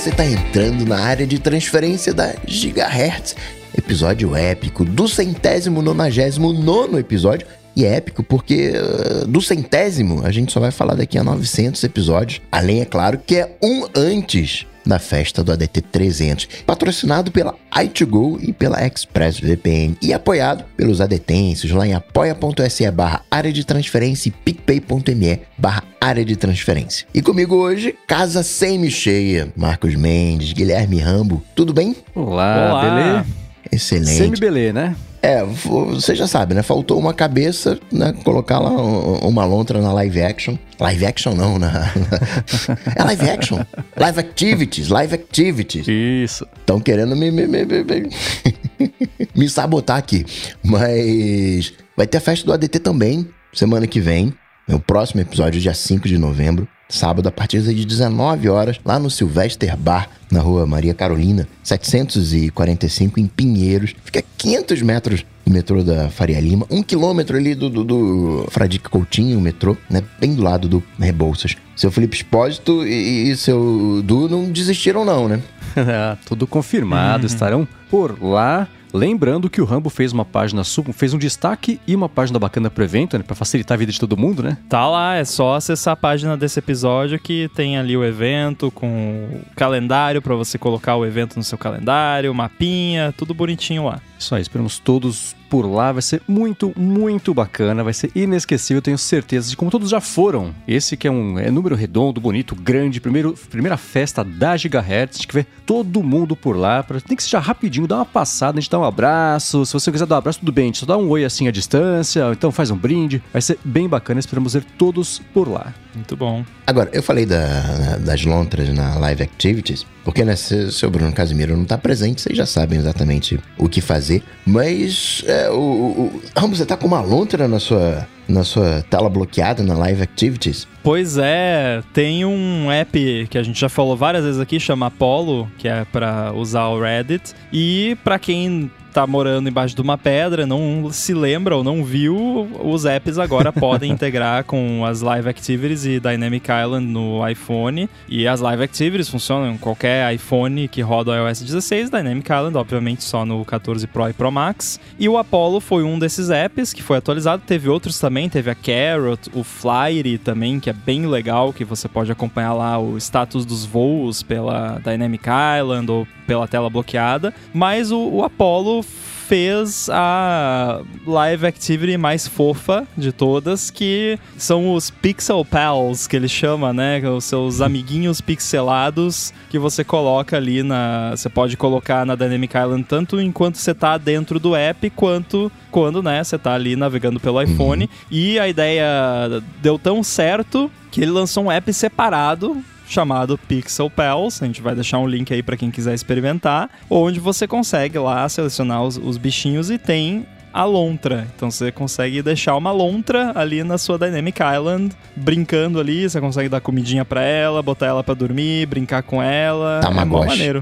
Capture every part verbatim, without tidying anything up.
você está entrando na área de transferência da Gigahertz. Episódio épico do centésimo nonagésimo nono episódio. E é épico porque uh, do centésimo a gente só vai falar daqui a novecentos episódios. Além, é claro, que é um antes da festa do A D T trezentos. Patrocinado pela i dois go e pela ExpressVPN. E apoiado pelos adetenses lá em apoia.se barra área de transferência e picpay.me barra área de transferência. E comigo hoje, casa semi-cheia. Marcos Mendes, Guilherme Rambo. Tudo bem? Olá, Olá. beleza? Excelente. Semi-belê, né? É, você já sabe, né? Faltou uma cabeça, né? Colocar lá uma lontra na live action. Live action não, na... na... É live action. Live activities, live activities. Isso. Estão querendo me, me, me, me, me... me sabotar aqui. Mas vai ter a festa do A D T também, semana que vem. O próximo episódio, dia cinco de novembro. Sábado, a partir das dezenove horas, lá no Sylvester Bar, na rua Maria Carolina, setecentos e quarenta e cinco, em Pinheiros. Fica a quinhentos metros do metrô da Faria Lima, um quilômetro ali do, do, do Fradique Coutinho, o metrô, né? Bem do lado do Rebouças. Seu Felipe Espósito e, e seu Du não desistiram não, né? Tudo confirmado, uhum. Estarão por lá. Lembrando que o Rambo fez uma página, fez um destaque e uma página bacana pro evento, né? Pra facilitar a vida de todo mundo, né? Tá lá, é só acessar a página desse episódio que tem ali o evento com o calendário pra você colocar o evento no seu calendário, mapinha, tudo bonitinho lá. Isso aí, esperamos todos por lá, vai ser muito, muito bacana, vai ser inesquecível, tenho certeza de como todos já foram. Esse que é um é número redondo, bonito, grande, primeiro, primeira festa da Gigahertz, a gente vê todo mundo por lá, pra, tem que ser já rapidinho, dá uma passada, a gente dá um abraço, se você quiser dar um abraço, tudo bem, a gente só dá um oi assim à distância, ou então faz um brinde, vai ser bem bacana, esperamos ver todos por lá. Muito bom. Agora, eu falei da, das lontras na Live Activities, porque, né, se o seu Bruno Casimiro não tá presente, vocês já sabem exatamente o que fazer, mas é, o, o, Rambo, você tá com uma lontra na sua, na sua tela bloqueada na Live Activities? Pois é, tem um app que a gente já falou várias vezes aqui, chama Apollo, que é pra usar o Reddit, e pra quem tá morando embaixo de uma pedra, não se lembra ou não viu, os apps agora podem integrar com as Live Activities e Dynamic Island no iPhone. E as Live Activities funcionam em qualquer iPhone que roda o i O S dezesseis, Dynamic Island, obviamente, só no quatorze Pro e Pro Max. E o Apollo foi um desses apps que foi atualizado. Teve outros também, teve a Carrot, o Flyer também, que é bem legal, que você pode acompanhar lá o status dos voos pela Dynamic Island ou pela tela bloqueada. Mas o, o Apollo fez a live activity mais fofa de todas, que são os Pixel Pals, que ele chama, né? Os seus amiguinhos pixelados que você coloca ali na... Você pode colocar na Dynamic Island tanto enquanto você tá dentro do app, quanto quando, né, você tá ali navegando pelo iPhone. Uhum. E a ideia deu tão certo que ele lançou um app separado chamado Pixel Pals, a gente vai deixar um link aí para quem quiser experimentar, onde você consegue lá selecionar os, os bichinhos e tem a lontra. Então você consegue deixar uma lontra ali na sua Dynamic Island, brincando ali, você consegue dar comidinha para ela, botar ela para dormir, brincar com ela. Tamagotchi. É maneiro.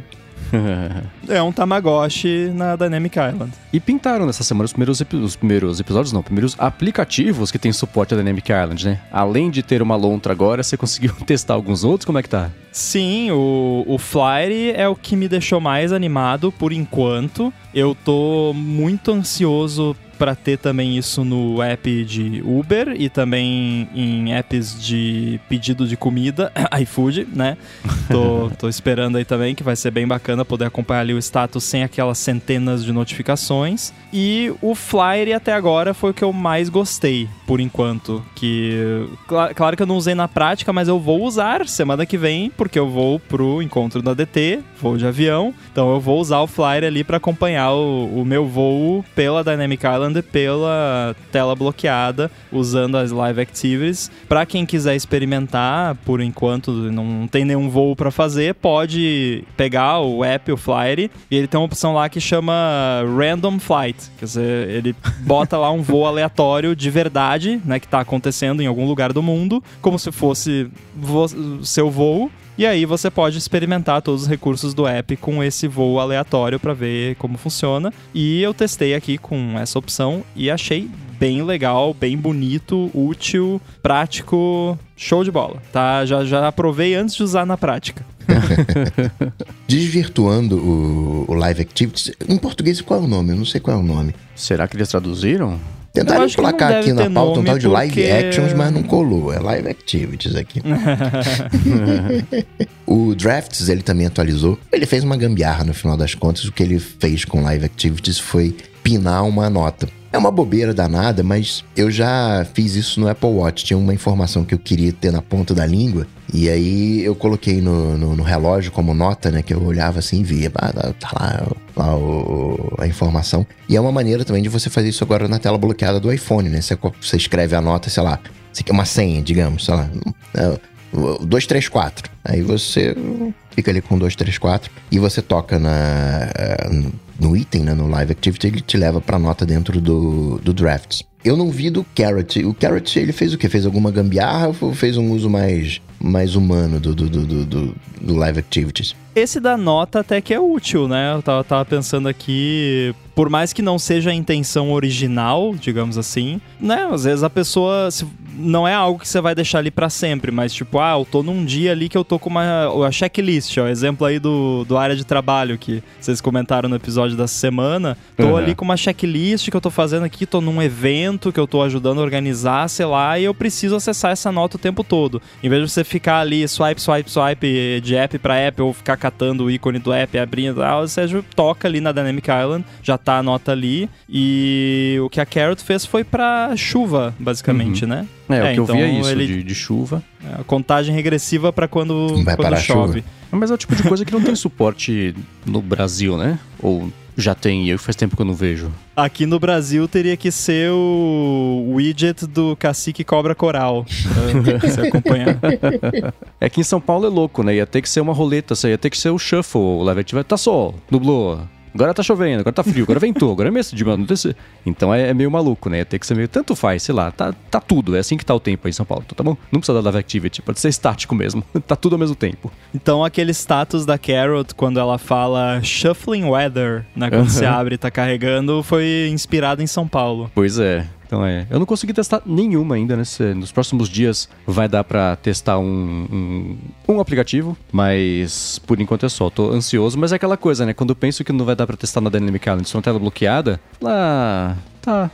É um Tamagotchi na Dynamic Island. E pintaram nessa semana os primeiros, epi- os primeiros episódios, não, primeiros aplicativos que tem suporte à Dynamic Island, né? Além de ter uma lontra agora, você conseguiu testar alguns outros? Como é que tá? Sim, o, o Flyer é o que me deixou mais animado por enquanto. Eu tô muito ansioso para ter também isso no app de Uber e também em apps de pedido de comida, iFood, né? Tô, tô esperando aí também, que vai ser bem bacana poder acompanhar ali o status sem aquelas centenas de notificações. E o Flyer até agora foi o que eu mais gostei, por enquanto. Que, cl- claro que eu não usei na prática, mas eu vou usar semana que vem, porque eu vou pro encontro da D T, voo de avião. Então eu vou usar o Flyer ali para acompanhar o, o meu voo pela Dynamic Island, pela tela bloqueada, usando as Live Activities. Para quem quiser experimentar, por enquanto não tem nenhum voo para fazer, pode pegar o app, o Flyer, e ele tem uma opção lá que chama Random Flight. Quer dizer, ele bota lá um voo aleatório de verdade, né, que tá acontecendo em algum lugar do mundo, como se fosse vo- seu voo. E aí você pode experimentar todos os recursos do app com esse voo aleatório para ver como funciona. E eu testei aqui com essa opção e achei bem legal, bem bonito, útil, prático, show de bola, tá? Já, já aprovei antes de usar na prática. Desvirtuando o, o Live Activities, em português qual é o nome? Eu não sei qual é o nome. Será que eles traduziram? Tentaram emplacar aqui na pauta um tal de Live porque... Actions, mas não colou. É Live Activities aqui. O Drafts, ele também atualizou. Ele fez uma gambiarra no final das contas. O que ele fez com Live Activities foi pinar uma nota. É uma bobeira danada, mas eu já fiz isso no Apple Watch. Tinha uma informação que eu queria ter na ponta da língua. E aí eu coloquei no, no, no relógio como nota, né? Que eu olhava assim e via. Ah, tá lá, lá o, a informação. E é uma maneira também de você fazer isso agora na tela bloqueada do iPhone, né? Você, você escreve a nota, sei lá, você quer uma senha, digamos, sei lá. dois três quatro. Aí você fica ali com dois três quatro. E você toca na... no item, né, no Live Activity, ele te leva pra nota dentro do, do Drafts. Eu não vi do Carrot. O Carrot, ele fez o quê? Fez alguma gambiarra ou fez um uso mais, mais humano do, do, do, do, do Live Activities? Esse da nota até que é útil, né? Eu tava, tava pensando aqui, por mais que não seja a intenção original, digamos assim, né? Às vezes a pessoa... Se, não é algo que você vai deixar ali pra sempre, mas tipo, ah, eu tô num dia ali que eu tô com uma, uma checklist, ó, exemplo aí do, do área de trabalho que vocês comentaram no episódio da semana, tô uhum. ali com uma checklist que eu tô fazendo aqui, tô num evento que eu tô ajudando a organizar, sei lá, e eu preciso acessar essa nota o tempo todo. Em vez de você ficar ali swipe, swipe, swipe de app pra app, ou ficar catando o ícone do app, abrindo, você toca ali na Dynamic Island, já tá a nota ali, e o que a Carrot fez foi pra chuva, basicamente, uhum. né? É, é, o que então eu vi é isso, ele... de, de chuva. É, a contagem regressiva pra quando, quando chove. Mas é o tipo de coisa que não tem suporte no Brasil, né? Ou já tem, eu faz tempo que eu não vejo. Aqui no Brasil teria que ser o widget do Cacique Cobra Coral, pra você acompanhar. É que em São Paulo é louco, né? Ia ter que ser uma roleta, ia ter que ser o shuffle, o Live Activity. Tá sol, nublou. Agora tá chovendo, agora tá frio, agora ventou, agora é mês de mano. Então é, é meio maluco, né? Tem que ser meio... Tanto faz, sei lá, tá, tá tudo. É assim que tá o tempo aí em São Paulo, então, tá bom? Não precisa da Live Activity, pode ser estático mesmo. Tá tudo ao mesmo tempo. Então aquele status da Carrot, quando ela fala Shuffling Weather, né? Quando você abre e tá carregando, foi inspirado em São Paulo. Pois é. Então é, eu não consegui testar nenhuma ainda, né? Nos próximos dias vai dar pra testar um, um, um aplicativo, mas por enquanto é só, tô ansioso, mas é aquela coisa, né? Quando eu penso que não vai dar pra testar na Dynamic Island, só na tela bloqueada, lá... Tá.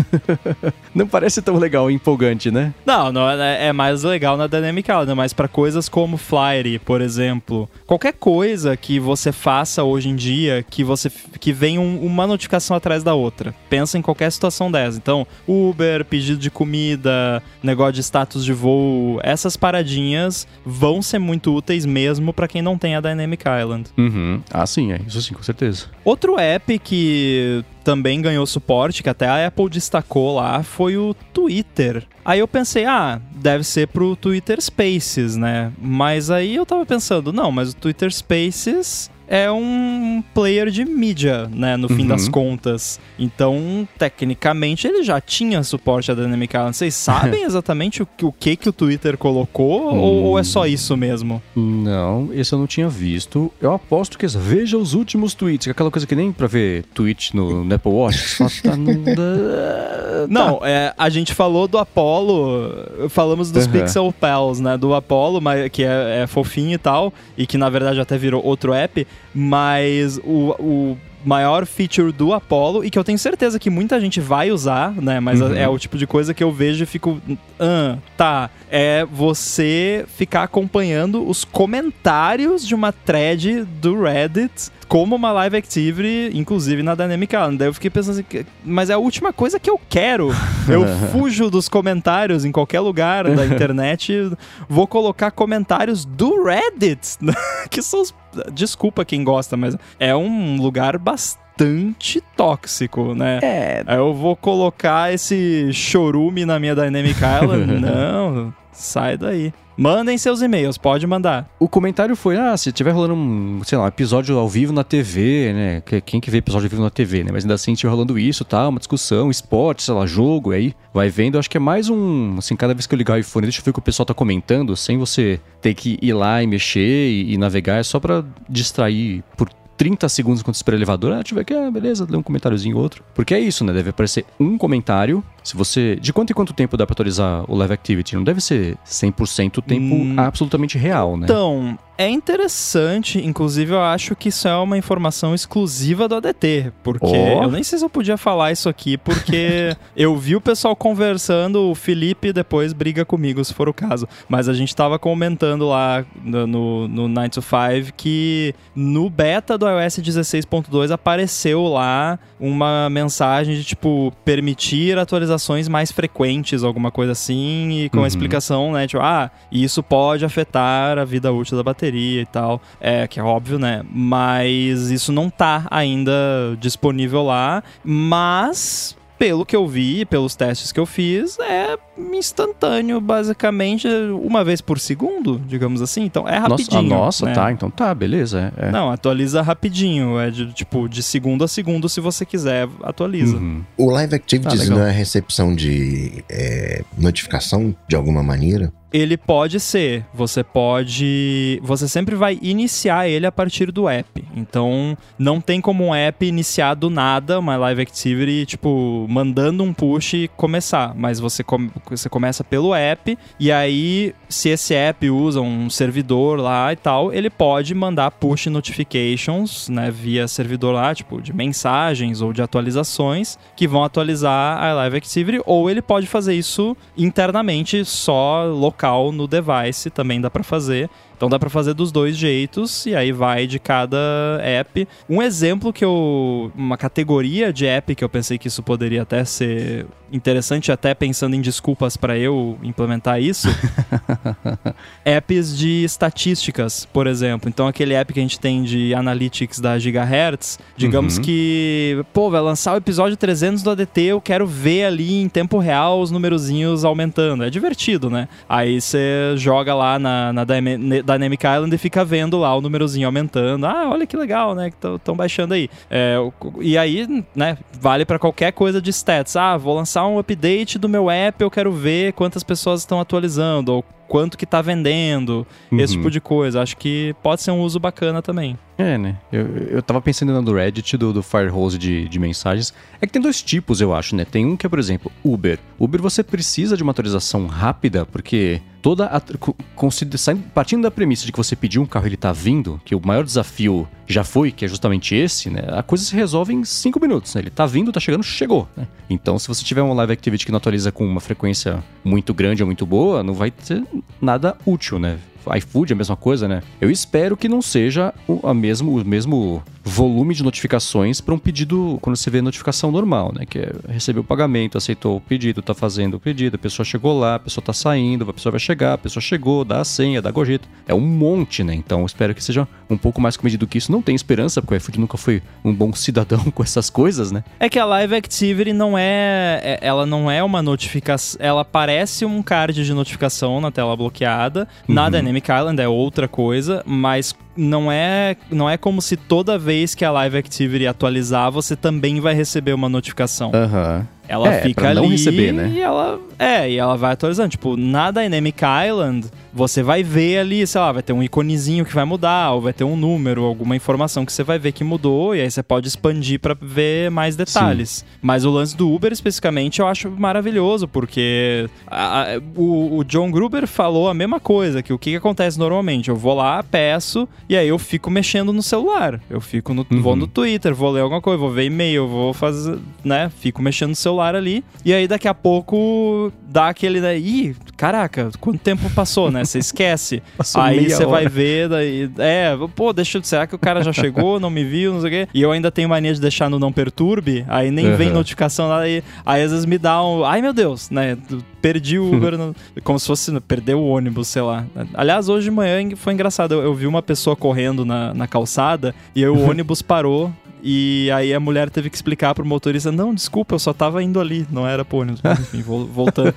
Não parece tão legal e empolgante, né? Não, não é, é mais legal na Dynamic Island, mas para coisas como Flyer, por exemplo. Qualquer coisa que você faça hoje em dia, que você que vem um, uma notificação atrás da outra. Pensa em qualquer situação dessa. Então, Uber, pedido de comida, negócio de status de voo, essas paradinhas vão ser muito úteis mesmo para quem não tem a Dynamic Island. Uhum. Ah, sim, é. Isso sim, com certeza. Outro app que também ganhou suporte, que até a Apple destacou lá, foi o Twitter. Aí eu pensei, ah, deve ser pro Twitter Spaces, né? Mas aí eu tava pensando, não, mas o Twitter Spaces é um player de mídia, né, no fim uhum. das contas. Então, tecnicamente, ele já tinha suporte à Dynamic Island. Vocês sabem exatamente o, o que que o Twitter colocou hum. ou, ou é só isso mesmo? Não, esse eu não tinha visto. Eu aposto que veja os últimos tweets, aquela coisa que nem pra ver tweet no, no Apple Watch. Só tá no... Não, é, a gente falou do Apollo, falamos dos uhum. Pixel Pals, né, do Apollo, que é, é fofinho e tal, e que na verdade até virou outro app, mas o, o maior feature do Apollo, e que eu tenho certeza que muita gente vai usar, né, mas uhum. é o tipo de coisa que eu vejo e fico, ah, tá, é você ficar acompanhando os comentários de uma thread do Reddit como uma live activity, inclusive na Dynamic Island. Daí eu fiquei pensando assim, mas é a última coisa que eu quero. Eu fujo dos comentários em qualquer lugar da internet, vou colocar comentários do Reddit, que são os... Desculpa quem gosta, mas é um lugar bastante tóxico, né? É. Aí eu vou colocar esse chorume na minha Dynamic Island? Não, sai daí. Mandem seus e-mails, pode mandar. O comentário foi, ah, se tiver rolando um, sei lá, um episódio ao vivo na T V, né? Quem que vê episódio ao vivo na T V, né? Mas ainda assim, tiver rolando isso, tá? Uma discussão, esporte, sei lá, jogo, aí vai vendo. Eu acho que é mais um, assim, cada vez que eu ligar o iPhone, deixa eu ver o que o pessoal tá comentando, sem você ter que ir lá e mexer e, e navegar, é só pra distrair por trinta segundos enquanto espera o elevador, ah, deixa eu ver aqui, ah, beleza, lê um comentáriozinho outro. Porque é isso, né? Deve aparecer um comentário. Se você... De quanto em quanto tempo dá pra atualizar o Live Activity? Não deve ser cem por cento o tempo hum, absolutamente real, né? Então, É interessante, inclusive eu acho que isso é uma informação exclusiva do A D T, porque oh. eu nem sei se eu podia falar isso aqui, porque eu vi o pessoal conversando, o Felipe depois briga comigo, se for o caso, mas a gente tava comentando lá no, no nine to five que no beta do iOS dezesseis ponto dois apareceu lá uma mensagem de, tipo, permitir atualizações mais frequentes, alguma coisa assim, e com uhum. a explicação, né, tipo, ah, isso pode afetar a vida útil da bateria e tal, é, que é óbvio, né, mas isso não tá ainda disponível lá, mas pelo que eu vi, pelos testes que eu fiz, é instantâneo, basicamente, uma vez por segundo, digamos assim. Então, é rapidinho. Nossa, nossa né? tá, então tá, beleza. É, é. Não, atualiza rapidinho. É de, tipo, de segundo a segundo, se você quiser, atualiza. Uhum. O Live Activities ah, não é recepção de é, notificação, de alguma maneira? Ele pode ser. Você pode... Você sempre vai iniciar ele a partir do app. Então, não tem como um app iniciar do nada uma Live Activity, tipo, mandando um push e começar. Mas você, com... você começa pelo app, e aí, se esse app usa um servidor lá e tal, ele pode mandar push notifications, né, via servidor lá, tipo, de mensagens ou de atualizações, que vão atualizar a Live Activity, ou ele pode fazer isso internamente, só local no device, também dá pra fazer. Então dá pra fazer dos dois jeitos, e aí vai de cada app. Um exemplo que eu... Uma categoria de app que eu pensei que isso poderia até ser interessante, até pensando em desculpas pra eu implementar isso. Apps de estatísticas, por exemplo. Então aquele app que a gente tem de Analytics da Gigahertz, digamos uhum. que, pô, vai lançar o episódio trezentos do A D T, eu quero ver ali em tempo real os numerozinhos aumentando. É divertido, né? Aí você joga lá na, na Dynamic Island e fica vendo lá o númerozinho aumentando. Ah, olha que legal, né? Que estão baixando aí. É, e aí, né, vale pra qualquer coisa de stats. Ah, vou lançar um update do meu app, eu quero ver quantas pessoas estão atualizando, ou quanto que tá vendendo, uhum. esse tipo de coisa. Acho que pode ser um uso bacana também. É, né? Eu, eu tava pensando no Reddit do, do Firehose de, de mensagens. É que tem dois tipos, eu acho, né? Tem um que é, por exemplo, Uber. Uber você precisa de uma atualização rápida, porque toda a, partindo da premissa de que você pediu um carro e ele tá vindo, que o maior desafio já foi, que é justamente esse, né? A coisa se resolve em cinco minutos, né? Ele tá vindo, tá chegando, chegou, né? Então, se você tiver uma Live Activity que não atualiza com uma frequência muito grande ou muito boa, não vai ter nada útil, né? iFood é a mesma coisa, né? Eu espero que não seja o, a mesmo, o mesmo volume de notificações para um pedido, quando você vê notificação normal, né? Que é receber o pagamento, aceitou o pedido, tá fazendo o pedido, a pessoa chegou lá, a pessoa tá saindo, a pessoa vai chegar, a pessoa chegou, dá a senha, dá a gorjeta. É um monte, né? Então eu espero que seja um pouco mais comedido que isso. Não tem esperança, porque o iFood nunca foi um bom cidadão com essas coisas, né? É que a Live Activity não é... Ela não é uma notificação... Ela parece um card de notificação na tela bloqueada. Uhum. Na Dynamic Island é outra coisa, mas não é, não é como se toda vez que a Live Activity atualizar, você também vai receber uma notificação. Aham. Uhum. Ela é, fica pra ali não receber, né? e ela, é, e ela vai atualizando. Tipo, na Dynamic Island, você vai ver ali, sei lá, vai ter um iconezinho que vai mudar, ou vai ter um número, alguma informação que você vai ver que mudou, e aí você pode expandir pra ver mais detalhes. Sim. Mas o lance do Uber, especificamente, eu acho maravilhoso, porque a, a, o, o John Gruber falou a mesma coisa, que o que, que acontece normalmente? Eu vou lá, peço, e aí eu fico mexendo no celular. Eu fico no, uhum. vou no Twitter, vou ler alguma coisa, vou ver e-mail, vou fazer, né, fico mexendo no celular ali, e aí daqui a pouco dá aquele, né, ih, caraca, quanto tempo passou, né, você esquece. Passou aí você hora. vai ver, daí, é, pô, deixa eu, será que o cara já chegou, não me viu, não sei o quê, e eu ainda tenho mania de deixar no não perturbe, aí nem uhum. vem notificação lá, aí, aí às vezes me dá um, ai meu Deus, né, perdi o Uber, no, como se fosse, perdeu o ônibus, sei lá. Aliás, hoje de manhã foi engraçado, eu, eu vi uma pessoa correndo na, na calçada, e aí o ônibus parou. E aí a mulher teve que explicar pro motorista, não, desculpa, eu só tava indo ali, não era pro ônibus. Mas enfim, voltando.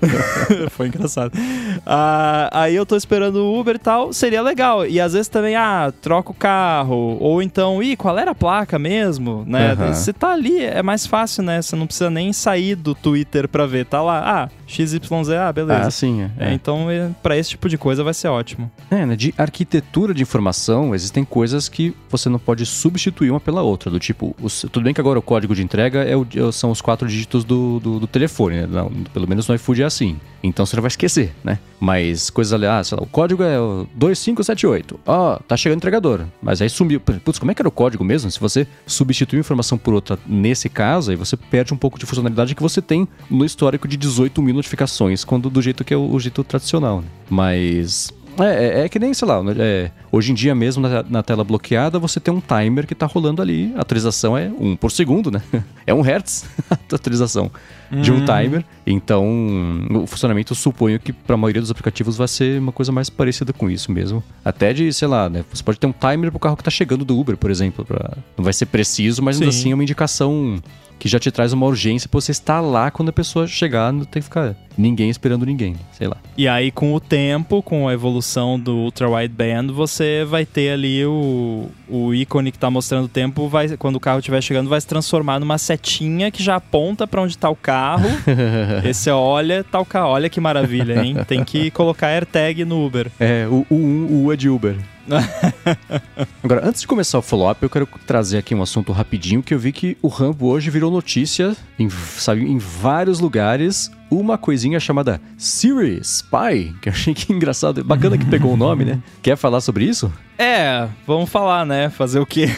Foi engraçado. Ah, aí eu tô esperando o Uber e tal, seria legal. E às vezes também, ah, troca o carro. Ou então, ih, qual era a placa mesmo? Né? Uhum. Você tá ali, é mais fácil, né? Você não precisa nem sair do Twitter pra ver. Tá lá, ah, X Y Z, ah, beleza. Ah, sim. É. É, então, pra esse tipo de coisa vai ser ótimo. É, né? De arquitetura de informação, existem coisas que você não pode substituir uma pela outra. outra, do tipo, os, tudo bem que agora o código de entrega é o, são os quatro dígitos do, do, do telefone, né? Não, pelo menos no iFood é assim. Então você não vai esquecer, né? Mas coisas ali, ah, sei lá, o código é o dois cinco sete oito. Ó, oh, tá chegando o entregador. Mas aí sumiu. Putz, como é que era o código mesmo? Se você substituir uma informação por outra nesse caso, aí você perde um pouco de funcionalidade que você tem no histórico de dezoito mil notificações, quando do jeito que é o, o jeito tradicional, né? Mas... É, é, é que nem, sei lá, é, hoje em dia mesmo na, na tela bloqueada você tem um timer que tá rolando ali, a atualização é um por segundo, né? É um hertz a atualização hum. de um timer, então o funcionamento eu suponho que para a maioria dos aplicativos vai ser uma coisa mais parecida com isso mesmo. Até de, sei lá, né? Você pode ter um timer pro carro que tá chegando do Uber, por exemplo, pra, não vai ser preciso, mas ainda Sim. assim é uma indicação... que já te traz uma urgência pra você estar lá quando a pessoa chegar, não tem que ficar ninguém esperando ninguém, sei lá. E aí, com o tempo, com a evolução do Ultra Wideband, você vai ter ali o, o ícone que tá mostrando o tempo, vai, quando o carro estiver chegando, vai se transformar numa setinha que já aponta pra onde tá o carro. E você olha, tá o carro. Olha que maravilha, hein? Tem que colocar AirTag no Uber. É, o U um, o U é de Uber. Agora, antes de começar o follow-up, eu quero trazer aqui um assunto rapidinho, que eu vi que o Rambo hoje virou notícia, em, sabe, em vários lugares, uma coisinha chamada Siri Spy, que eu achei que engraçado, bacana que pegou o nome, né? Quer falar sobre isso? É, vamos falar, né? Fazer o quê?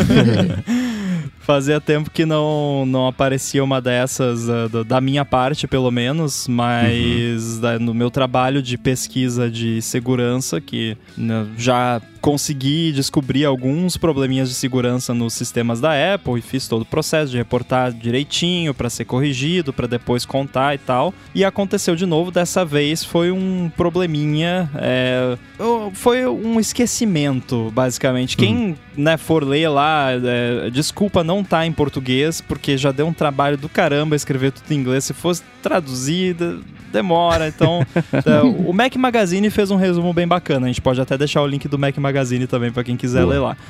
Fazia tempo que não, não aparecia uma dessas, uh, da minha parte, pelo menos, mas uhum. da, no meu trabalho de pesquisa de segurança, que né, já consegui descobrir alguns probleminhas de segurança nos sistemas da Apple e fiz todo o processo de reportar direitinho para ser corrigido, para depois contar e tal. E aconteceu de novo, dessa vez foi um probleminha, é, foi um esquecimento, basicamente. Quem uhum. né, for ler lá, é, desculpa não tá em português, porque já deu um trabalho do caramba escrever tudo em inglês. Se fosse traduzida, demora. Então, é, o Mac Magazine fez um resumo bem bacana. A gente pode até deixar o link do Mac Magazine também para quem quiser Boa. ler lá.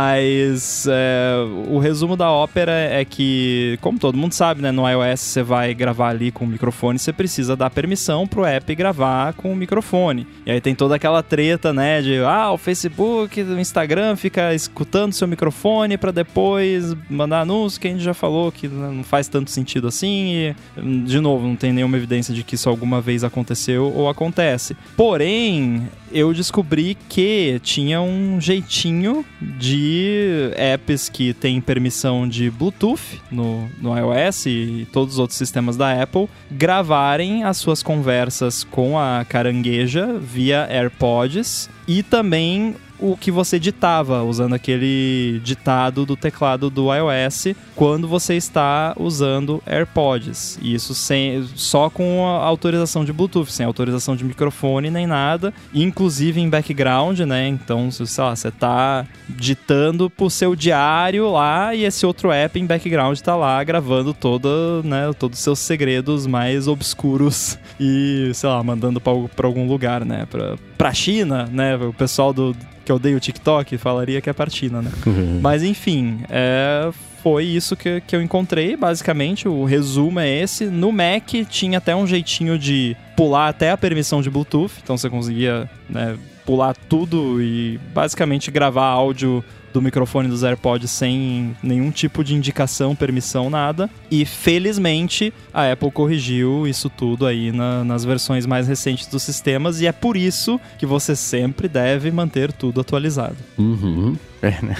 Mas é, o resumo da Opera é que, como todo mundo sabe, né, no iOS você vai gravar ali com o microfone, você precisa dar permissão pro app gravar com o microfone. E aí tem toda aquela treta, né, de ah, o Facebook, o Instagram fica escutando seu microfone para depois mandar anúncio, que a gente já falou que não faz tanto sentido assim. E, de novo, não tem nenhuma evidência de que isso alguma vez aconteceu ou acontece. Porém, eu descobri que tinha um jeitinho de apps que têm permissão de Bluetooth no, no iOS e todos os outros sistemas da Apple gravarem as suas conversas com a carangueja via AirPods e também o que você ditava, usando aquele ditado do teclado do iOS quando você está usando AirPods. E isso sem, só com a autorização de Bluetooth, sem autorização de microfone nem nada, inclusive em background, né? Então, sei lá, você está ditando pro seu diário lá e esse outro app em background está lá gravando todo, né, todos os seus segredos mais obscuros e, sei lá, mandando para algum lugar, né? Pra, pra China, né? O pessoal do que odeia o TikTok, falaria que é pra China, né? Uhum. Mas enfim, é, foi isso que, que eu encontrei, basicamente, o resumo é esse. No Mac tinha até um jeitinho de pular até a permissão de Bluetooth, então você conseguia, né, pular tudo e basicamente gravar áudio do microfone dos AirPods sem nenhum tipo de indicação, permissão, nada. E felizmente a Apple corrigiu isso tudo aí na, nas versões mais recentes dos sistemas e é por isso que você sempre deve manter tudo atualizado. Uhum. É, né?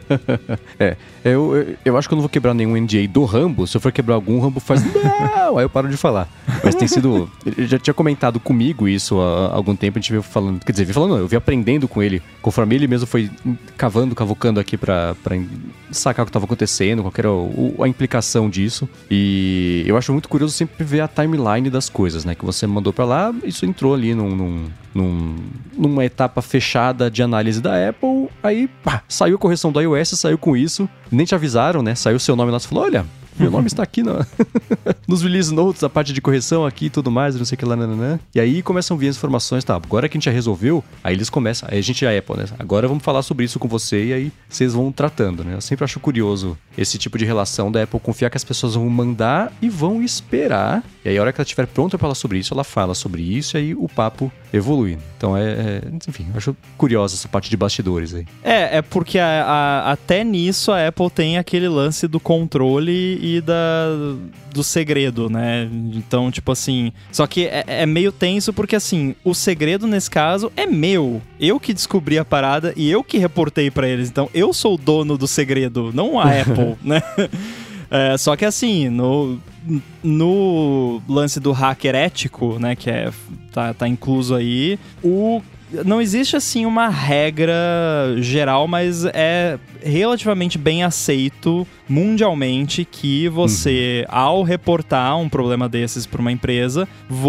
é, eu, eu, eu acho que eu não vou quebrar nenhum N D A do Rambo. Se eu for quebrar algum, o Rambo faz não, aí eu paro de falar. Mas tem sido... Ele já tinha comentado comigo isso há algum tempo, a gente veio falando... Quer dizer, veio falando, não, eu vi aprendendo com ele, conforme ele mesmo foi cavando, cavucando aqui pra, pra sacar o que estava acontecendo, qual era o, a implicação disso. E eu acho muito curioso sempre ver a timeline das coisas, né? Que você mandou pra lá, isso entrou ali num... num Num, numa etapa fechada de análise da Apple, aí pá, saiu a correção do iOS, saiu com isso, nem te avisaram, né? Saiu o seu nome lá, você falou, olha, meu nome está aqui no, nos release notes, a parte de correção aqui e tudo mais, não sei o que lá, nananã. E aí começam a vir as informações, tá, agora que a gente já resolveu, aí eles começam, aí a gente é a Apple, né? Agora vamos falar sobre isso com você e aí vocês vão tratando, né? Eu sempre acho curioso esse tipo de relação da Apple confiar que as pessoas vão mandar e vão esperar. E aí, a hora que ela estiver pronta para falar sobre isso, ela fala sobre isso e aí o papo evolui. Então, é, é enfim, eu acho curiosa essa parte de bastidores aí. É, é porque a, a, até nisso a Apple tem aquele lance do controle e da, do segredo, né? Então, tipo assim... Só que é, é meio tenso porque, assim, o segredo nesse caso é meu. Eu que descobri a parada e eu que reportei pra eles. Então, eu sou o dono do segredo, não a Apple, né? É, só que assim, no, no lance do hacker ético, né, que é, tá, tá incluso aí, o, não existe assim uma regra geral, mas é relativamente bem aceito mundialmente que você, uhum. ao reportar um problema desses para uma empresa,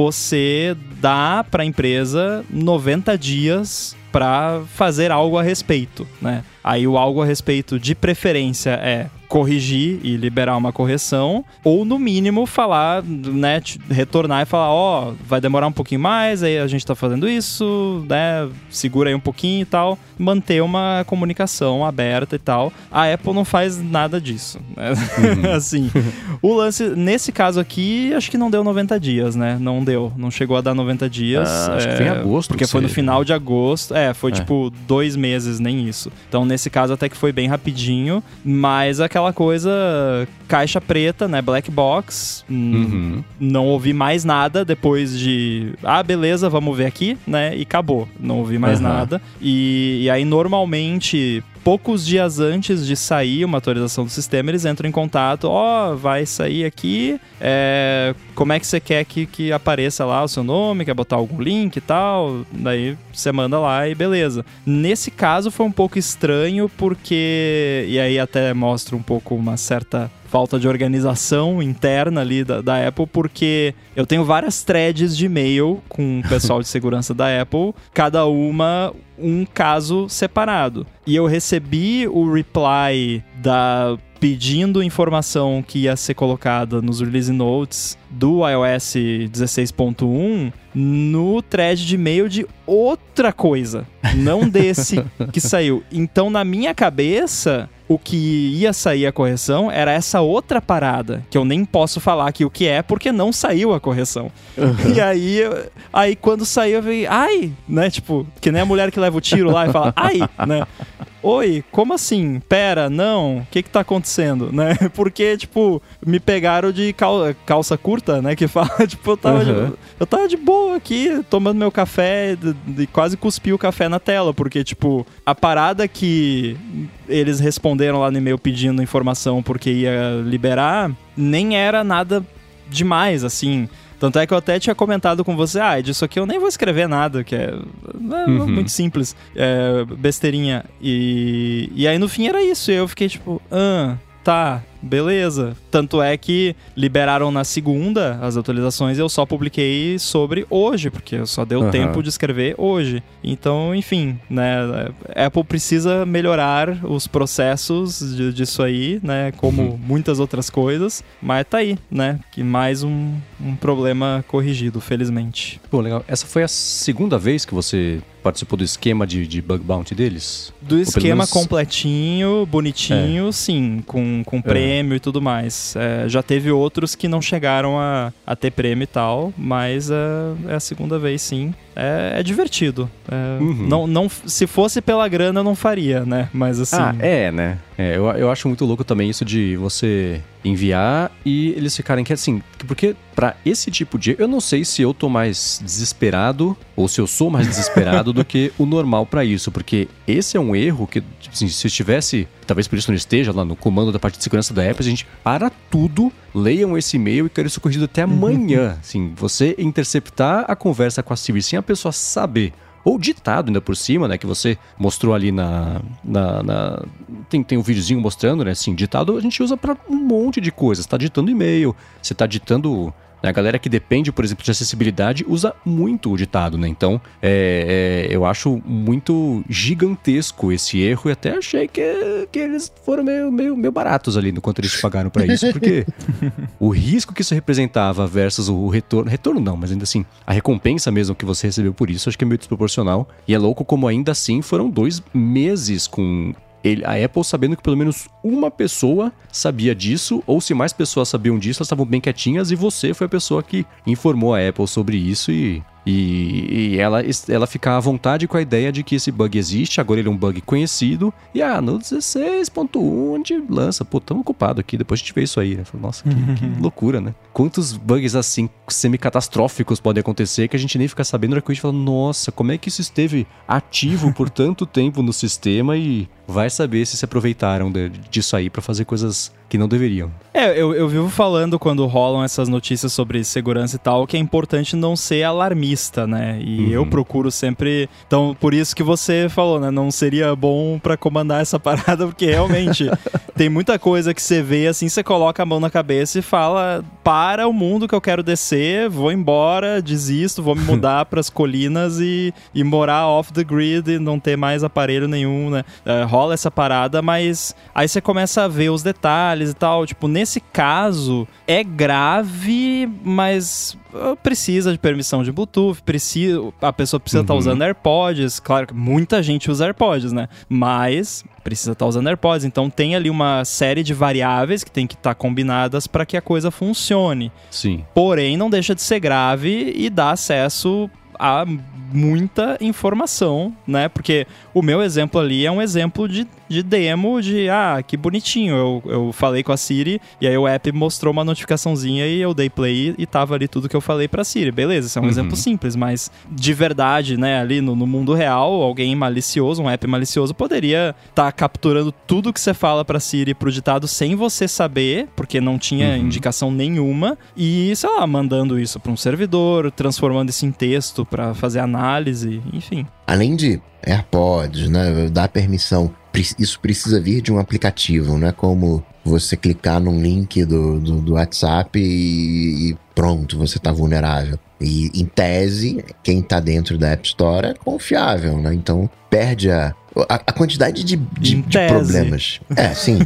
você dá para a empresa noventa dias para fazer algo a respeito, né? Aí o algo a respeito de preferência é corrigir e liberar uma correção, ou no mínimo falar, né, retornar e falar, ó, oh, vai demorar um pouquinho mais, aí a gente tá fazendo isso, né, segura aí um pouquinho e tal, manter uma comunicação aberta e tal. A Apple não faz nada disso, né? Uhum. Assim, o lance, nesse caso aqui, acho que não deu noventa dias, né, não deu, não chegou a dar noventa dias. Ah, acho é, que foi em agosto. Porque foi no final de agosto, é, foi é. tipo dois meses, nem isso. Então, nesse caso até que foi bem rapidinho, mas aquela coisa, caixa preta, né, black box, uhum. não ouvi mais nada depois de, ah, beleza, vamos ver aqui, né, e acabou, não ouvi mais uhum. nada, e, e aí normalmente... Poucos dias antes de sair uma atualização do sistema, eles entram em contato, ó, oh, vai sair aqui, é, como é que você quer que, que apareça lá o seu nome, quer botar algum link e tal, daí você manda lá e beleza. Nesse caso foi um pouco estranho porque, e aí até mostra um pouco uma certa falta de organização interna ali da, da Apple, porque eu tenho várias threads de e-mail com o pessoal de segurança da Apple, cada uma um caso separado. E eu recebi o reply da... pedindo informação que ia ser colocada nos release notes do iOS dezesseis ponto um no thread de e-mail de outra coisa, não desse que saiu. Então, na minha cabeça, o que ia sair a correção era essa outra parada, que eu nem posso falar aqui o que é, porque não saiu a correção. Uhum. E aí, aí, quando saiu, eu falei, ai, né, tipo, que nem a mulher que leva o tiro lá e fala, ai, né? Oi, como assim? Pera, não, o que que tá acontecendo, né? Porque, tipo, me pegaram de cal- calça curta, né, que fala, tipo, eu tava, uhum. de, eu tava de boa aqui, tomando meu café e, e quase cuspi o café na tela, porque, tipo, a parada que eles responderam lá no e-mail pedindo informação porque ia liberar, nem era nada demais, assim... Tanto é que eu até tinha comentado com você, ah, disso aqui eu nem vou escrever nada, que é, é uhum. muito simples, é, besteirinha. E, e aí no fim era isso, e eu fiquei tipo, ah, tá, beleza. Tanto é que liberaram na segunda as atualizações e eu só publiquei sobre hoje, porque só deu uhum. tempo de escrever hoje. Então, enfim, né, Apple precisa melhorar os processos de, disso aí, né, como uhum. muitas outras coisas, mas tá aí, né, que mais um, um problema corrigido, felizmente. Pô, legal. Essa foi a segunda vez que você participou do esquema de, de bug bounty deles? Do esquema menos... completinho, bonitinho, é. sim, com, com prêmio é. e tudo mais. É, já teve outros que não chegaram a, a ter prêmio e tal, mas é, é a segunda vez, sim. É, é divertido. É, uhum. não, não, se fosse pela grana, eu não faria, né? Mas assim... Ah, é, né? É, eu, eu acho muito louco também isso de você enviar e eles ficarem que assim... Porque pra esse tipo de... Eu não sei se eu tô mais desesperado ou se eu sou mais desesperado do que o normal pra isso. Porque esse é um erro que, assim, se eu estivesse... Talvez por isso não esteja lá no comando da parte de segurança da Apple, a gente para tudo, leiam esse e-mail e quero isso corrigido até amanhã. Assim, você interceptar a conversa com a Siri sem a pessoa saber. Ou ditado ainda por cima, né? Que você mostrou ali na... na, na tem, tem um videozinho mostrando, né? Assim, ditado a gente usa pra um monte de coisas. Você tá ditando e-mail, você tá ditando... A galera que depende, por exemplo, de acessibilidade usa muito o ditado, né? Então, é, é, eu acho muito gigantesco esse erro e até achei que, que eles foram meio, meio, meio baratos ali no quanto eles pagaram pra isso, porque o risco que isso representava versus o retorno... Retorno não, mas ainda assim, a recompensa mesmo que você recebeu por isso, acho que é meio desproporcional. E é louco como ainda assim foram dois meses com... ele, a Apple sabendo que pelo menos uma pessoa sabia disso, ou se mais pessoas sabiam disso, elas estavam bem quietinhas e você foi a pessoa que informou a Apple sobre isso e... E, e ela, ela fica à vontade com a ideia de que esse bug existe, agora ele é um bug conhecido, e ah, no dezesseis ponto um a gente lança, pô, tamo ocupado aqui, depois a gente vê isso aí, né? Nossa, que, que loucura, né? Quantos bugs assim, semi-catastróficos podem acontecer que a gente nem fica sabendo, que a gente fala, nossa, como é que isso esteve ativo por tanto tempo no sistema e vai saber se se aproveitaram de, disso aí pra fazer coisas que não deveriam. É, eu, eu vivo falando quando rolam essas notícias sobre segurança e tal, que é importante não ser alarmista, né? E uhum. eu procuro sempre... Então, por isso que você falou, né? Não seria bom pra comandar essa parada, porque realmente tem muita coisa que você vê assim, você coloca a mão na cabeça e fala, para o mundo que eu quero descer, vou embora, desisto, vou me mudar pras colinas e, e morar off the grid e não ter mais aparelho nenhum, né? É, rola essa parada, mas aí você começa a ver os detalhes e tal, tipo, nesse caso é grave, mas precisa de permissão de Bluetooth, precisa, a pessoa precisa estar uhum. tá usando AirPods, claro que muita gente usa AirPods, né, mas precisa estar tá usando AirPods, então tem ali uma série de variáveis que tem que estar tá combinadas para que a coisa funcione. Sim. Porém, não deixa de ser grave e dá acesso a muita informação, né? Porque o meu exemplo ali é um exemplo de, de demo de, ah, que bonitinho, eu, eu falei com a Siri e aí o app mostrou uma notificaçãozinha e eu dei play e tava ali tudo que eu falei pra Siri. Beleza, isso é um uhum. exemplo simples, mas de verdade, né, ali no, no mundo real, alguém malicioso, um app malicioso, poderia estar tá capturando tudo que você fala pra Siri pro ditado sem você saber, porque não tinha uhum. indicação nenhuma, e, sei lá, mandando isso pra um servidor, transformando isso em texto pra fazer análise, enfim. Além de AirPods, né, dar permissão, isso precisa vir de um aplicativo, não é como você clicar num link do, do, do WhatsApp e, e pronto, você tá vulnerável. E, em tese, quem tá dentro da App Store é confiável, né? Então, perde a, a, a quantidade de, de, de problemas. É, sim.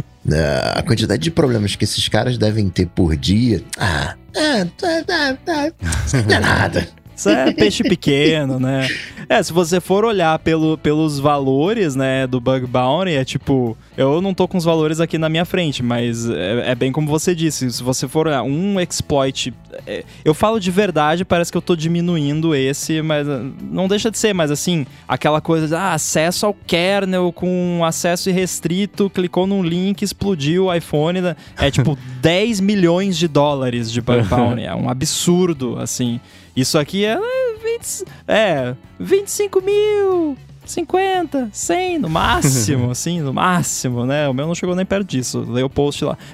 A quantidade de problemas que esses caras devem ter por dia. Ah, é, tá, tá, tá, não é nada. Isso é peixe pequeno, né? É, se você for olhar pelo, pelos valores, né, do Bug Bounty, é tipo... Eu não tô com os valores aqui na minha frente, mas é, é bem como você disse. Se você for olhar um exploit... É, eu falo de verdade, parece que eu tô diminuindo esse, mas não deixa de ser. Mas assim, aquela coisa de ah, acesso ao kernel com acesso irrestrito, clicou num link, explodiu o iPhone. Né? É tipo dez milhões de dólares de Bug Bounty. É um absurdo, assim... Isso aqui é vinte, é vinte e cinco mil, cinquenta, cem no máximo, assim, no máximo, né? O meu não chegou nem perto disso, lê o post lá.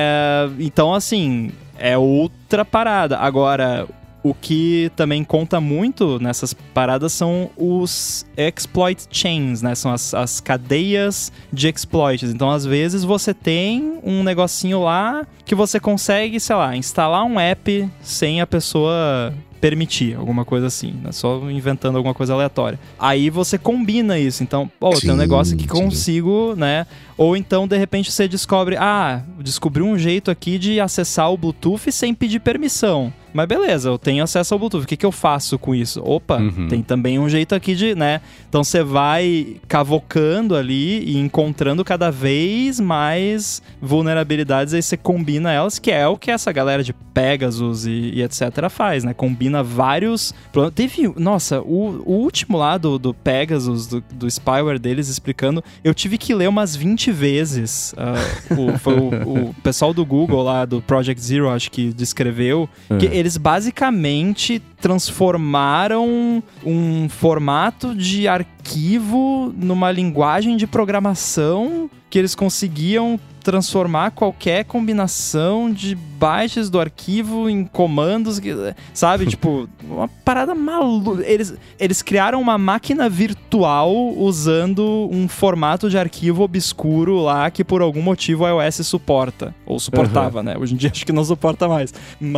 É, então, assim, é outra parada. Agora, o que também conta muito nessas paradas são os exploit chains, né? São as, as cadeias de exploits. Então, às vezes, você tem um negocinho lá que você consegue, sei lá, instalar um app sem a pessoa... permitir, alguma coisa assim, né? Só inventando alguma coisa aleatória. Aí você combina isso, então, ó, oh, tem um negócio que consigo, né? Ou então, de repente, você descobre, ah, descobri um jeito aqui de acessar o Bluetooth sem pedir permissão. Mas beleza, eu tenho acesso ao Bluetooth, o que, que eu faço com isso? Opa, uhum. tem também um jeito aqui de, né? Então você vai cavocando ali e encontrando cada vez mais vulnerabilidades, aí você combina elas, que é o que essa galera de Pegasus e, e etcétera faz, né? Combina vários... Teve, nossa, o, o último lá do, do Pegasus, do, do spyware deles explicando, eu tive que ler umas vinte vezes. Uh, o, foi o, o pessoal do Google lá, do Project Zero, acho que descreveu, é. que eles basicamente transformaram um formato de arquivo numa linguagem de programação que eles conseguiam transformar qualquer combinação de bytes do arquivo em comandos, sabe? Tipo, uma parada maluca. Eles, eles criaram uma máquina virtual usando um formato de arquivo obscuro lá que por algum motivo o iOS suporta. Ou suportava, uhum. né? Hoje em dia acho que não suporta mais.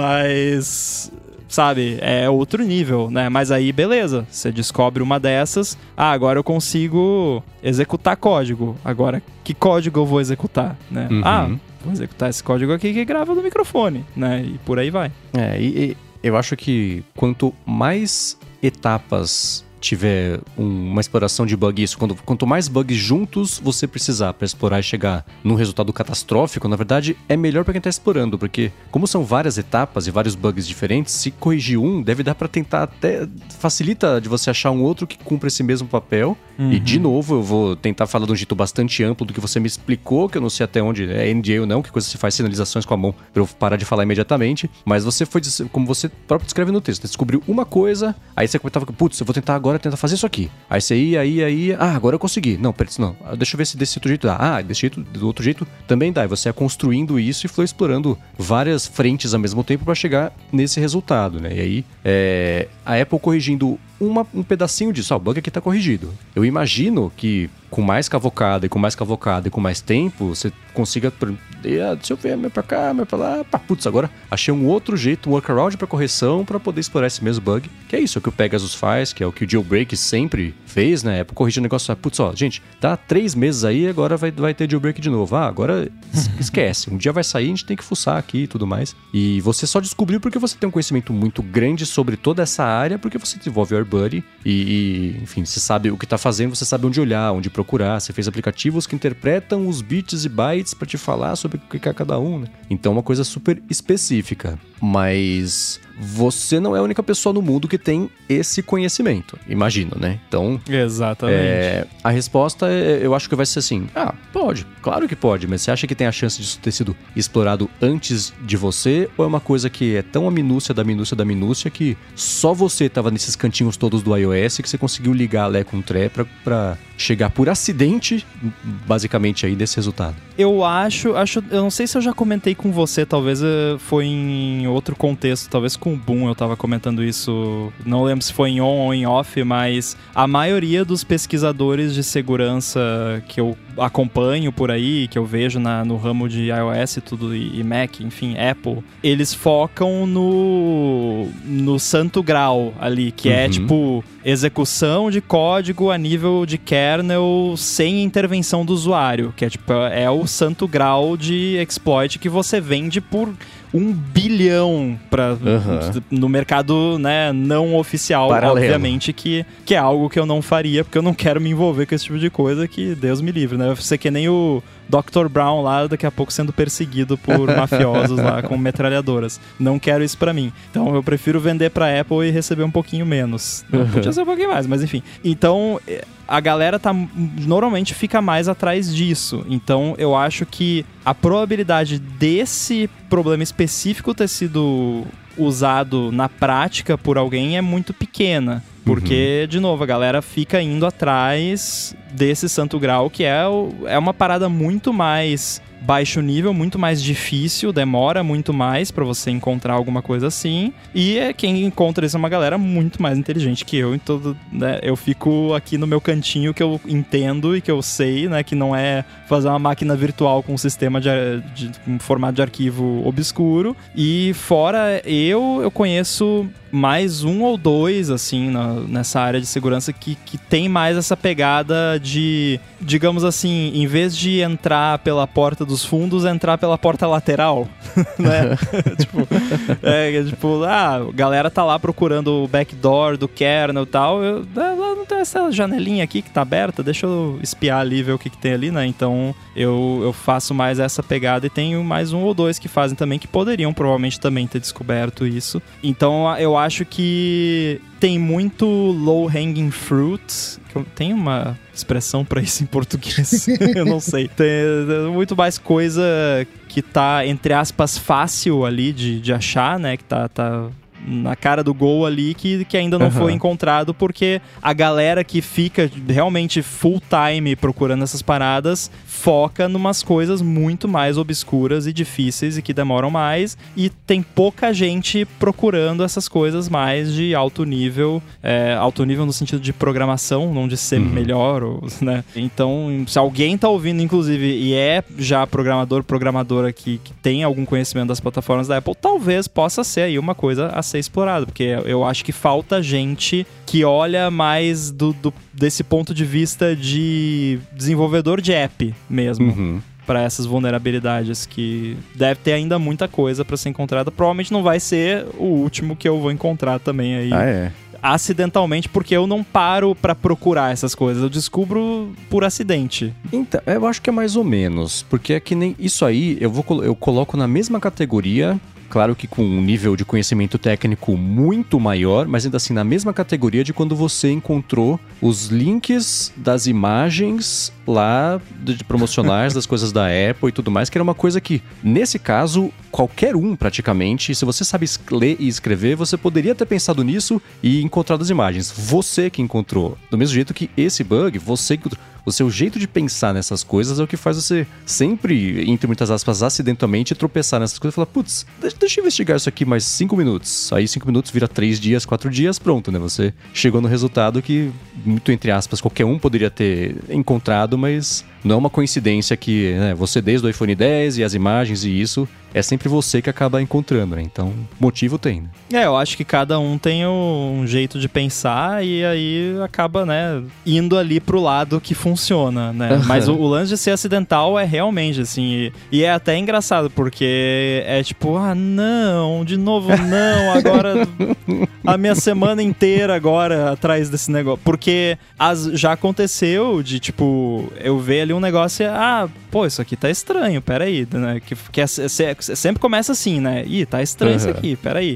Mas... sabe, é outro nível, né? Mas aí, beleza, você descobre uma dessas, ah, agora eu consigo executar código. Agora, que código eu vou executar, né? Uhum. Ah, vou executar esse código aqui que grava no microfone, né? E por aí vai. É, e, e eu acho que quanto mais etapas tiver um, uma exploração de bug, isso, quando, quanto mais bugs juntos você precisar para explorar e chegar num resultado catastrófico, na verdade é melhor para quem tá explorando, porque como são várias etapas e vários bugs diferentes, se corrigir um, deve dar para tentar até, facilita de você achar um outro que cumpra esse mesmo papel. Uhum. E de novo eu vou tentar falar de um jeito bastante amplo do que você me explicou, que eu não sei até onde é N D A ou não, que coisa você faz sinalizações com a mão para eu parar de falar imediatamente, mas você foi, como você próprio descreve no texto, você descobriu uma coisa, aí você comentava que, putz, eu vou tentar agora tentar fazer isso aqui. Aí você ia, aí, aí, ah, agora eu consegui. Não, pera, não, deixa eu ver se desse outro jeito dá. Ah, desse jeito, do outro jeito também dá. E você ia construindo isso e foi explorando várias frentes ao mesmo tempo para chegar nesse resultado, né? E aí, é, a Apple corrigindo uma, um pedacinho disso, ah, o bug aqui tá corrigido. Eu imagino que com mais cavocada e com mais cavocada e com mais tempo, você consiga... Ah, deixa eu ver, meio pra cá, meio pra lá... Pá, putz, agora achei um outro jeito, um workaround pra correção pra poder explorar esse mesmo bug. Que é isso, é o que o Pegasus faz, que é o que o Jailbreak sempre fez, né? É pra corrigir o negócio. Putz, ó, gente, tá três meses aí, agora vai, vai ter Jailbreak de novo. Ah, agora esquece. Um dia vai sair, a gente tem que fuçar aqui e tudo mais. E você só descobriu porque você tem um conhecimento muito grande sobre toda essa área, porque você desenvolve o AirBuddy e, e, enfim, você sabe o que tá fazendo, você sabe onde olhar, onde procurar. Você fez aplicativos que interpretam os bits e bytes para te falar sobre o que é cada um, né? Então é uma coisa super específica. Mas você não é a única pessoa no mundo que tem esse conhecimento, imagino, né? Então, exatamente. É, a resposta, é, eu acho que vai ser assim, ah, pode, claro que pode, mas você acha que tem a chance disso ter sido explorado antes de você, ou é uma coisa que é tão a minúcia da minúcia da minúcia que só você tava nesses cantinhos todos do iOS que você conseguiu ligar a Lé com o Tré pra, pra chegar por acidente, basicamente, aí desse resultado? Eu acho, acho, eu não sei se eu já comentei com você, talvez foi em outro contexto, talvez com o Boom eu tava comentando isso, não lembro se foi em on ou em off, mas a maioria dos pesquisadores de segurança que eu acompanho por aí, que eu vejo na, no ramo de iOS e tudo, e, e Mac, enfim, Apple, eles focam no, no santo grau ali, que uhum. é tipo execução de código a nível de kernel sem intervenção do usuário, que é tipo, é o santo grau de exploit que você vende por um bilhão pra, uhum. no mercado, né, não oficial, paralelo. Obviamente, que, que é algo que eu não faria, porque eu não quero me envolver com esse tipo de coisa, que Deus me livre, né? Eu sei que nem o doutor Brown lá, daqui a pouco sendo perseguido por mafiosos lá com metralhadoras. Não quero isso pra mim. Então eu prefiro vender pra Apple e receber um pouquinho menos. Uhum. Podia ser um pouquinho mais, mas enfim. Então a galera tá, normalmente fica mais atrás disso. Então eu acho que a probabilidade desse problema específico ter sido usado na prática por alguém é muito pequena. Porque, uhum. de novo, a galera fica indo atrás desse santo grau, que é, o, é uma parada muito mais baixo nível, muito mais difícil, demora muito mais pra você encontrar alguma coisa assim. E é, quem encontra isso é uma galera muito mais inteligente que eu. Então, né, eu fico aqui no meu cantinho que eu entendo e que eu sei, né, que não é fazer uma máquina virtual com um sistema de, de um formato de arquivo obscuro. E fora eu, eu conheço mais um ou dois, assim, na, nessa área de segurança que, que tem mais essa pegada de, digamos assim, em vez de entrar pela porta dos fundos, entrar pela porta lateral, né? tipo, é, tipo, ah, a galera tá lá procurando o backdoor do kernel e tal, eu, não tem essa janelinha aqui que tá aberta, deixa eu espiar ali, ver o que que tem ali, né? Então, eu, eu faço mais essa pegada e tenho mais um ou dois que fazem também, que poderiam provavelmente também ter descoberto isso. Então, eu acho que tem muito low-hanging fruit. Tem uma expressão pra isso em português? Eu não sei. Tem muito mais coisa que tá, entre aspas, fácil ali de, de achar, né? Que tá... tá na cara do gol ali, que, que ainda não uhum. foi encontrado, porque a galera que fica realmente full time procurando essas paradas foca numas coisas muito mais obscuras e difíceis e que demoram mais, e tem pouca gente procurando essas coisas mais de alto nível, é, alto nível no sentido de programação, não de ser uhum. melhor, ou, né? Então, se alguém tá ouvindo, inclusive, e é já programador, programadora que, que tem algum conhecimento das plataformas da Apple, talvez possa ser aí uma coisa a ser explorado, porque eu acho que falta gente que olha mais do, do, desse ponto de vista de desenvolvedor de app mesmo, uhum. para essas vulnerabilidades, que deve ter ainda muita coisa para ser encontrada. Provavelmente não vai ser o último que eu vou encontrar também aí. Ah, é. acidentalmente, porque eu não paro pra procurar essas coisas. Eu descubro por acidente. Então, eu acho que é mais ou menos, porque é que nem isso aí, eu, vou, eu coloco na mesma categoria. Claro que com um nível de conhecimento técnico muito maior, mas ainda assim na mesma categoria de quando você encontrou os links das imagens lá de promocionais das coisas da Apple e tudo mais, que era uma coisa que, nesse caso, qualquer um praticamente, se você sabe ler e escrever, você poderia ter pensado nisso e encontrado as imagens. Você que encontrou. Do mesmo jeito que esse bug, você que encontrou. O seu jeito de pensar nessas coisas é o que faz você sempre, entre muitas aspas, acidentalmente tropeçar nessas coisas e falar, putz, deixa, deixa eu investigar isso aqui mais cinco minutos. Aí cinco minutos vira três dias, quatro dias, pronto, né? Você chegou no resultado que, muito entre aspas, qualquer um poderia ter encontrado, mas não é uma coincidência que, né, você desde o iPhone dez e as imagens e isso, é sempre você que acaba encontrando, né? Então, motivo tem, né? É, eu acho que cada um tem um jeito de pensar e aí acaba, né, indo ali pro lado que funciona, né? Mas o, o lance de ser acidental é realmente, assim, e, e é até engraçado, porque é tipo, ah, não, de novo não, agora a minha semana inteira agora atrás desse negócio. Porque as, já aconteceu de, tipo, eu ver ali um negócio e, ah, pô, isso aqui tá estranho, peraí, né? Que, que é, é, sempre começa assim, né? Ih, tá estranho uhum. isso aqui, peraí.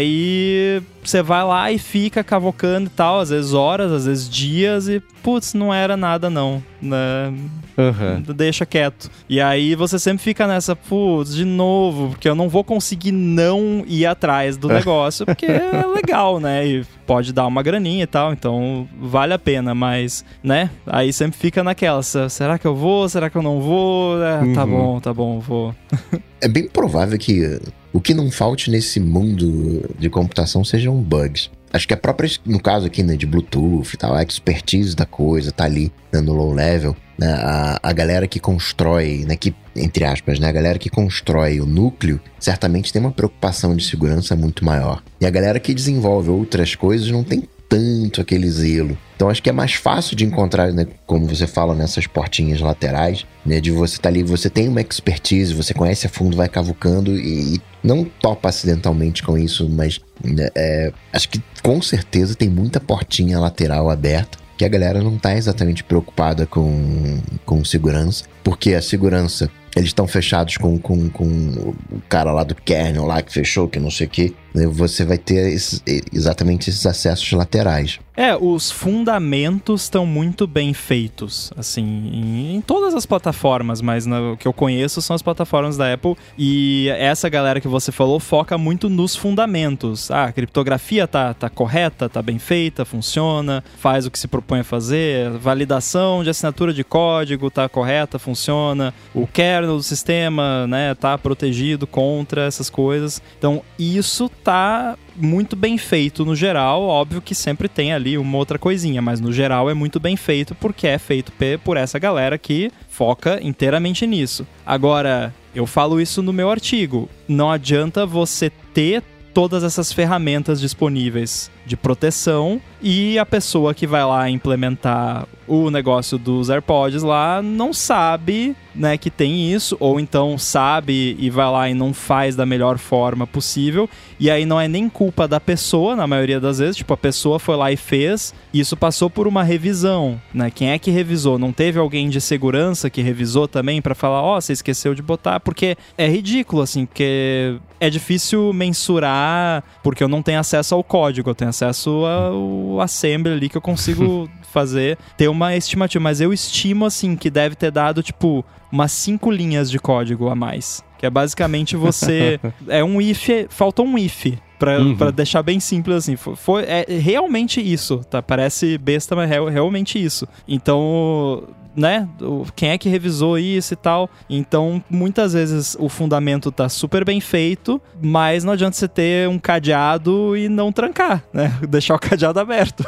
Aí você vai lá e fica cavocando e tal, às vezes horas, às vezes dias e, putz, não era nada não, né? Uhum. Deixa quieto. E aí você sempre fica nessa, putz, de novo, porque eu não vou conseguir não ir atrás do negócio, porque é legal, né? E pode dar uma graninha e tal, então vale a pena, mas, né? Aí sempre fica naquela, será que eu vou? Será que eu não vou? É, uhum. Tá bom, tá bom, vou. É bem provável que o que não falte nesse mundo de computação sejam bugs. Acho que a própria, no caso aqui, né, de Bluetooth e tal, a expertise da coisa tá ali, né, no low level, né, a, a galera que constrói, né, que, entre aspas, né, a galera que constrói o núcleo, certamente tem uma preocupação de segurança muito maior. E a galera que desenvolve outras coisas não tem tanto aquele zelo. Então acho que é mais fácil de encontrar, né, como você fala, nessas portinhas laterais, né, de você tá ali, você tem uma expertise, você conhece a fundo, vai cavucando e, e não topa acidentalmente com isso, mas é, acho que com certeza tem muita portinha lateral aberta que a galera não tá exatamente preocupada com, com segurança, porque a segurança, eles estão fechados com, com, com o cara lá do kernel lá que fechou, que não sei o que, você vai ter esses, exatamente esses acessos laterais. É, os fundamentos estão muito bem feitos, assim, em, em todas as plataformas, mas o que eu conheço são as plataformas da Apple, e essa galera que você falou foca muito nos fundamentos. Ah, a criptografia tá, tá correta, tá bem feita, funciona, faz o que se propõe a fazer, validação de assinatura de código tá correta, funciona, o kernel do sistema, né, tá protegido contra essas coisas. Então, isso tá muito bem feito no geral. Óbvio que sempre tem ali uma outra coisinha, mas no geral é muito bem feito porque é feito por essa galera que foca inteiramente nisso. Agora, eu falo isso no meu artigo, não adianta você ter todas essas ferramentas disponíveis de proteção e a pessoa que vai lá implementar o negócio dos AirPods lá não sabe, né, que tem isso, ou então sabe e vai lá e não faz da melhor forma possível, e aí não é nem culpa da pessoa, na maioria das vezes, tipo, a pessoa foi lá e fez, e isso passou por uma revisão, né, quem é que revisou? Não teve alguém de segurança que revisou também pra falar, ó, oh, você esqueceu de botar, porque é ridículo, assim, porque é difícil mensurar, porque eu não tenho acesso ao código, eu tenho acesso ao assembly ali que eu consigo fazer, ter uma estimativa, mas eu estimo, assim, que deve ter dado, tipo, umas cinco linhas de código a mais, que é basicamente você, é um if, faltou um if, pra, uhum. pra deixar bem simples, assim, foi, foi, é realmente isso, tá, parece besta, mas é realmente isso, então, né, quem é que revisou isso e tal, então muitas vezes o fundamento tá super bem feito, mas não adianta você ter um cadeado e não trancar, né, deixar o cadeado aberto.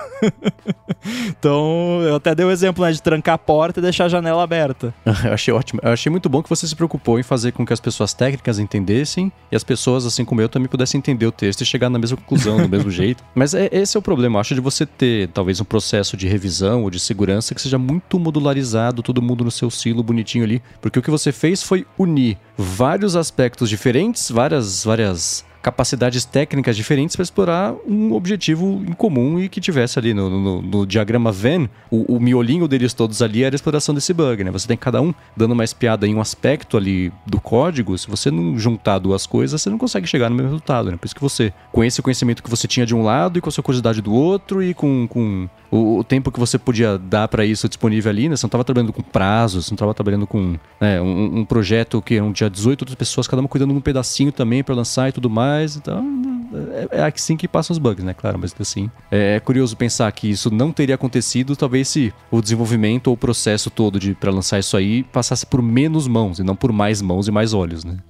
Então, eu até dei o exemplo, né, de trancar a porta e deixar a janela aberta. Eu achei ótimo, eu achei muito bom que você se preocupou em fazer com que as pessoas técnicas entendessem e as pessoas, assim como eu, também pudessem entender o texto e chegar na mesma conclusão, do mesmo jeito. Mas é, esse é o problema, eu acho, de você ter talvez um processo de revisão ou de segurança que seja muito modularizado, todo mundo no seu silo bonitinho ali, porque o que você fez foi unir vários aspectos diferentes, várias, várias capacidades técnicas diferentes para explorar um objetivo em comum e que tivesse ali no, no, no diagrama Venn, o, o miolinho deles todos ali era a exploração desse bug, né? Você tem cada um dando uma espiada em um aspecto ali do código. Se você não juntar duas coisas, você não consegue chegar no mesmo resultado, né? Por isso que você, com esse conhecimento que você tinha de um lado e com a sua curiosidade do outro e com, com o, o tempo que você podia dar para isso disponível ali, né? Você não estava trabalhando com prazos, você não estava trabalhando com né, um, um projeto que não tinha dezoito outras pessoas, cada uma cuidando de um pedacinho também para lançar e tudo mais. Então, é, é assim que passam os bugs, né? Claro, mas assim, é, é curioso pensar que isso não teria acontecido, talvez se o desenvolvimento ou o processo todo de para lançar isso aí passasse por menos mãos e não por mais mãos e mais olhos, né?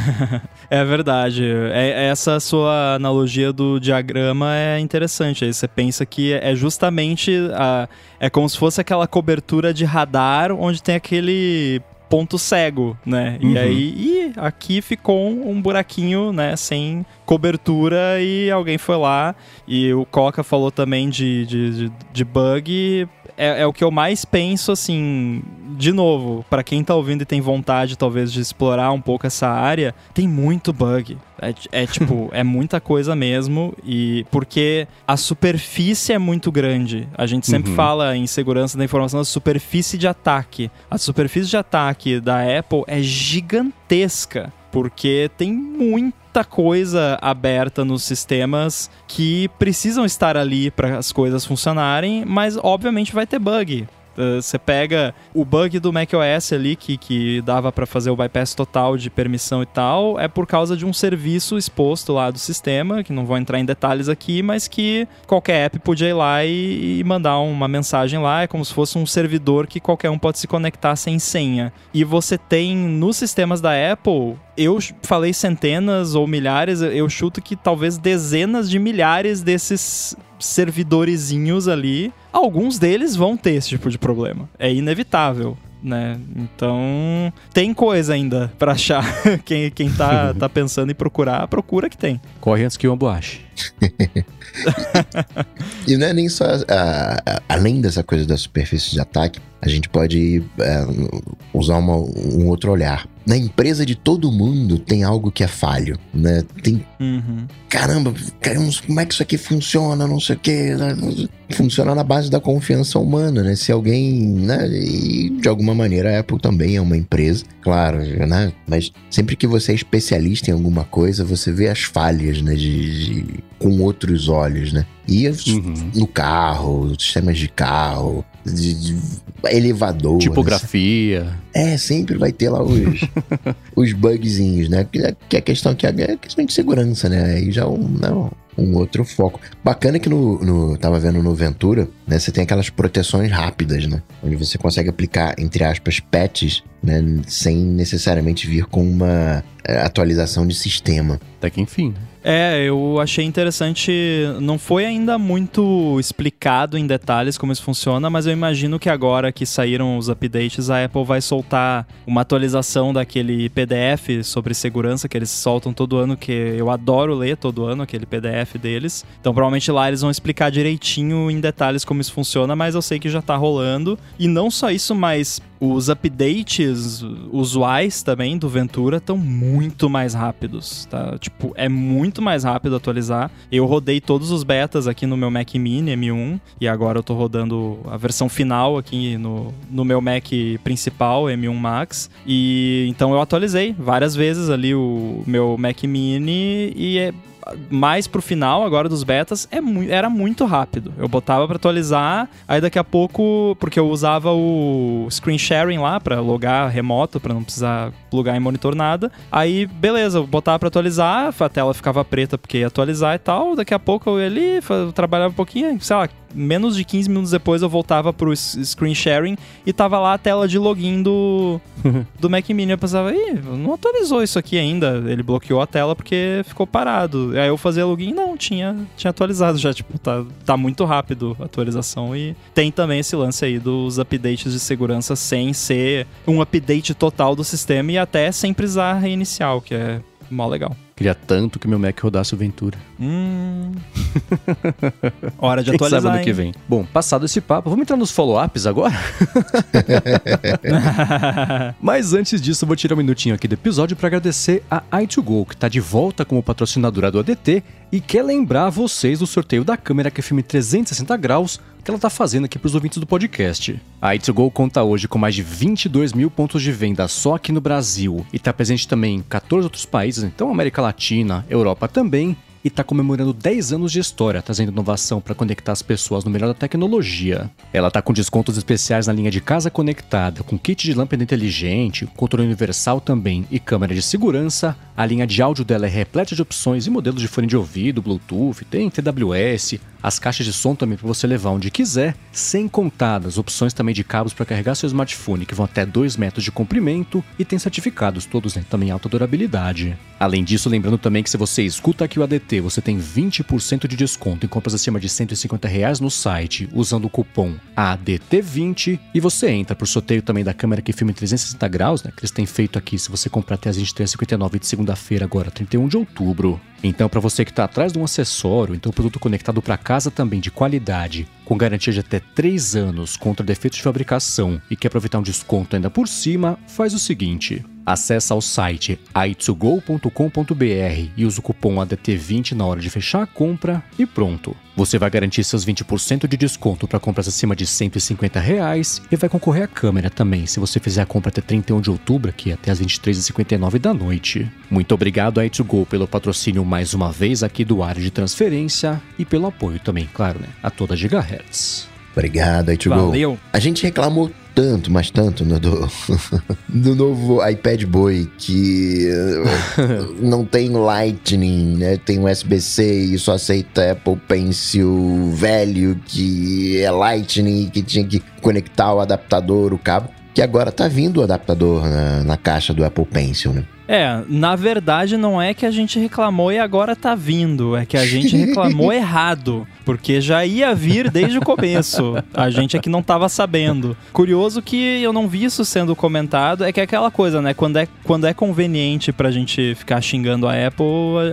É verdade. É, essa sua analogia do diagrama é interessante. Aí você pensa que é justamente a, é como se fosse aquela cobertura de radar onde tem aquele ponto cego, né? Uhum. E aí, e aqui ficou um buraquinho, né, sem cobertura e alguém foi lá. E o Coca falou também de, de, de, de bug. É, é o que eu mais penso, assim, de novo, pra quem tá ouvindo e tem vontade, talvez, de explorar um pouco essa área, tem muito bug. É, é tipo, é muita coisa mesmo, e porque a superfície é muito grande. A gente sempre uhum. fala em segurança da informação da superfície de ataque. A superfície de ataque da Apple é gigantesca, porque tem muita coisa aberta nos sistemas que precisam estar ali para as coisas funcionarem, mas obviamente vai ter bug. Você uh, pega o bug do macOS ali, que, que dava para fazer o bypass total de permissão e tal, é por causa de um serviço exposto lá do sistema, que não vou entrar em detalhes aqui, mas que qualquer app podia ir lá e, e mandar uma mensagem lá, é como se fosse um servidor que qualquer um pode se conectar sem senha. E você tem nos sistemas da Apple, eu falei centenas ou milhares, eu chuto que talvez dezenas de milhares desses servidorezinhos ali, alguns deles vão ter esse tipo de problema. É inevitável, né? Então, tem coisa ainda pra achar. Quem, quem tá, tá pensando em procurar, procura que tem. Corre antes que o ambo ache. E não é nem só... A, a, além dessa coisa da superfície de ataque, a gente pode é, usar uma, um outro olhar. Na empresa de todo mundo tem algo que é falho, né? Tem... Uhum. Caramba, como é que isso aqui funciona, não sei o quê. Funciona na base da confiança humana, né? Se alguém, né? E de alguma maneira a Apple também é uma empresa, claro, né? Mas sempre que você é especialista em alguma coisa, você vê as falhas, né? De, de, com outros olhos, né? E uhum. no carro, sistemas de carro, de, de elevador. Tipografia. Né? É, sempre vai ter lá os, os bugzinhos, né? Que a questão que é questão de segurança, né? Aí já um, não, um outro foco. Bacana que no, no... Tava vendo no Ventura, né? Você tem aquelas proteções rápidas, né? Onde você consegue aplicar, entre aspas, patches, né? Sem necessariamente vir com uma atualização de sistema. Até que enfim, né? É, eu achei interessante, não foi ainda muito explicado em detalhes como isso funciona, mas eu imagino que agora que saíram os updates, a Apple vai soltar uma atualização daquele P D F sobre segurança que eles soltam todo ano, que eu adoro ler todo ano, aquele P D F deles. Então provavelmente lá eles vão explicar direitinho em detalhes como isso funciona, mas eu sei que já tá rolando. E não só isso, mas os updates usuais também do Ventura estão muito mais rápidos, tá? Tipo, é muito mais rápido atualizar. Eu rodei todos os betas aqui no meu Mac Mini M um e agora eu tô rodando a versão final aqui no, no meu Mac principal, M um Max. E então eu atualizei várias vezes ali o meu Mac Mini e é... mais pro final agora dos betas, é mu- era muito rápido. Eu botava pra atualizar, aí daqui a pouco, porque eu usava o screen sharing lá pra logar remoto, pra não precisar plugar em monitor nada. Aí, beleza, eu botava pra atualizar, a tela ficava preta porque ia atualizar e tal. Daqui a pouco eu ia ali, eu trabalhava um pouquinho, sei lá, menos de quinze minutos depois eu voltava pro screen sharing e tava lá a tela de login do, do Mac Mini. Eu pensava, ih, não atualizou isso aqui ainda. Ele bloqueou a tela porque ficou parado. Aí eu fazia login, não, tinha, tinha atualizado já. Tipo, tá, tá muito rápido a atualização. E tem também esse lance aí dos updates de segurança sem ser um update total do sistema e até sem precisar reiniciar, o que é mó legal. Queria tanto que meu Mac rodasse o Ventura. Hum. Hora de Quem atualizar, sabe ano hein? que vem. Bom, passado esse papo, vamos entrar nos follow-ups agora? Mas antes disso, eu vou tirar um minutinho aqui do episódio para agradecer a i dois go, que está de volta como patrocinadora do A D T e quer lembrar vocês do sorteio da câmera Q F M trezentos e sessenta graus que ela está fazendo aqui para os ouvintes do podcast. A i dois go conta hoje com mais de vinte e dois mil pontos de venda só aqui no Brasil e está presente também em quatorze outros países, então América Latina, Europa também, e está comemorando dez anos de história, trazendo inovação para conectar as pessoas no melhor da tecnologia. Ela está com descontos especiais na linha de casa conectada, com kit de lâmpada inteligente, controle universal também e câmera de segurança. A linha de áudio dela é repleta de opções e modelos de fone de ouvido, Bluetooth, tem T W S, as caixas de som também para você levar onde quiser, sem contar as opções também de cabos para carregar seu smartphone, que vão até dois metros de comprimento e tem certificados, todos né, também alta durabilidade. Além disso, lembrando também que se você escuta aqui o A D T, você tem vinte por cento de desconto em compras acima de cento e cinquenta reais no site, usando o cupom A D T vinte, e você entra pro sorteio também da câmera Q F M trezentos e sessenta graus, né, que eles têm feito aqui, se você comprar até as vinte e três e cinquenta e nove de segunda-feira, agora trinta e um de outubro. Então, para você que está atrás de um acessório, então produto conectado para casa também de qualidade, com garantia de até três anos contra defeitos de fabricação e quer aproveitar um desconto ainda por cima, faz o seguinte: acessa ao site i dois go ponto com ponto b r e usa o cupom A D T vinte na hora de fechar a compra e pronto. Você vai garantir seus vinte por cento de desconto para compras acima de cento e cinquenta reais e vai concorrer à câmera também, se você fizer a compra até trinta e um de outubro, aqui até as vinte e três e cinquenta e nove da noite. Muito obrigado a i dois go pelo patrocínio mais uma vez aqui do Área de Transferência e pelo apoio também, claro, né, a toda Gigahertz. Obrigado, i dois go. Valeu. A gente reclamou tanto, mas tanto no, do, do novo iPad Boy que uh, não tem Lightning, né? Tem U S B C e só aceita Apple Pencil velho que é Lightning, que tinha que conectar o adaptador, o cabo, que agora tá vindo o adaptador na, na caixa do Apple Pencil, né? É, na verdade não é que a gente reclamou e agora tá vindo, é que a gente reclamou errado, porque já ia vir desde o começo, a gente é que não tava sabendo. Curioso que eu não vi isso sendo comentado, é que é aquela coisa, né, quando é, quando é conveniente pra gente ficar xingando a Apple,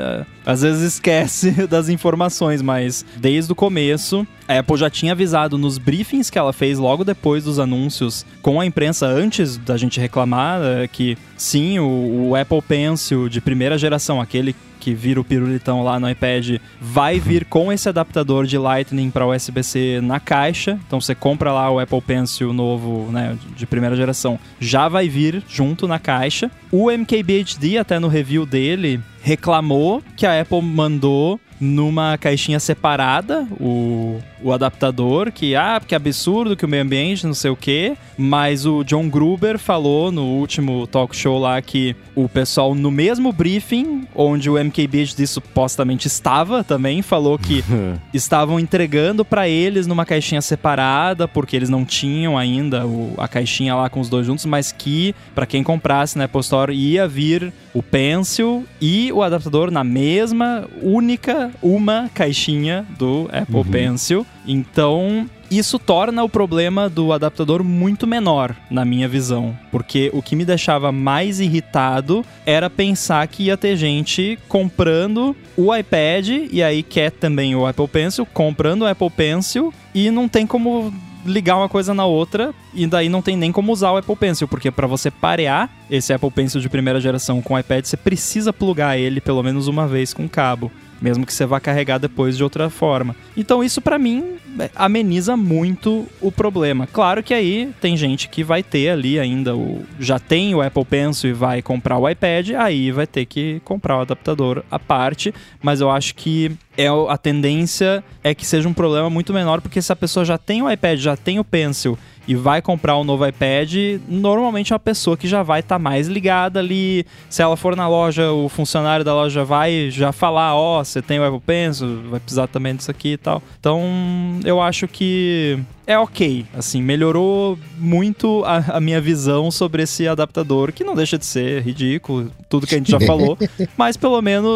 às vezes esquece das informações, mas desde o começo, a Apple já tinha avisado nos briefings que ela fez logo depois dos anúncios com a imprensa, antes da gente reclamar, que sim, o, o Apple Pencil de primeira geração, aquele que vira o pirulitão lá no iPad, vai vir com esse adaptador de Lightning para U S B C na caixa. Então você compra lá o Apple Pencil novo, né, de primeira geração, já vai vir junto na caixa. O M K B H D, até no review dele, reclamou que a Apple mandou numa caixinha separada o, o adaptador, que, ah, porque é absurdo, que o meio ambiente, não sei o quê, mas o John Gruber falou no último talk show lá que o pessoal no mesmo briefing, onde o M K B H D supostamente estava também, falou que estavam entregando pra eles numa caixinha separada, porque eles não tinham ainda o, a caixinha lá com os dois juntos, mas que pra quem comprasse na Apple Store ia vir o Pencil e o adaptador na mesma, única, uma caixinha do Apple uhum. Pencil. Então, isso torna o problema do adaptador muito menor, na minha visão. Porque o que me deixava mais irritado era pensar que ia ter gente comprando o iPad, e aí quer também o Apple Pencil, comprando o Apple Pencil, e não tem como ligar uma coisa na outra, e daí não tem nem como usar o Apple Pencil, porque para você parear esse Apple Pencil de primeira geração com o iPad, você precisa plugar ele pelo menos uma vez com cabo, mesmo que você vá carregar depois de outra forma. Então isso pra mim ameniza muito o problema. Claro que aí tem gente que vai ter ali ainda, o, já tem o Apple Pencil e vai comprar o iPad, aí vai ter que comprar o adaptador à parte, mas eu acho que é, a tendência é que seja um problema muito menor, porque se a pessoa já tem o iPad, já tem o Pencil e vai comprar um novo iPad, normalmente é uma pessoa que já vai estar tá mais ligada ali. Se ela for na loja, o funcionário da loja vai já falar, ó, oh, você tem o Apple Pencil, vai precisar também disso aqui e tal. Então, eu acho que é ok, assim, melhorou muito a, a minha visão sobre esse adaptador, que não deixa de ser ridículo, tudo que a gente já falou, mas pelo menos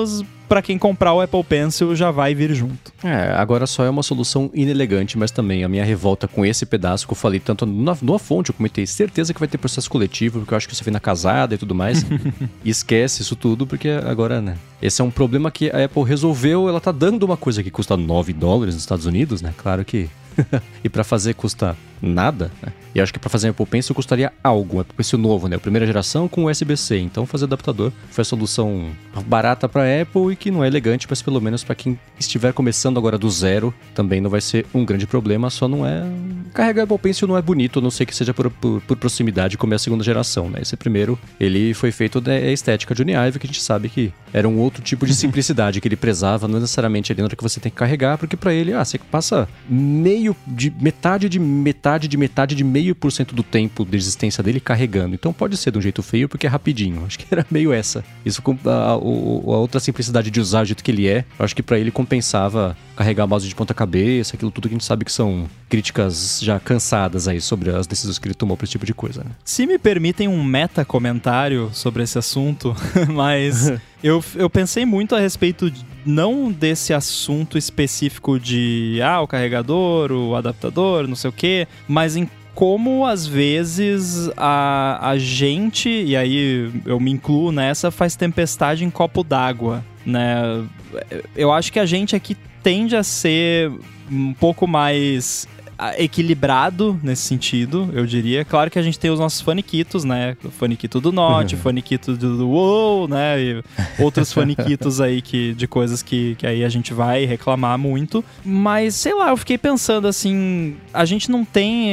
pra quem comprar o Apple Pencil já vai vir junto. É, agora só é uma solução inelegante, mas também a minha revolta com esse pedaço que eu falei tanto na, na fonte, eu comentei, certeza que vai ter processo coletivo, porque eu acho que isso vem na casada e tudo mais. E esquece isso tudo, porque agora, né? Esse é um problema que a Apple resolveu, ela tá dando uma coisa que custa nove dólares nos Estados Unidos, né? Claro que... e pra fazer custa nada, né? E acho que pra fazer um Apple Pencil custaria algo, um Apple Pencil novo, né? A primeira geração com U S B C, então fazer adaptador foi a solução barata pra Apple e que não é elegante, mas pelo menos pra quem estiver começando agora do zero, também não vai ser um grande problema, só não é... Carregar Apple Pencil não é bonito, a não ser que seja por, por, por proximidade como é a segunda geração, né? Esse primeiro, ele foi feito da estética de Unive, que a gente sabe que era um outro tipo de simplicidade que ele prezava, não necessariamente ali na hora que você tem que carregar, porque pra ele, ah, você passa meio de metade de metade de metade de meio por cento do tempo de existência dele carregando. Então pode ser de um jeito feio porque é rapidinho. Acho que era meio essa. Isso com a, a, a outra simplicidade de usar do jeito que ele é. Eu acho que pra ele compensava carregar mouse de ponta cabeça, aquilo tudo que a gente sabe que são críticas já cansadas aí sobre as decisões que ele tomou pra esse tipo de coisa, né? Se me permitem um meta comentário sobre esse assunto, mas eu, eu pensei muito a respeito de, não desse assunto específico de ah, o carregador, o adaptador, não sei o quê, mas em como às vezes a, a gente, e aí eu me incluo nessa, faz tempestade em copo d'água, né? Eu acho que a gente aqui tende a ser um pouco mais equilibrado nesse sentido, eu diria. Claro que a gente tem os nossos faniquitos, né? O faniquito do Note, o faniquito do, do WoW, né? E outros faniquitos aí que, de coisas que, que aí a gente vai reclamar muito. Mas, sei lá, eu fiquei pensando assim, a gente não tem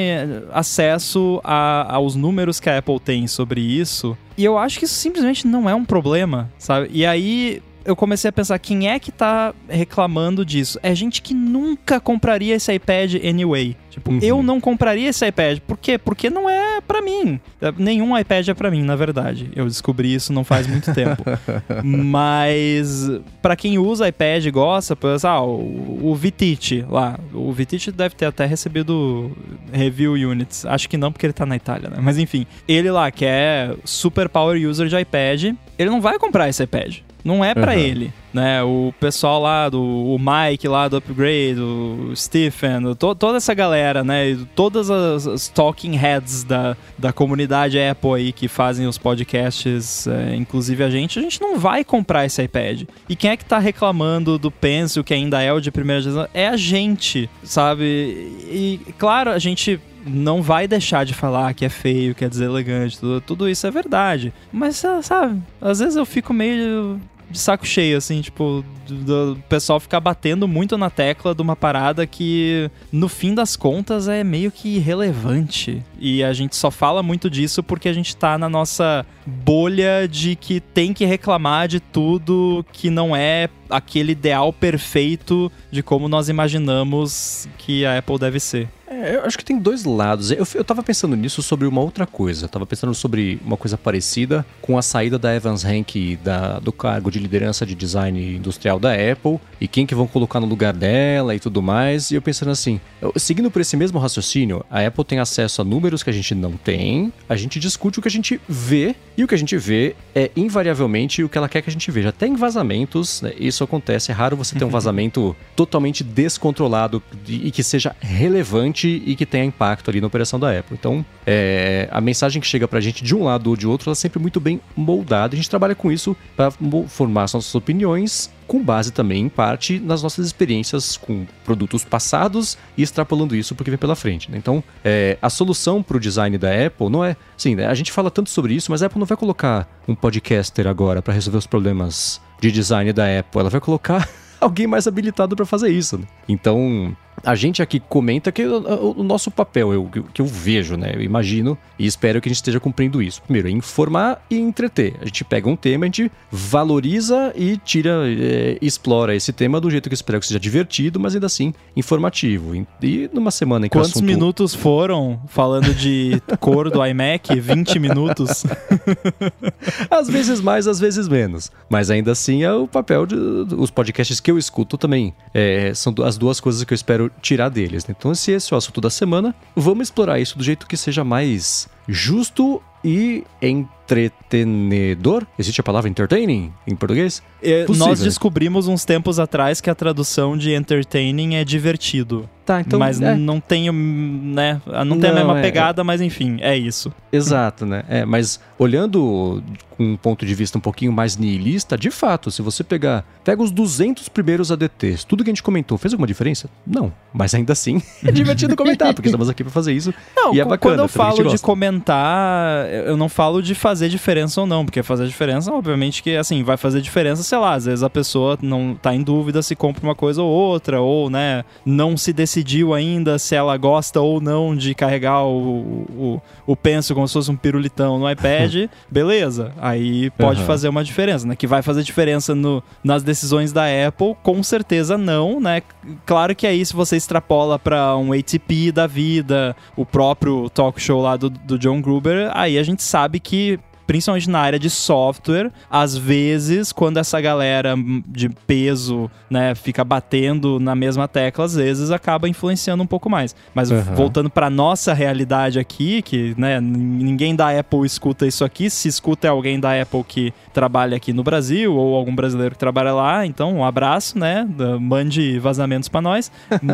acesso a, aos números que a Apple tem sobre isso. E eu acho que isso simplesmente não é um problema, sabe? E aí... eu comecei a pensar, quem é que tá reclamando disso? É gente que nunca compraria esse iPad anyway. Tipo, uhum. eu não compraria esse iPad. Por quê? Porque não é pra mim. Nenhum iPad é pra mim, na verdade. Eu descobri isso não faz muito tempo. Mas, pra quem usa iPad e gosta, pensa, ah, o, o Vitite lá. O Vitite deve ter até recebido review units. Acho que não, porque ele tá na Itália, né? Mas enfim, ele lá, que é super power user de iPad, ele não vai comprar esse iPad. Não é pra uhum. ele, né? O pessoal lá, do, o Mike lá do Upgrade, o Stephen, to, toda essa galera, né? Todas as, as talking heads da, da comunidade Apple aí que fazem os podcasts, é, inclusive a gente, a gente não vai comprar esse iPad. E quem é que tá reclamando do Pencil, que ainda é o de primeira geração? É a gente, sabe? E, claro, a gente... não vai deixar de falar que é feio, que é deselegante, tudo, tudo isso é verdade. Mas, sabe, às vezes eu fico meio de saco cheio, assim, tipo, do, do pessoal ficar batendo muito na tecla de uma parada que, no fim das contas, é meio que irrelevante. E a gente só fala muito disso porque a gente tá na nossa bolha de que tem que reclamar de tudo que não é aquele ideal perfeito de como nós imaginamos que a Apple deve ser. É, eu acho que tem dois lados. Eu, eu tava pensando nisso sobre uma outra coisa. Eu tava pensando sobre uma coisa parecida com a saída da Evans Henke da, do cargo de liderança de design industrial da Apple e quem que vão colocar no lugar dela e tudo mais. E eu pensando assim, eu, seguindo por esse mesmo raciocínio, a Apple tem acesso a números que a gente não tem, a gente discute o que a gente vê e o que a gente vê é invariavelmente o que ela quer que a gente veja. Até em vazamentos, né, isso acontece. É raro você ter um vazamento totalmente descontrolado e que seja relevante e que tenha impacto ali na operação da Apple. Então, é, a mensagem que chega pra gente de um lado ou de outro, ela é sempre muito bem moldada. A gente trabalha com isso para formar as nossas opiniões, com base também, em parte, nas nossas experiências com produtos passados e extrapolando isso porque vem pela frente, né? Então, é, a solução para o design da Apple não é... Assim, né, a gente fala tanto sobre isso, mas a Apple não vai colocar um podcaster agora para resolver os problemas de design da Apple. Ela vai colocar alguém mais habilitado para fazer isso, né? Então... a gente aqui comenta que o, o nosso papel, eu, que eu vejo, né? Eu imagino e espero que a gente esteja cumprindo isso. Primeiro, é informar e entreter. A gente pega um tema, a gente valoriza e tira, é, explora esse tema do jeito que eu espero que seja divertido, mas ainda assim informativo. E numa semana em que Quantos o assunto... minutos foram falando de cor do iMac? vinte minutos? Às vezes mais, às vezes menos. Mas ainda assim é o papel de... os podcasts que eu escuto também. É, são as duas coisas que eu espero tirar deles, né? Então, se esse é o assunto da semana, vamos explorar isso do jeito que seja mais justo e entretenedor. Existe a palavra entertaining em português? É, nós descobrimos uns tempos atrás que a tradução de entertaining é divertido. Tá, então, mas é. não tem, né? Não tem não, a mesma é, pegada, é. mas enfim, é isso. Exato, né? É, mas olhando com um ponto de vista um pouquinho mais nihilista, de fato, se você pegar, pega os duzentos primeiros A D Ts, tudo que a gente comentou, fez alguma diferença? Não, mas ainda assim é divertido comentar, porque estamos aqui para fazer isso não, e é bacana. Quando eu falo de comentar, eu não falo de fazer diferença ou não, porque fazer diferença, obviamente que, assim, vai fazer diferença, sei lá, às vezes a pessoa não tá em dúvida se compra uma coisa ou outra, ou, né, não se decidiu ainda se ela gosta ou não de carregar o, o, o penso como se fosse um pirulitão no iPad, beleza, aí pode uhum. fazer uma diferença, né, que vai fazer diferença no, nas decisões da Apple, com certeza não, né, claro que aí se você extrapola pra um A T P da vida, o próprio talk show lá do, do John Gruber, aí a gente sabe que principalmente na área de software, às vezes, quando essa galera de peso, né, fica batendo na mesma tecla, às vezes acaba influenciando um pouco mais. Mas uhum. voltando para nossa realidade aqui, que, né, ninguém da Apple escuta isso aqui, se escuta é alguém da Apple que trabalha aqui no Brasil, ou algum brasileiro que trabalha lá, então um abraço, né, mande vazamentos para nós,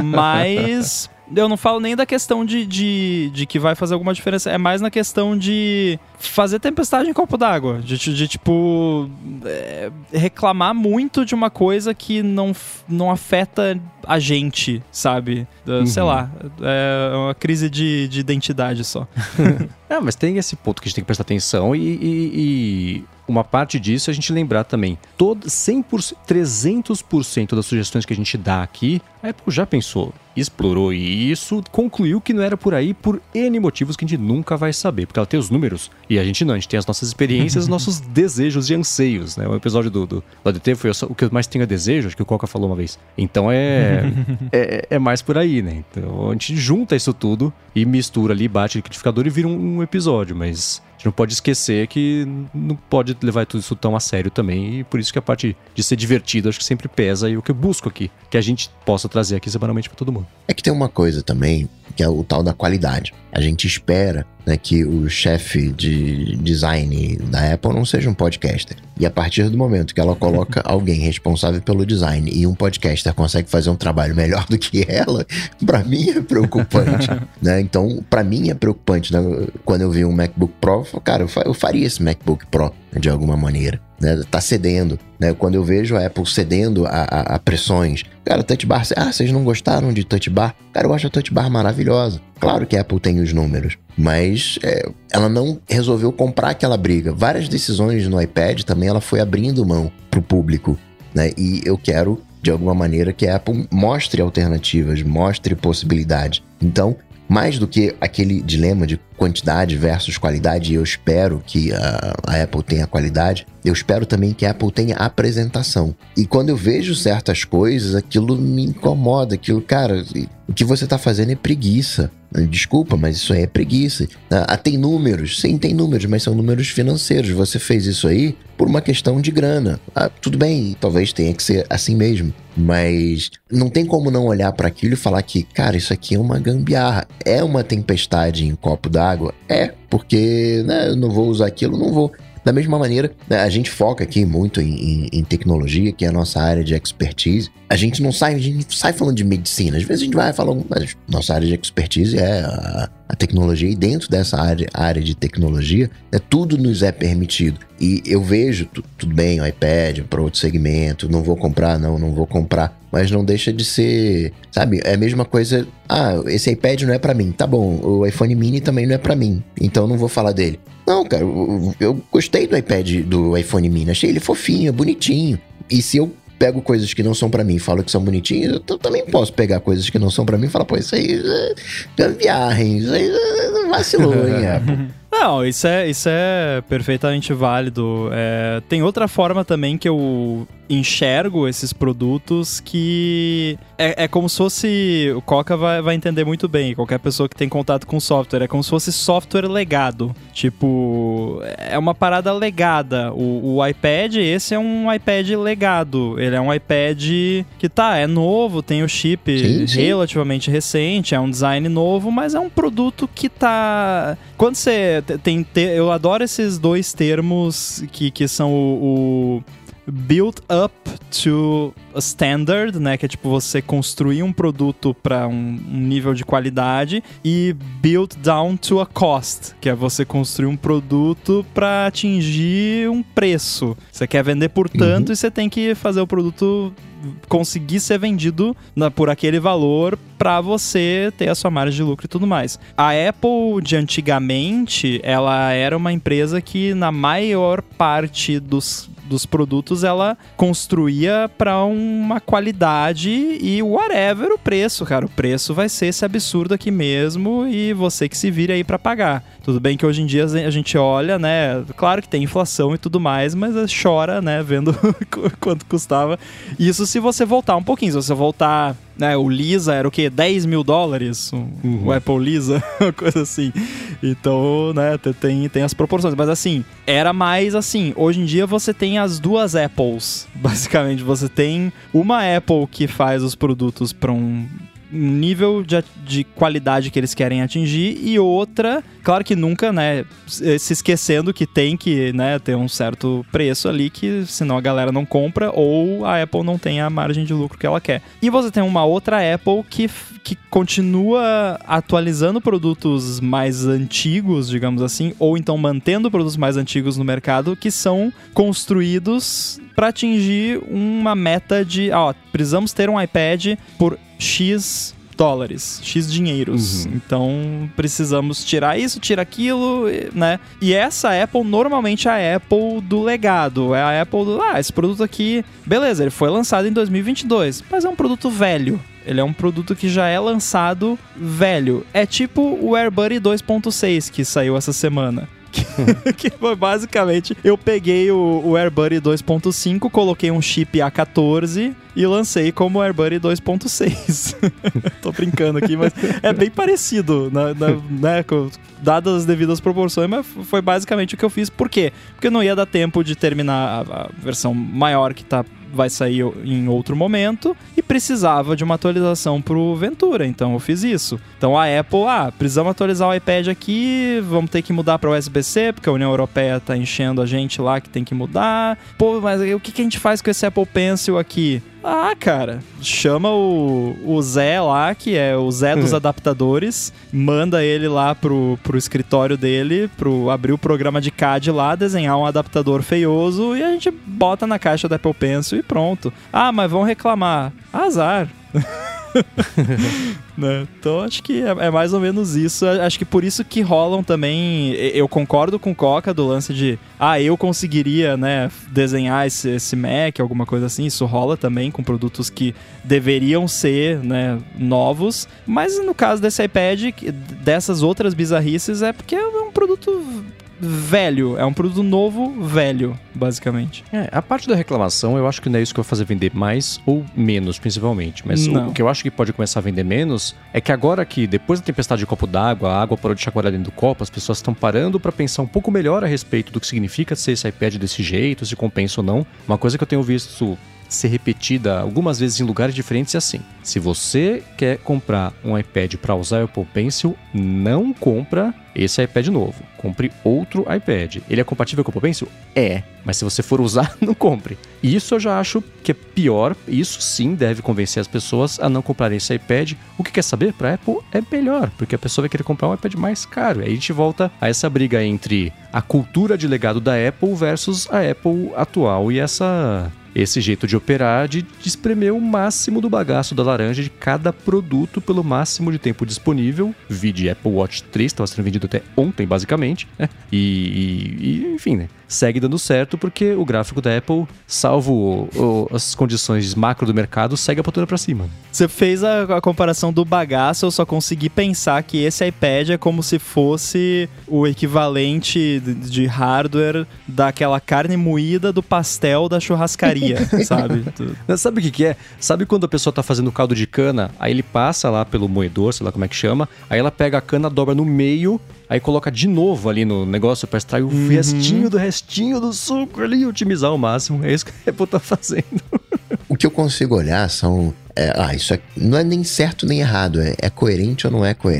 mas... Eu não falo nem da questão de, de, de que vai fazer alguma diferença, é mais na questão de fazer tempestade em copo d'água, de, de, de tipo, é, reclamar muito de uma coisa que não, não afeta a gente, sabe? Uhum. Sei lá, é uma crise de, de identidade só. É, mas tem esse ponto que a gente tem que prestar atenção e... e, e... uma parte disso é a gente lembrar também, todo, cem por cento, trezentos por cento das sugestões que a gente dá aqui, a Apple já pensou, explorou isso, concluiu que não era por aí por N motivos que a gente nunca vai saber, porque ela tem os números e a gente não, a gente tem as nossas experiências, os nossos desejos e anseios, né? O episódio do, do, do A D T foi o que eu mais tenho a desejo, acho que o Coca falou uma vez. Então é, é, é mais por aí, né? Então a gente junta isso tudo e mistura ali, bate no liquidificador e vira um, um episódio, mas... a gente não pode esquecer que não pode levar tudo isso tão a sério também, e por isso que a parte de ser divertido acho que sempre pesa, e o que eu busco aqui, que a gente possa trazer aqui semanalmente para todo mundo. É que tem uma coisa também, que é o tal da qualidade. A gente espera, né, que o chefe de design da Apple não seja um podcaster. E a partir do momento que ela coloca alguém responsável pelo design e um podcaster consegue fazer um trabalho melhor do que ela, pra mim é preocupante, né? Então, pra mim é preocupante, né? Quando eu vi um MacBook Pro, eu falei, cara, eu faria esse MacBook Pro de alguma maneira, né? Tá cedendo, né? Quando eu vejo a Apple cedendo a, a, a pressões, cara, Touch Bar, ah, vocês não gostaram de Touch Bar? Cara, eu acho a Touch Bar maravilhosa. Claro que a Apple tem os números, mas é, ela não resolveu comprar aquela briga. Várias decisões no iPad também ela foi abrindo mão pro público, né? E eu quero, de alguma maneira, que a Apple mostre alternativas, mostre possibilidades. Então, mais do que aquele dilema de quantidade versus qualidade, eu espero que a, a Apple tenha qualidade, eu espero também que a Apple tenha apresentação. E quando eu vejo certas coisas, aquilo me incomoda, aquilo, cara, o que você tá fazendo é preguiça. Desculpa, mas isso aí é preguiça. Ah, tem números, sim, tem números, mas são números financeiros. Você fez isso aí por uma questão de grana. Ah, tudo bem, talvez tenha que ser assim mesmo, mas não tem como não olhar para aquilo e falar que, cara, isso aqui é uma gambiarra. É uma tempestade em copo d'água? É, porque, né, eu não vou usar aquilo, não vou. Da mesma maneira, né, a gente foca aqui muito em, em, em tecnologia, que é a nossa área de expertise. A gente não sai, a gente sai falando de medicina. Às vezes a gente vai falar, mas nossa área de expertise é a, a tecnologia, e dentro dessa área, área de tecnologia, né, tudo nos é permitido. E eu vejo, tu, tudo bem, o iPad para outro segmento, não vou comprar, não, não vou comprar. Mas não deixa de ser, sabe, é a mesma coisa, ah, esse iPad não é pra mim, tá bom, o iPhone mini também não é pra mim, então não vou falar dele. Não, cara, eu, eu gostei do iPad, do iPhone mini, achei ele fofinho, bonitinho, e se eu pego coisas que não são pra mim e falo que são bonitinhas, eu, eu também posso pegar coisas que não são pra mim e falar, pô, isso aí é gambiarra, isso aí é, vacilou, hein, Apple. Não, isso é, isso é perfeitamente válido. É, tem outra forma também que eu enxergo esses produtos que é, é como se fosse... O Coca vai, vai entender muito bem, qualquer pessoa que tem contato com software. É como se fosse software legado. Tipo, é uma parada legada. O, o iPad, esse é um iPad legado. Ele é um iPad que tá, é novo, tem o chip sim, sim. relativamente recente, é um design novo, mas é um produto que tá... Quando você tem, tem, eu adoro esses dois termos que, que são o, o build up to a standard, né, que é tipo você construir um produto para um, um nível de qualidade, e build down to a cost, que é você construir um produto para atingir um preço. Você quer vender por tanto, uhum. e você tem que fazer o produto conseguir ser vendido na, por aquele valor para você ter a sua margem de lucro e tudo mais. A Apple de antigamente, ela era uma empresa que na maior parte dos dos produtos, ela construía para uma qualidade e whatever o preço, cara. O preço vai ser esse absurdo aqui mesmo e você que se vira aí para pagar. Tudo bem que hoje em dia a gente olha, né? Claro que tem inflação e tudo mais, mas chora, né? Vendo quanto custava. Isso se você voltar um pouquinho. Se você voltar, né? O Lisa era o quê? dez mil dólares? Uhum. O Apple Lisa? Uma coisa assim. Então, né? Tem, tem as proporções. Mas assim, era mais assim. Hoje em dia você tem as duas Apples. Basicamente, você tem uma Apple que faz os produtos para um nível de, de qualidade que eles querem atingir, e outra, claro que nunca, né, se esquecendo que tem que, né, ter um certo preço ali, que senão a galera não compra ou a Apple não tem a margem de lucro que ela quer. E você tem uma outra Apple que, que continua atualizando produtos mais antigos, digamos assim, ou então mantendo produtos mais antigos no mercado, que são construídos para atingir uma meta de, ó, precisamos ter um iPad por X dólares, X dinheiros. Uhum. Então, precisamos tirar isso, tirar aquilo, né? E essa Apple, normalmente é a Apple do legado. É a Apple do, ah, esse produto aqui, beleza, ele foi lançado em dois mil e vinte e dois, mas é um produto velho. Ele é um produto que já é lançado velho. É tipo o AirBuddy dois ponto seis que saiu essa semana. Que foi basicamente, eu peguei o, o AirBuddy dois ponto cinco, coloquei um chip A quatorze e lancei como AirBuddy dois ponto seis. Tô brincando aqui, mas é bem parecido, na, na, né, dadas as devidas proporções, mas foi basicamente o que eu fiz. Por quê? Porque não ia dar tempo de terminar a, a versão maior que tá vai sair em outro momento e precisava de uma atualização pro Ventura, então eu fiz isso. Então a Apple, ah, precisamos atualizar o iPad aqui, vamos ter que mudar para U S B C, porque a União Europeia tá enchendo a gente lá que tem que mudar. Pô, mas o que, que a gente faz com esse Apple Pencil aqui? Ah, cara, chama o, o Zé lá, que é o Zé dos adaptadores, manda ele lá pro, pro escritório dele, pro abrir o programa de C A D lá, desenhar um adaptador feioso e a gente bota na caixa da Apple Pencil e pronto. Ah, mas vão reclamar. Azar. Né? Então acho que é, é mais ou menos isso. Acho que por isso que rolam também. Eu concordo com o Coca do lance de ah, eu conseguiria, né, desenhar esse, esse Mac, alguma coisa assim. Isso rola também com produtos que deveriam ser, né, novos. Mas no caso desse iPad, dessas outras bizarrices, é porque é um produto velho, é um produto novo, velho, basicamente. É, a parte da reclamação, eu acho que não é isso que vai fazer vender mais ou menos, principalmente. Mas o, o que eu acho que pode começar a vender menos é que agora que, depois da tempestade de copo d'água, a água parou de chacoalhar dentro do copo, as pessoas estão parando para pensar um pouco melhor a respeito do que significa ser esse iPad desse jeito, se compensa ou não. Uma coisa que eu tenho visto ser repetida algumas vezes em lugares diferentes é assim: se você quer comprar um iPad para usar o Apple Pencil, não compra esse iPad novo, compre outro iPad. Ele é compatível com o Apple Pencil? É, mas se você for usar, não compre. E isso eu já acho que é pior. Isso sim deve convencer as pessoas a não comprarem esse iPad. O que quer saber? Para a Apple é melhor, porque a pessoa vai querer comprar um iPad mais caro. Aí a gente volta a essa briga entre a cultura de legado da Apple versus a Apple atual e essa... esse jeito de operar, de, de espremer o máximo do bagaço da laranja de cada produto pelo máximo de tempo disponível. Vide Apple Watch três, estava sendo vendido até ontem, basicamente. Né? E, e, e, enfim, né? Segue dando certo porque o gráfico da Apple, salvo o, o, as condições macro do mercado, segue apontando para cima. Você fez a, a comparação do bagaço, eu só consegui pensar que esse iPad é como se fosse o equivalente de, de hardware daquela carne moída do pastel da churrascaria. Sabe? Sabe o que que é? Sabe quando a pessoa tá fazendo caldo de cana, aí ele passa lá pelo moedor, sei lá como é que chama, aí ela pega a cana, dobra no meio, aí coloca de novo ali no negócio pra extrair o uhum. restinho do restinho do suco ali e otimizar ao máximo. É isso que a Apple tá fazendo. O que eu consigo olhar são... É, ah, isso é, não é nem certo nem errado, é, é coerente ou não é coerente.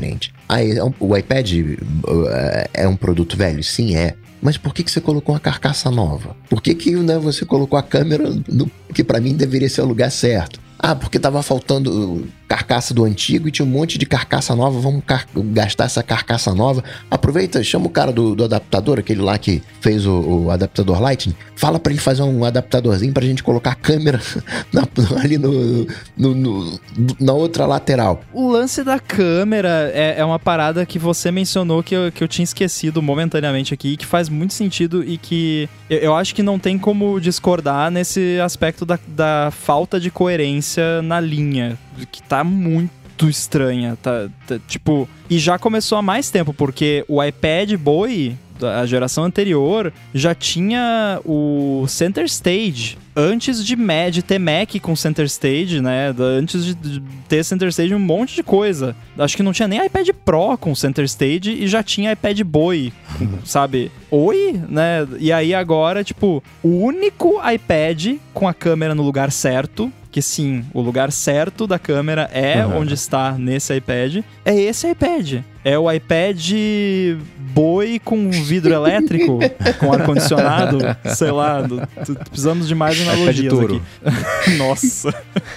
Aí, o iPad é um produto velho? Sim, é. Mas por que, que você colocou uma carcaça nova? Por que, que né, você colocou a câmera no, que pra mim deveria ser o lugar certo? Ah, porque tava faltando carcaça do antigo e tinha um monte de carcaça nova, vamos car- gastar essa carcaça nova. Aproveita, chama o cara do, do adaptador, aquele lá que fez o, o adaptador Lightning, fala pra ele fazer um adaptadorzinho pra gente colocar a câmera na, ali no, no, no, na outra lateral. O lance da câmera é, é uma parada que você mencionou que eu, que eu tinha esquecido momentaneamente aqui, que faz muito sentido e que eu, eu acho que não tem como discordar nesse aspecto da, da falta de coerência na linha, que tá muito estranha, tá, tá, tipo, e já começou há mais tempo, porque o iPad Boy, a geração anterior, já tinha o Center Stage, antes de, Mac, de ter Mac com Center Stage, né, antes de, de ter Center Stage um monte de coisa, acho que não tinha nem iPad Pro com Center Stage e já tinha iPad Boy, sabe, oi, né, e aí agora, tipo, o único iPad com a câmera no lugar certo, que sim, o lugar certo da câmera é uhum. onde está nesse iPad, é esse iPad. É o iPad Boy com vidro elétrico, com ar-condicionado, sei lá, do, do, precisamos de mais analogias aqui. Nossa.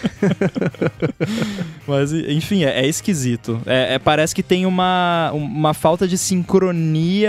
Mas, enfim, é, é esquisito. É, é, parece que tem uma, uma falta de sincronia,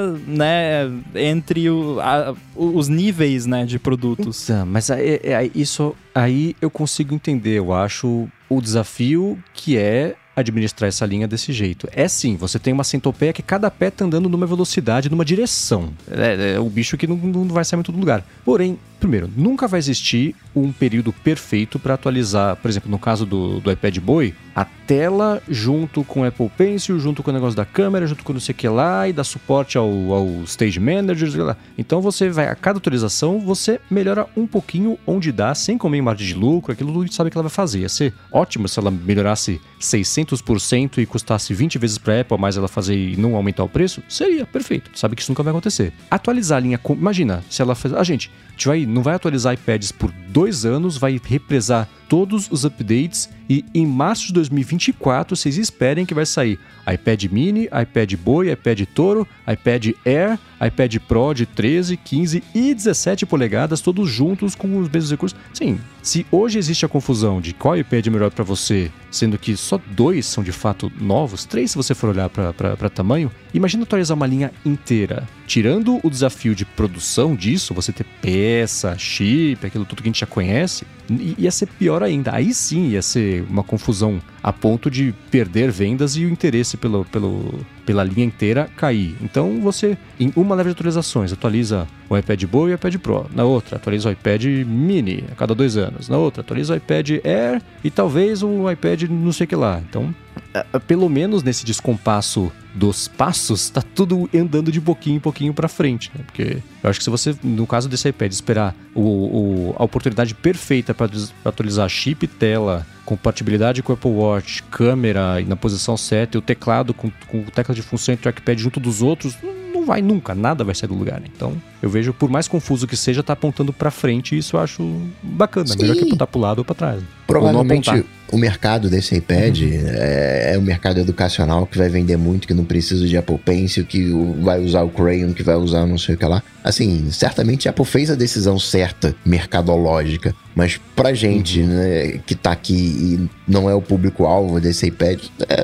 né, entre o, a, os níveis, né, de produtos. Então, mas é, é, isso aí eu consigo entender, eu acho, o desafio que é administrar essa linha desse jeito. É sim, você tem uma centopeia que cada pé tá andando numa velocidade, numa direção. É, é o bicho que não, não vai sair muito do lugar. Porém, primeiro, nunca vai existir um período perfeito para atualizar, por exemplo, no caso do, do iPad Boy, a tela junto com o Apple Pencil, junto com o negócio da câmera, junto com não sei o que lá, e dá suporte ao, ao Stage Manager, sei lá. Então você vai, a cada atualização, você melhora um pouquinho onde dá, sem comer margem de lucro, aquilo tudo a gente sabe que ela vai fazer. Ia ser ótimo se ela melhorasse seiscentos por cento e custasse vinte vezes para a Apple, mas ela fazer e não aumentar o preço, seria perfeito. Sabe que isso nunca vai acontecer. Atualizar a linha, com, imagina, se ela faz... Ah, gente, a gente vai, não vai atualizar iPads por dois anos, vai represar todos os updates e em março de dois mil e vinte e quatro vocês esperem que vai sair iPad Mini, iPad Boy, iPad Toro, iPad Air, iPad Pro de treze, quinze e dezessete polegadas, todos juntos com os mesmos recursos. Sim, se hoje existe a confusão de qual iPad é melhor para você, sendo que só dois são de fato novos, três se você for olhar para tamanho, imagina atualizar uma linha inteira. Tirando o desafio de produção disso, você ter peça, chip, aquilo tudo que a gente já conhece, ia ser pior ainda. Aí sim ia ser uma confusão a ponto de perder vendas e o interesse pelo, pelo, pela linha inteira cair. Então você, em uma leve de atualizações, atualiza o iPad Boy e o iPad Pro. Na outra, atualiza o iPad Mini a cada dois anos. Na outra, atualiza o iPad Air e talvez o iPad não sei o que lá. Então, pelo menos nesse descompasso dos passos, tá tudo andando de pouquinho em pouquinho pra frente, né? Porque eu acho que se você, no caso desse iPad, esperar o, o, a oportunidade perfeita para atualizar chip, tela, compatibilidade com o Apple Watch, câmera e na posição certa, e o teclado com, com o teclado de função e trackpad junto dos outros, não vai nunca, nada vai sair do lugar, né? Então, eu vejo, por mais confuso que seja, tá apontando pra frente e isso eu acho bacana. Sim. Melhor que apontar pro lado ou pra trás. Provavelmente o mercado desse iPad uhum. é, é um mercado educacional que vai vender muito, que não precisa de Apple Pencil, que vai usar o Crayon, que vai usar não sei o que lá. Assim, certamente a Apple fez a decisão certa, mercadológica, mas pra gente, uhum. né, que tá aqui e não é o público-alvo desse iPad,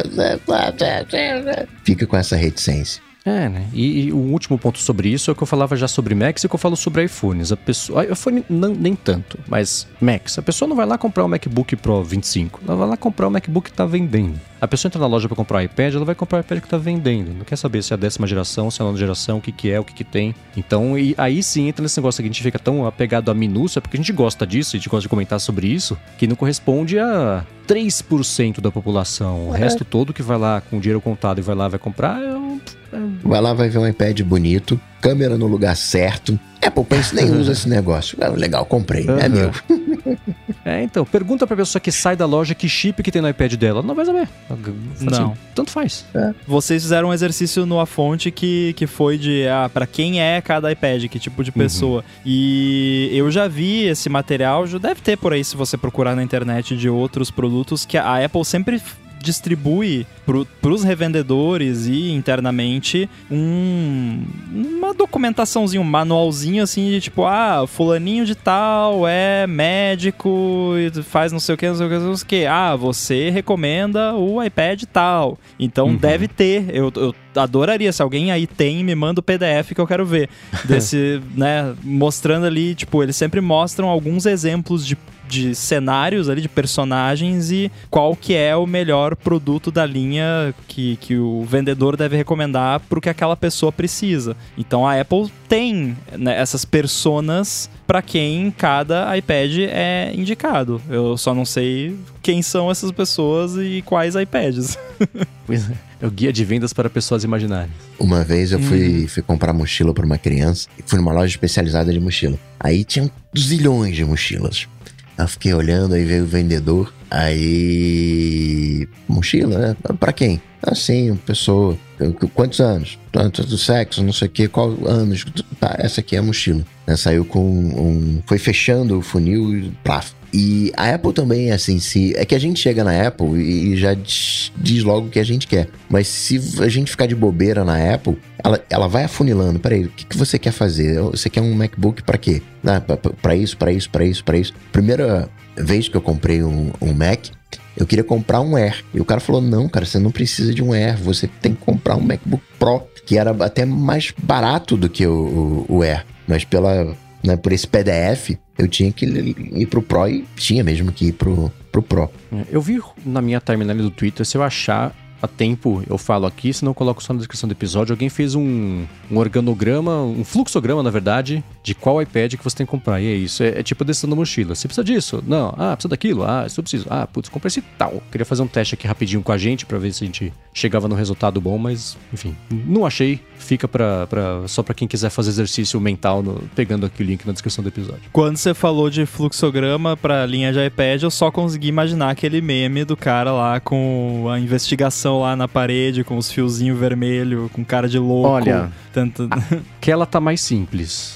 fica com essa reticência. É, né? E, e o último ponto sobre isso é o que eu falava já sobre Macs e o que eu falo sobre iPhones. A pessoa, iPhone não, nem tanto, mas Macs. A pessoa não vai lá comprar o MacBook Pro vinte e cinco, ela vai lá comprar o MacBook que tá vendendo. A pessoa entra na loja para comprar o iPad, ela vai comprar o iPad que tá vendendo. Não quer saber se é a décima geração, se é a nona geração, o que que é, o que que tem. Então, e aí sim entra nesse negócio que a gente fica tão apegado à minúcia, porque a gente gosta disso, a gente gosta de comentar sobre isso, que não corresponde a três por cento da população. O é. resto todo que vai lá com o dinheiro contado e vai lá vai comprar, é um... Vai lá, vai ver um iPad bonito, câmera no lugar certo. Apple Pencil nem usa esse negócio. É legal, comprei, uhum. é meu. É, então, pergunta pra pessoa que sai da loja que chip que tem no iPad dela. Ela não vai saber. Assim, não. Tanto faz. É. Vocês fizeram um exercício no A Fonte que, que foi de, ah, pra quem é cada iPad, que tipo de pessoa. Uhum. E eu já vi esse material, já deve ter por aí se você procurar na internet de outros produtos, que a Apple sempre distribui para os revendedores e internamente um, uma documentaçãozinha, um manualzinho assim de tipo, ah, fulaninho de tal é médico e faz não sei o que, não sei o que, não sei o que. Ah, você recomenda o iPad tal. Então uhum. deve ter. Eu, eu adoraria, se alguém aí tem, me manda o P D F que eu quero ver. Desse, né, mostrando ali, tipo, eles sempre mostram alguns exemplos de de cenários ali, de personagens e qual que é o melhor produto da linha que, que o vendedor deve recomendar pro que aquela pessoa precisa. Então a Apple tem, né, essas personas para quem cada iPad é indicado. Eu só não sei quem são essas pessoas e quais iPads. Pois é. É o guia de vendas para pessoas imaginárias. Uma vez eu fui, hum. fui comprar mochila para uma criança e fui numa loja especializada de mochila. Aí tinham zilhões de mochilas. Eu fiquei olhando, aí veio o vendedor, aí... Mochila, né? Pra quem? Assim, pessoa. Quantos anos? Tanto do sexo, não sei o que, qual anos? Tá, essa aqui é a mochila. Né? Saiu com um... Foi fechando o funil e plaf. E a Apple também, assim, se... É que a gente chega na Apple e já diz, diz logo o que a gente quer. Mas se a gente ficar de bobeira na Apple, ela, ela vai afunilando. Peraí, o que, que você quer fazer? Você quer um MacBook pra quê? Ah, pra, pra isso, pra isso, pra isso, pra isso. Primeira vez que eu comprei um, um Mac, eu queria comprar um Air. E o cara falou, não, cara, você não precisa de um Air. Você tem que comprar um MacBook Pro, que era até mais barato do que o, o, o Air. Mas pela... Né, por esse P D F, eu tinha que ir pro Pro e tinha mesmo que ir pro, pro Pro. Eu vi na minha timeline do Twitter, se eu achar a tempo, eu falo aqui, se não eu coloco só na descrição do episódio, alguém fez um, um organograma, um fluxograma, na verdade, de qual iPad que você tem que comprar. E é isso, é, é tipo a decisão da mochila. Você precisa disso? Não. Ah, precisa daquilo? Ah, isso eu preciso. Ah, putz, comprei esse tal. Queria fazer um teste aqui rapidinho com a gente pra ver se a gente chegava no resultado bom, mas, enfim, não achei. Fica pra, pra, só pra quem quiser fazer exercício mental, no, pegando aqui o link na descrição do episódio. Quando você falou de fluxograma pra linha de iPad, eu só consegui imaginar aquele meme do cara lá com a investigação lá na parede, com os fiozinhos vermelhos, com cara de louco. Olha, tanto... aquela tá mais simples.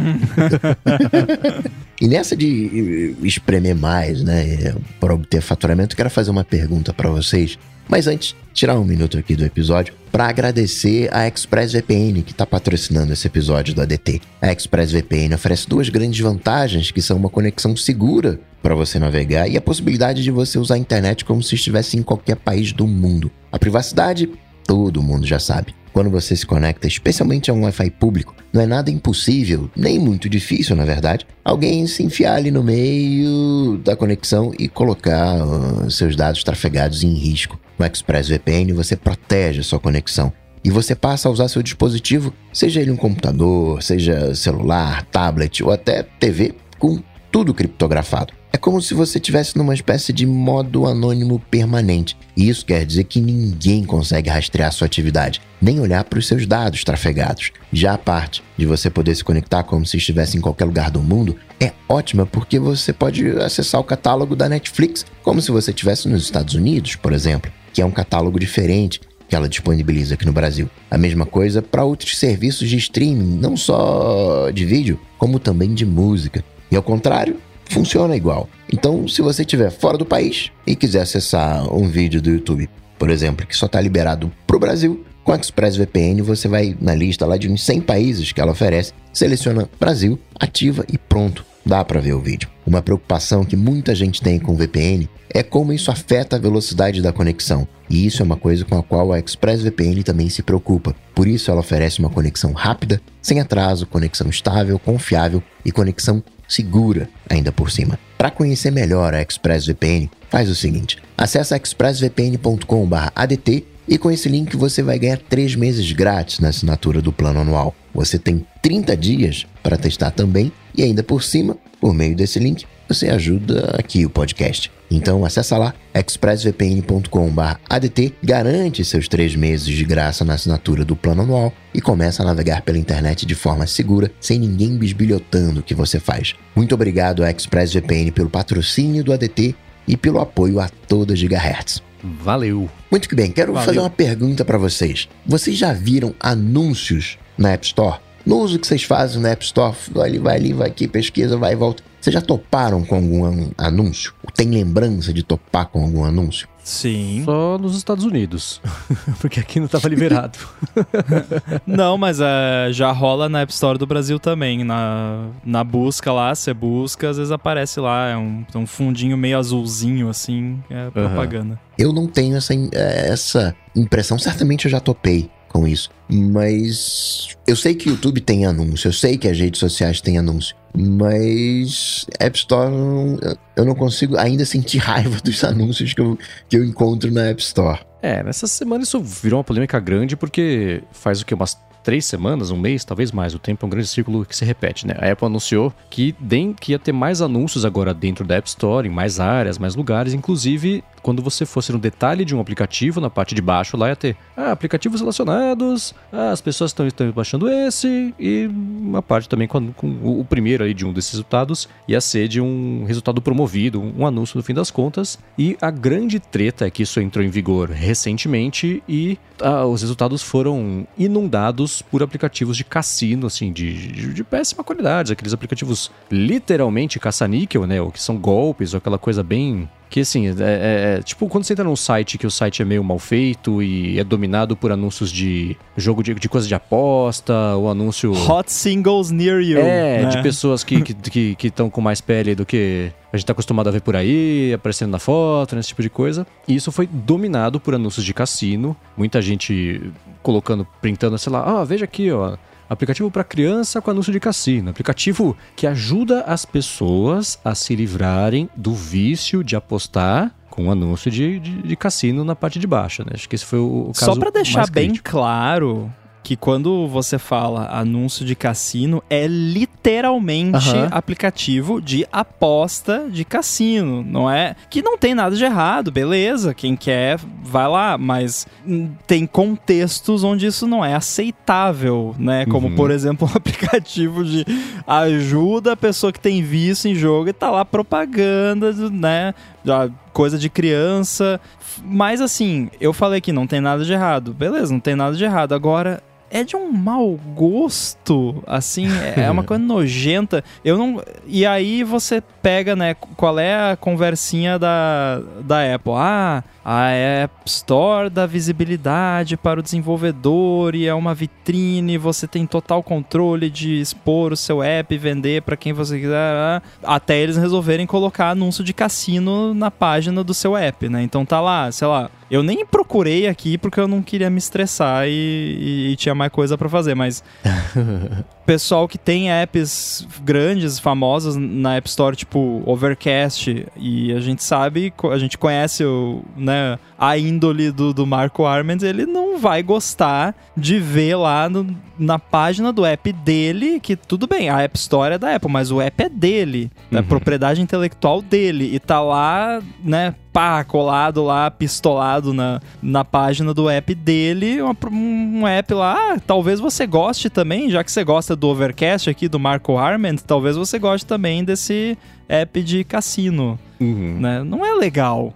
E nessa de espremer mais, né, para obter faturamento, eu quero fazer uma pergunta para vocês. Mas antes, tirar um minuto aqui do episódio para agradecer a ExpressVPN, que está patrocinando esse episódio do A D T. A ExpressVPN oferece duas grandes vantagens, que são uma conexão segura para você navegar e a possibilidade de você usar a internet como se estivesse em qualquer país do mundo. A privacidade, todo mundo já sabe. Quando você se conecta, especialmente a um Wi-Fi público, não é nada impossível, nem muito difícil, na verdade, alguém se enfiar ali no meio da conexão e colocar uh, seus dados trafegados em risco. No ExpressVPN, você protege a sua conexão e você passa a usar seu dispositivo, seja ele um computador, seja celular, tablet ou até T V, com tudo criptografado. É como se você estivesse numa espécie de modo anônimo permanente. E isso quer dizer que ninguém consegue rastrear sua atividade, nem olhar para os seus dados trafegados. Já a parte de você poder se conectar como se estivesse em qualquer lugar do mundo é ótima porque você pode acessar o catálogo da Netflix como se você estivesse nos Estados Unidos, por exemplo, que é um catálogo diferente que ela disponibiliza aqui no Brasil. A mesma coisa para outros serviços de streaming, não só de vídeo, como também de música. E ao contrário, funciona igual. Então, se você estiver fora do país e quiser acessar um vídeo do YouTube, por exemplo, que só está liberado para o Brasil, com a ExpressVPN você vai na lista lá de uns cem países que ela oferece, seleciona Brasil, ativa e pronto, dá para ver o vídeo. Uma preocupação que muita gente tem com o V P N é como isso afeta a velocidade da conexão. E isso é uma coisa com a qual a ExpressVPN também se preocupa. Por isso ela oferece uma conexão rápida, sem atraso, conexão estável, confiável e conexão segura ainda por cima. Para conhecer melhor a ExpressVPN, faz o seguinte: acesse expressvpn ponto com barra A D T e com esse link você vai ganhar três meses grátis na assinatura do plano anual. Você tem trinta dias para testar também e ainda por cima, por meio desse link, você ajuda aqui o podcast. Então acessa lá expressvpn ponto com barra A D T, garante seus três meses de graça na assinatura do plano anual e começa a navegar pela internet de forma segura, sem ninguém bisbilhotando o que você faz. Muito obrigado à ExpressVPN pelo patrocínio do A D T e pelo apoio a toda Gigahertz. Valeu! Muito que bem, quero Valeu. fazer uma pergunta para vocês. Vocês já viram anúncios na App Store? no uso que vocês fazem na App Store, vai, vai ali, vai aqui, pesquisa, vai e volta. Vocês já toparam com algum anúncio? Tem lembrança de topar com algum anúncio? Sim. Só nos Estados Unidos, porque aqui não estava liberado. Não, mas uh, já rola na App Store do Brasil também. Na, na busca lá, você busca, às vezes aparece lá, é um, um fundinho meio azulzinho, assim, é propaganda. Uhum. Eu não tenho essa, essa impressão, certamente eu já topei com isso, mas eu sei que o YouTube tem anúncio, eu sei que as redes sociais têm anúncio, mas App Store eu não consigo ainda sentir raiva dos anúncios que eu, que eu encontro na App Store. É, nessa semana isso virou uma polêmica grande porque faz o que, umas três semanas, um mês, talvez mais, o tempo é um grande círculo que se repete, né? A Apple anunciou que, dem, que ia ter mais anúncios agora dentro da App Store, em mais áreas, mais lugares, inclusive quando você fosse no detalhe de um aplicativo, na parte de baixo lá ia ter ah, aplicativos relacionados, ah, as pessoas estão, estão baixando esse, e uma parte também com, com o, o primeiro aí de um desses resultados ia ser de um resultado promovido, um anúncio no fim das contas, e a grande treta é que isso entrou em vigor recentemente e ah, os resultados foram inundados por aplicativos de cassino, assim, de, de, de péssima qualidade, aqueles aplicativos literalmente caça-níquel, né, ou que são golpes, ou aquela coisa bem... Que assim, é, é, é tipo quando você entra num site que o site é meio mal feito e é dominado por anúncios de jogo de, de coisa de aposta, ou anúncio... Hot singles near you. É, né? de pessoas que estão que, que, que com mais pele do que a gente tá acostumado a ver por aí, aparecendo na foto, né, esse tipo de coisa. E isso foi dominado por anúncios de cassino. Muita gente colocando, printando, sei lá, ah, veja aqui, ó. Aplicativo para criança com anúncio de cassino. Aplicativo que ajuda as pessoas a se livrarem do vício de apostar com um anúncio de, de, de cassino na parte de baixo, né? Acho que esse foi o, o caso mais crítico. Só para deixar bem claro que quando você fala anúncio de cassino, é literalmente uhum. aplicativo de aposta de cassino, não é? Que não tem nada de errado, beleza, quem quer vai lá, mas tem contextos onde isso não é aceitável, né? Como, uhum. por exemplo, um aplicativo de ajuda a pessoa que tem vício em jogo e tá lá propaganda, né? Coisa de criança. Mas assim, eu falei que não tem nada de errado. Beleza, não tem nada de errado. Agora, é de um mau gosto, assim, é uma coisa nojenta. Eu não... E aí você pega, né, qual é a conversinha da, da Apple? Ah, a App Store dá visibilidade para o desenvolvedor e é uma vitrine, você tem total controle de expor o seu app e vender para quem você quiser, até eles resolverem colocar anúncio de cassino na página do seu app, né? Então tá lá, sei lá, eu nem procurei aqui porque eu não queria me estressar e, e, e tinha mais coisa para fazer, mas pessoal que tem apps grandes, famosas na App Store, tipo Overcast, e a gente sabe, a gente conhece o, né, a índole do, do Marco Arment, ele não vai gostar de ver lá no, na página do app dele, que tudo bem, a App Store é da Apple, mas o app é dele, uhum. é propriedade intelectual dele, e tá lá, né, pá, colado lá, pistolado na, na página do app dele, uma, um app lá, ah, talvez você goste também, já que você gosta do Overcast aqui, do Marco Arment, talvez você goste também desse app de cassino, uhum. né? Não é legal.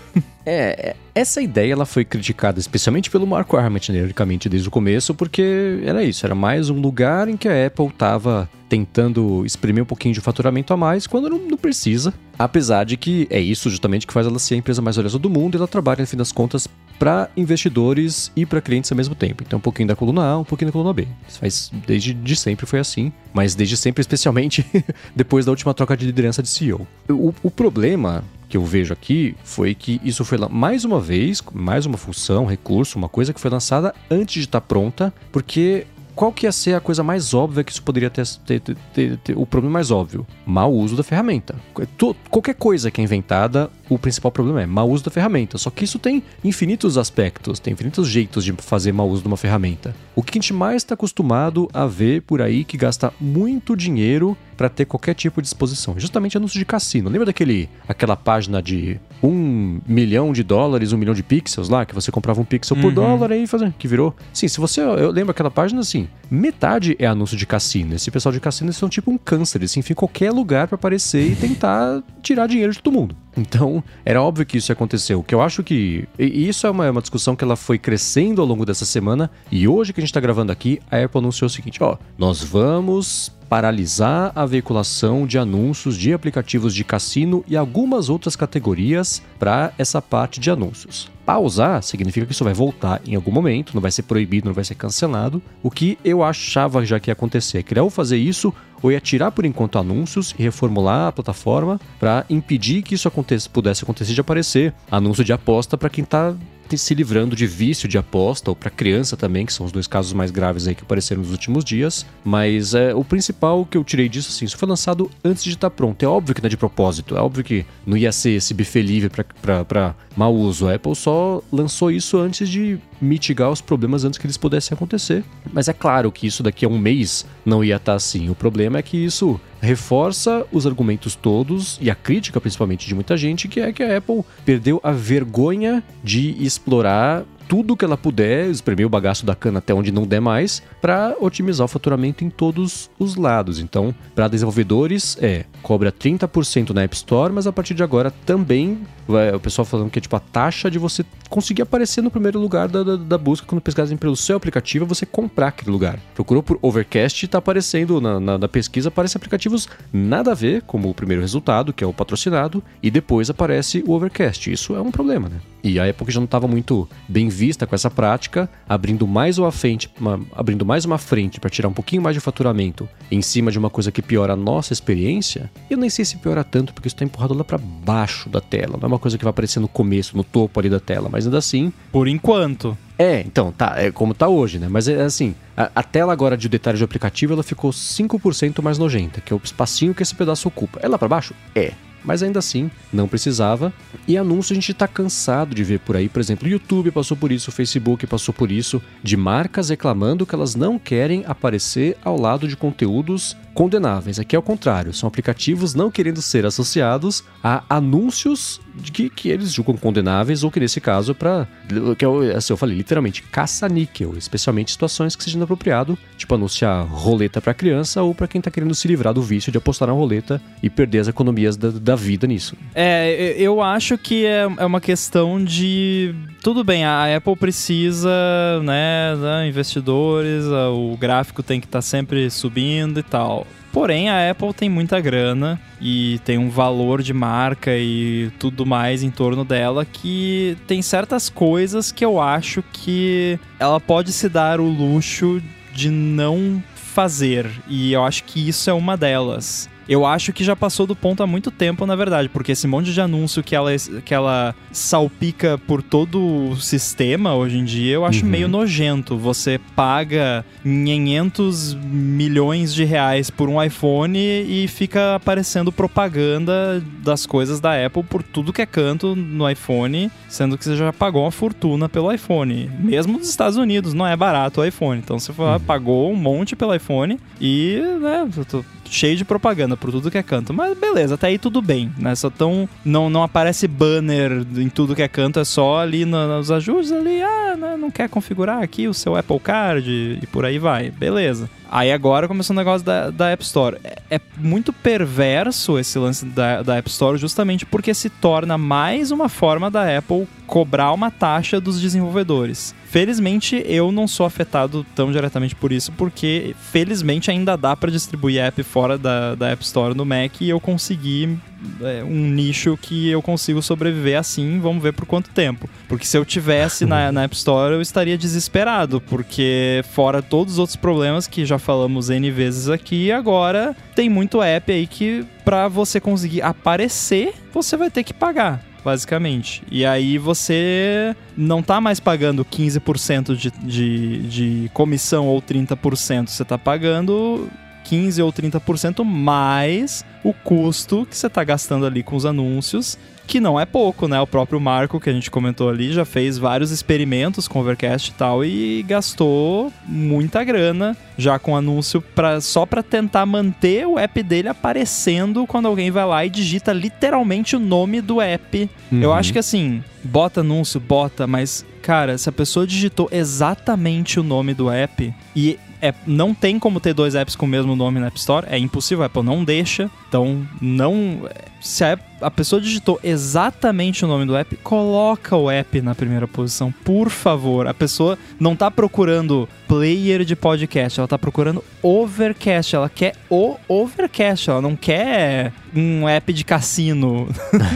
É, essa ideia ela foi criticada especialmente pelo Marco Arment, teoricamente, desde o começo, porque era isso, era mais um lugar em que a Apple estava tentando exprimir um pouquinho de faturamento a mais quando não, não precisa. Apesar de que é isso justamente que faz ela ser a empresa mais valiosa do mundo, e ela trabalha, no fim das contas, para investidores e para clientes ao mesmo tempo. Então um pouquinho da coluna A, um pouquinho da coluna B. Isso faz, desde de sempre foi assim, mas desde sempre especialmente depois da última troca de liderança de C E O. O, o problema que eu vejo aqui foi que isso foi lá mais uma vez, mais uma função, recurso, uma coisa que foi lançada antes de estar pronta, porque qual que ia ser a coisa mais óbvia que isso poderia ter, ter, ter, ter, ter o problema mais óbvio? Mau uso da ferramenta. Tô, qualquer coisa que é inventada, o principal problema é mau uso da ferramenta. Só que isso tem infinitos aspectos, tem infinitos jeitos de fazer mau uso de uma ferramenta. O que a gente mais está acostumado a ver por aí que gasta muito dinheiro para ter qualquer tipo de exposição. Justamente anúncio de cassino. Lembra daquele, aquela página de um milhão de dólares, um milhão de pixels lá, que você comprava um pixel por Uhum. dólar aí fazia, que virou. Sim, se você, eu lembro aquela página assim, metade é anúncio de cassino. Esse pessoal de cassino eles são tipo um câncer, eles se enfiam em qualquer lugar para aparecer e tentar tirar dinheiro de todo mundo. Então, era óbvio que isso ia acontecer. O que eu acho que... E isso é uma, uma discussão que ela foi crescendo ao longo dessa semana. E hoje que a gente tá gravando aqui, a Apple anunciou o seguinte, ó, nós vamos paralisar a veiculação de anúncios de aplicativos de cassino e algumas outras categorias para essa parte de anúncios. Pausar significa que isso vai voltar em algum momento, não vai ser proibido, não vai ser cancelado. O que eu achava já que ia acontecer, que era ou fazer isso, ou ia tirar por enquanto anúncios e reformular a plataforma para impedir que isso aconteça, pudesse acontecer de aparecer anúncio de aposta para quem tá se livrando de vício de aposta, ou para criança também, que são os dois casos mais graves aí que apareceram nos últimos dias. Mas é, o principal que eu tirei disso, assim, isso foi lançado antes de estar pronto. É óbvio que não é de propósito, é óbvio que não ia ser esse buffet livre para mau uso. A Apple só lançou isso antes de mitigar os problemas antes que eles pudessem acontecer. Mas é claro que isso daqui a um mês não ia estar assim. O problema é que isso reforça os argumentos todos e a crítica principalmente de muita gente, que é que a Apple perdeu a vergonha de explorar tudo que ela puder, espremer o bagaço da cana até onde não der mais, para otimizar o faturamento em todos os lados. Então, para desenvolvedores, é, cobra trinta por cento na App Store, mas a partir de agora também, vai, o pessoal falando que é tipo a taxa de você conseguir aparecer no primeiro lugar da, da, da busca, quando pesquisarem pelo seu aplicativo, você comprar aquele lugar. Procurou por Overcast e tá aparecendo na, na, na pesquisa, aparecem aplicativos nada a ver, como o primeiro resultado, que é o patrocinado, e depois aparece o Overcast. Isso é um problema, né? E a Apple já não estava muito bem vista com essa prática, abrindo mais uma frente, uma, abrindo mais uma frente para tirar um pouquinho mais de faturamento em cima de uma coisa que piora a nossa experiência. Eu nem sei se piora tanto, porque isso está empurrado lá para baixo da tela. Não é uma coisa que vai aparecer no começo, no topo ali da tela, mas ainda assim... Por enquanto. É, então, tá, é como tá hoje, né? Mas é assim, a, a tela agora de detalhe de aplicativo, ela ficou cinco por cento mais nojenta, que é o espacinho que esse pedaço ocupa. É lá para baixo? É. Mas ainda assim, não precisava. E anúncio a gente tá cansado de ver por aí. Por exemplo, o YouTube passou por isso, o Facebook passou por isso, de marcas reclamando que elas não querem aparecer ao lado de conteúdos condenáveis. Aqui é o contrário, são aplicativos não querendo ser associados a anúncios de que, que eles julgam condenáveis, ou que nesse caso, para que eu, assim, eu falei literalmente, caça-níquel, especialmente em situações que seja inapropriado, tipo anunciar roleta para criança ou para quem tá querendo se livrar do vício de apostar na roleta e perder as economias da, da vida nisso. É, eu acho que é, é uma questão de... Tudo bem, a Apple precisa, né, né investidores, o gráfico tem que estar tá sempre subindo e tal. Porém, a Apple tem muita grana e tem um valor de marca e tudo mais em torno dela, que tem certas coisas que eu acho que ela pode se dar o luxo de não fazer. E eu acho que isso é uma delas. Eu acho que já passou do ponto há muito tempo, na verdade, porque esse monte de anúncio que ela, que ela salpica por todo o sistema hoje em dia, eu acho uhum. meio nojento. Você paga quinhentos milhões de reais por um iPhone e fica aparecendo propaganda das coisas da Apple por tudo que é canto no iPhone, sendo que você já pagou uma fortuna pelo iPhone. Mesmo nos Estados Unidos, não é barato o iPhone. Então você uhum. pagou um monte pelo iPhone e, né, eu tô cheio de propaganda por tudo que é canto. Mas beleza, até aí tudo bem, né? Só tão... Não, não aparece banner em tudo que é canto, é só ali no, nos ajustes ali, ah, né, não quer configurar aqui o seu Apple Card e por aí vai. Beleza. Aí agora começou o negócio da, da App Store. É, é muito perverso esse lance da, da App Store, justamente porque se torna mais uma forma da Apple cobrar uma taxa dos desenvolvedores. Felizmente, eu não sou afetado tão diretamente por isso, porque felizmente ainda dá para distribuir app fora da, da App Store no Mac e eu consegui é, um nicho que eu consigo sobreviver assim, vamos ver por quanto tempo. Porque se eu tivesse na, na App Store, eu estaria desesperado, porque fora todos os outros problemas que já falamos N vezes aqui, agora tem muito app aí que para você conseguir aparecer, você vai ter que pagar, basicamente. E aí você não tá mais pagando quinze por cento de, de, de comissão ou trinta por cento, você tá pagando quinze ou trinta por cento mais o custo que você tá gastando ali com os anúncios, que não é pouco, né? O próprio Marco, que a gente comentou ali, já fez vários experimentos com Overcast e tal e gastou muita grana já com anúncio pra, só pra tentar manter o app dele aparecendo quando alguém vai lá e digita literalmente o nome do app. Uhum. Eu acho que assim, bota anúncio, bota, mas, cara, se a pessoa digitou exatamente o nome do app e É, não tem como ter dois apps com o mesmo nome na App Store, é impossível, a Apple não deixa, então não... Se a, a pessoa digitou exatamente o nome do app, coloca o app na primeira posição, por favor. A pessoa não tá procurando player de podcast, ela tá procurando Overcast, ela quer o Overcast, ela não quer um app de cassino,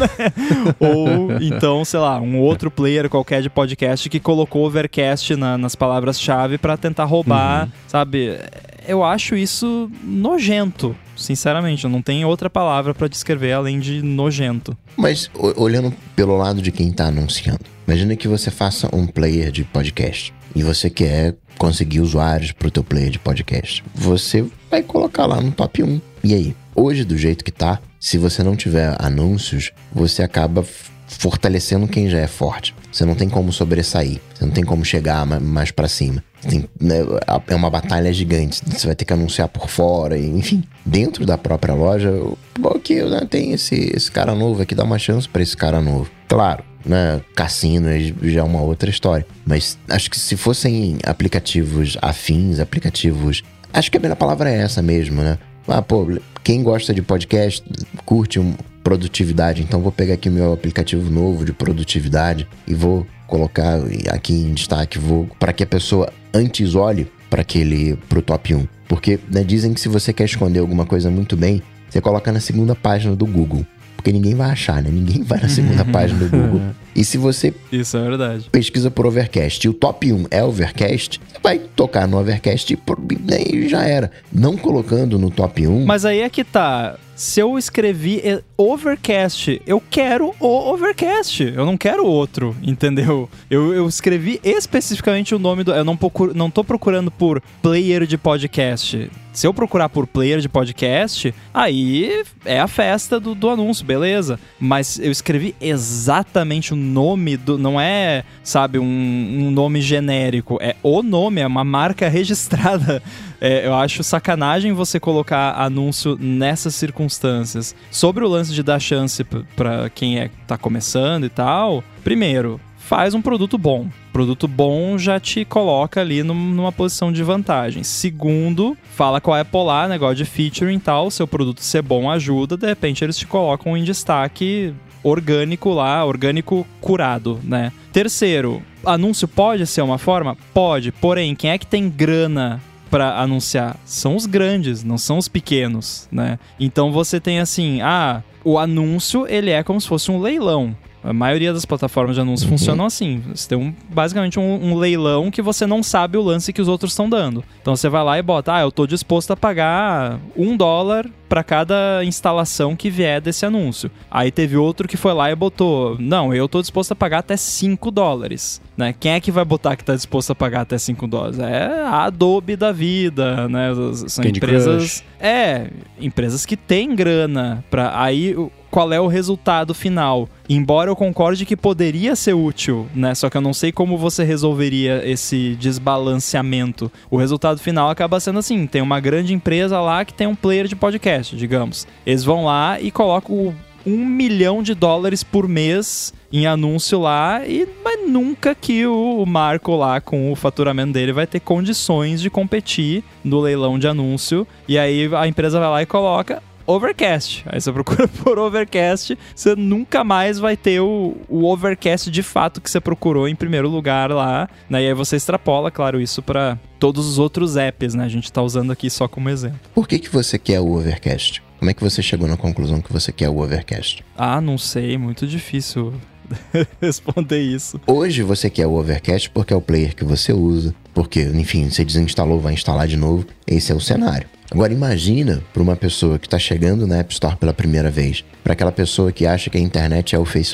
ou então, sei lá, um outro player qualquer de podcast que colocou Overcast na, nas palavras-chave pra tentar roubar, uhum. sabe? Eu acho isso nojento, sinceramente, eu não tenho outra palavra pra descrever além de nojento. Mas, olhando pelo lado de quem tá anunciando, imagina que você faça um player de podcast e você quer conseguir usuários pro teu player de podcast. Você vai colocar lá no top um. E aí? Hoje, do jeito que tá, se você não tiver anúncios, você acaba fortalecendo quem já é forte. Você não tem como sobressair, você não tem como chegar mais pra cima. Tem, né, é uma batalha gigante, você vai ter que anunciar por fora, enfim. Dentro da própria loja, ok, né, tem esse, esse cara novo aqui, dá uma chance pra esse cara novo. Claro, né, cassino já é uma outra história, mas acho que se fossem aplicativos afins, aplicativos... Acho que a melhor palavra é essa mesmo, né? Ah, pô, quem gosta de podcast, curte um, produtividade, então vou pegar aqui o meu aplicativo novo de produtividade e vou colocar aqui em destaque, vou para que a pessoa antes olhe para aquele, pro top um. Porque, né, dizem que se você quer esconder alguma coisa muito bem, você coloca na segunda página do Google. Porque ninguém vai achar, né? Ninguém vai na segunda página do Google. E se você Isso é verdade. pesquisa por Overcast e o top um é Overcast, você vai tocar no Overcast e, e já era. Não colocando no top um... Mas aí é que tá... Se eu escrevi Overcast, eu quero o Overcast. Eu não quero outro, entendeu? Eu, eu escrevi especificamente o nome do... Eu não, procuro, não tô procurando por player de podcast. Se eu procurar por player de podcast, aí é a festa do, do anúncio, beleza. Mas eu escrevi exatamente o nome do... Não é, sabe, um, um nome genérico. É o nome, é uma marca registrada. É, eu acho sacanagem você colocar anúncio nessas circunstâncias. Sobre o lance de dar chance p- pra quem é, tá começando e tal, primeiro, faz um produto bom. Produto bom já te coloca ali num, numa posição de vantagem. Segundo, fala com a Apple lá, negócio de featuring e tal, seu produto ser bom ajuda, de repente eles te colocam em destaque orgânico lá, orgânico curado, né? Terceiro, anúncio pode ser uma forma? Pode, porém, quem é que tem grana pra anunciar? São os grandes, não são os pequenos, né? Então você tem assim, ah, o anúncio, ele é como se fosse um leilão. A maioria das plataformas de anúncio uhum. funcionam assim. Você tem um, basicamente um, um leilão que você não sabe o lance que os outros estão dando. Então você vai lá e bota, ah, eu tô disposto a pagar um dólar para cada instalação que vier desse anúncio. Aí teve outro que foi lá e botou, não, eu tô disposto a pagar até cinco dólares. Né? Quem é que vai botar que tá disposto a pagar até cinco dólares? É a Adobe da vida, né? São Candy empresas... Crush. É, empresas que têm grana pra... Aí... Qual é o resultado final? Embora eu concorde que poderia ser útil, né? Só que eu não sei como você resolveria esse desbalanceamento. O resultado final acaba sendo assim, tem uma grande empresa lá que tem um player de podcast, digamos. Eles vão lá e colocam um milhão de dólares por mês em anúncio lá, e, mas nunca que o, o Marco lá com o faturamento dele vai ter condições de competir no leilão de anúncio. E aí a empresa vai lá e coloca Overcast. Aí você procura por Overcast, você nunca mais vai ter o, o Overcast de fato que você procurou em primeiro lugar lá, né? E aí você extrapola, claro, isso para todos os outros apps, né? A gente tá usando aqui só como exemplo. Por que que você quer o Overcast? Como é que você chegou na conclusão que você quer o Overcast? Ah, não sei, muito difícil responder isso. Hoje você quer o Overcast porque é o player que você usa, porque, enfim, você desinstalou, vai instalar de novo, esse é o cenário. Agora imagina para uma pessoa que está chegando na App Store pela primeira vez, para aquela pessoa que acha que a internet é o Facebook.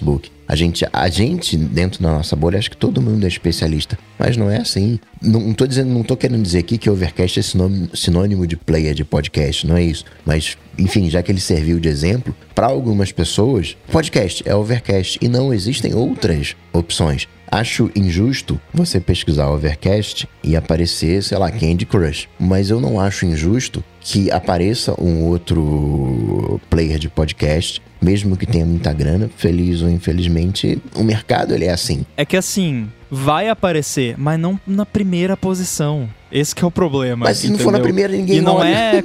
A gente, a gente, dentro da nossa bolha, acho que todo mundo é especialista. Mas não é assim. Não, não, tô, dizendo, não tô querendo dizer aqui que Overcast é sinônimo, sinônimo de player de podcast, não é isso. Mas, enfim, já que ele serviu de exemplo, para algumas pessoas, podcast é Overcast e não existem outras opções. Acho injusto você pesquisar Overcast e aparecer, sei lá, Candy Crush. Mas eu não acho injusto que apareça um outro player de podcast, mesmo que tenha muita grana, feliz ou infelizmente, o mercado ele é assim. É que assim, vai aparecer, mas não na primeira posição. Esse que é o problema. Mas se entendeu? não for na primeira, ninguém E não olha. é...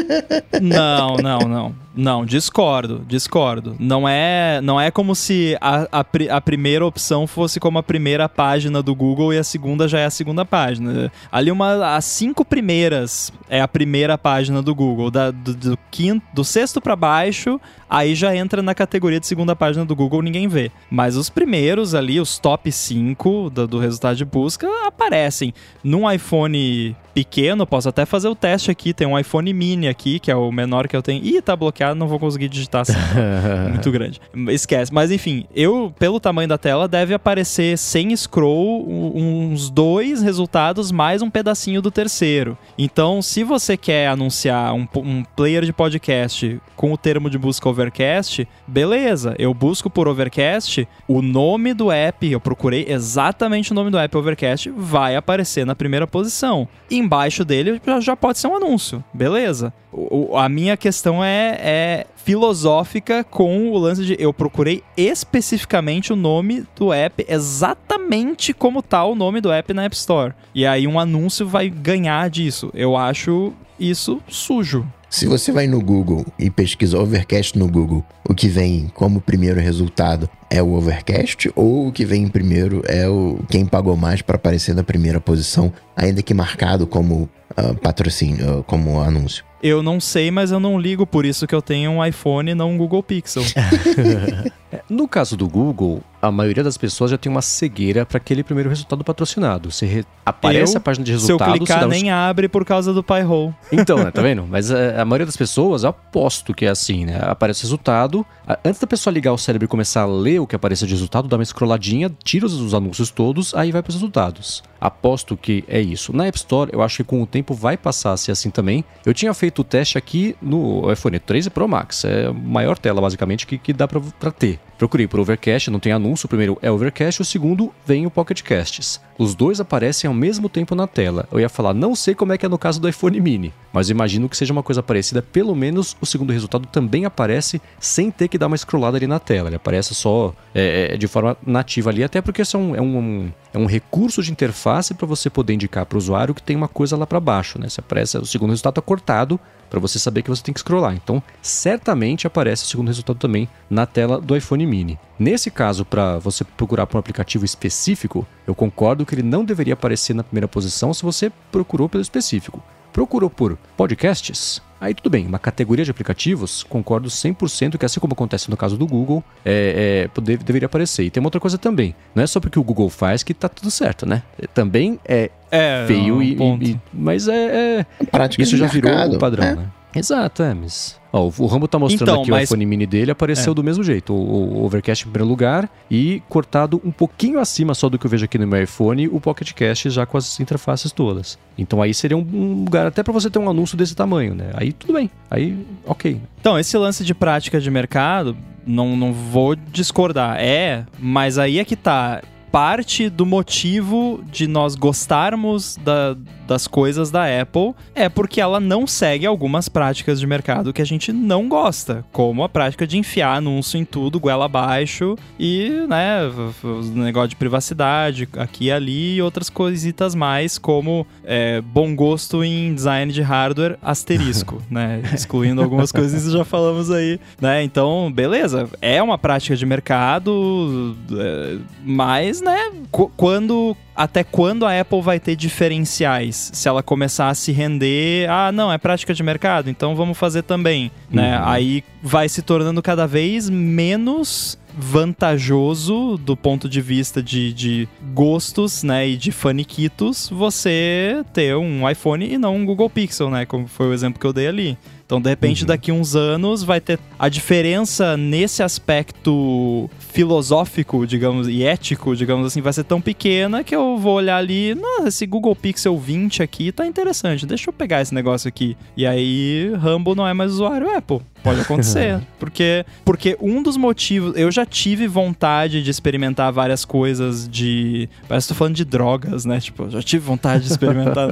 Não, não, não. Não, discordo, discordo. Não é, não é como se a, a, a primeira opção fosse como a primeira página do Google e a segunda já é a segunda página. Ali uma, as cinco primeiras é a primeira página do Google. Da, do, do, quinto, do sexto pra baixo, aí já entra na categoria de segunda página do Google, ninguém vê. Mas os primeiros ali, os top cinco do, do resultado de busca, aparecem. Num iPhone pequeno, posso até fazer o teste aqui, tem um iPhone mini aqui, que é o menor que eu tenho. Ih, tá bloqueado, não vou conseguir digitar assim. Muito grande. Esquece. Mas enfim, eu, pelo tamanho da tela, deve aparecer sem scroll uns dois resultados mais um pedacinho do terceiro. Então, se você quer anunciar um, um player de podcast com o termo de busca Overcast, beleza, eu busco por Overcast, o nome do app, eu procurei exatamente o nome do app Overcast, vai aparecer na primeira posição. Embaixo dele já, já pode ser um anúncio, beleza. O, a minha questão é, é filosófica com o lance de eu procurei especificamente o nome do app, exatamente como tá o nome do app na App Store. E aí um anúncio vai ganhar disso. Eu acho isso sujo. Se você vai no Google e pesquisa Overcast no Google, o que vem como primeiro resultado é o Overcast ou o que vem em primeiro é o quem pagou mais para aparecer na primeira posição, ainda que marcado como uh, patrocínio, uh, como anúncio? Eu não sei, mas eu não ligo, por isso que eu tenho um iPhone e não um Google Pixel. No caso do Google, a maioria das pessoas já tem uma cegueira para aquele primeiro resultado patrocinado. Você re... aparece eu, a página de resultados... Se eu clicar, um... nem abre por causa do Pi-hole. Então, né, tá vendo? Mas a, a maioria das pessoas, eu aposto que é assim, né? Aparece o resultado, a, antes da pessoa ligar o cérebro e começar a ler o que aparece de resultado, dá uma scrolladinha, tira os, os anúncios todos, aí vai para os resultados. Aposto que é isso. Na App Store, eu acho que com o tempo vai passar a ser assim também. Eu tinha feito o teste aqui no iPhone treze Pro Max. É a maior tela, basicamente, que, que dá pra, pra ter. Procurei por Overcast, não tem anúncio. O primeiro é Overcast, o segundo vem o Pocket Casts. Os dois aparecem ao mesmo tempo na tela. Eu ia falar, não sei como é que é no caso do iPhone mini, mas imagino que seja uma coisa parecida. Pelo menos o segundo resultado também aparece sem ter que dar uma scrollada ali na tela. Ele aparece só é, de forma nativa ali, até porque isso é um, é um, é um recurso de interface para você poder indicar para o usuário que tem uma coisa lá para baixo, né? Se aparece, o segundo resultado está cortado para você saber que você tem que scrollar. Então, certamente aparece o segundo resultado também na tela do iPhone mini. Nesse caso, para você procurar por um aplicativo específico, eu concordo que ele não deveria aparecer na primeira posição se você procurou pelo específico. Procurou por podcasts? Aí tudo bem, uma categoria de aplicativos, concordo cem por cento que assim como acontece no caso do Google, é, é, poder, deveria aparecer. E tem uma outra coisa também, não é só porque o Google faz que tá tudo certo, né? Também é, é feio, não, e, e, mas é... é prática isso já virou mercado, o padrão, é. né? Exato, é, mas... Ó, o Rambo tá mostrando então, aqui mas... o iPhone mini dele, apareceu é. do mesmo jeito. O, o Overcast em primeiro lugar e cortado um pouquinho acima só do que eu vejo aqui no meu iPhone, o Pocket Cast já com as interfaces todas. Então aí seria um, um lugar até pra você ter um anúncio desse tamanho, né? Aí tudo bem, aí ok. Então, esse lance de prática de mercado, não, não vou discordar. É, mas aí é que tá... Parte do motivo de nós gostarmos da, das coisas da Apple é porque ela não segue algumas práticas de mercado que a gente não gosta, como a prática de enfiar anúncio em tudo, goela abaixo, e, né, o negócio de privacidade aqui e ali, e outras coisitas mais, como é, bom gosto em design de hardware asterisco, né, excluindo algumas coisas que já falamos aí, né, então, beleza, é uma prática de mercado, é, mas né? Quando, até quando a Apple vai ter diferenciais? Se ela começar a se render, ah, não, é prática de mercado, então vamos fazer também, uhum. né? Aí vai se tornando cada vez menos vantajoso do ponto de vista de, de gostos, né, e de faniquitos, você ter um iPhone e não um Google Pixel, né, como foi o exemplo que eu dei ali. Então, de repente, uhum. daqui uns anos vai ter a diferença nesse aspecto filosófico, digamos, e ético, digamos assim, vai ser tão pequena que eu vou olhar ali, nossa, esse Google Pixel vinte aqui tá interessante, deixa eu pegar esse negócio aqui. E aí, Rumble não é mais usuário Apple. Pode acontecer. porque, porque um dos motivos... Eu já tive vontade de experimentar várias coisas de... Parece que tô falando de drogas, né? Tipo, eu já tive vontade de experimentar...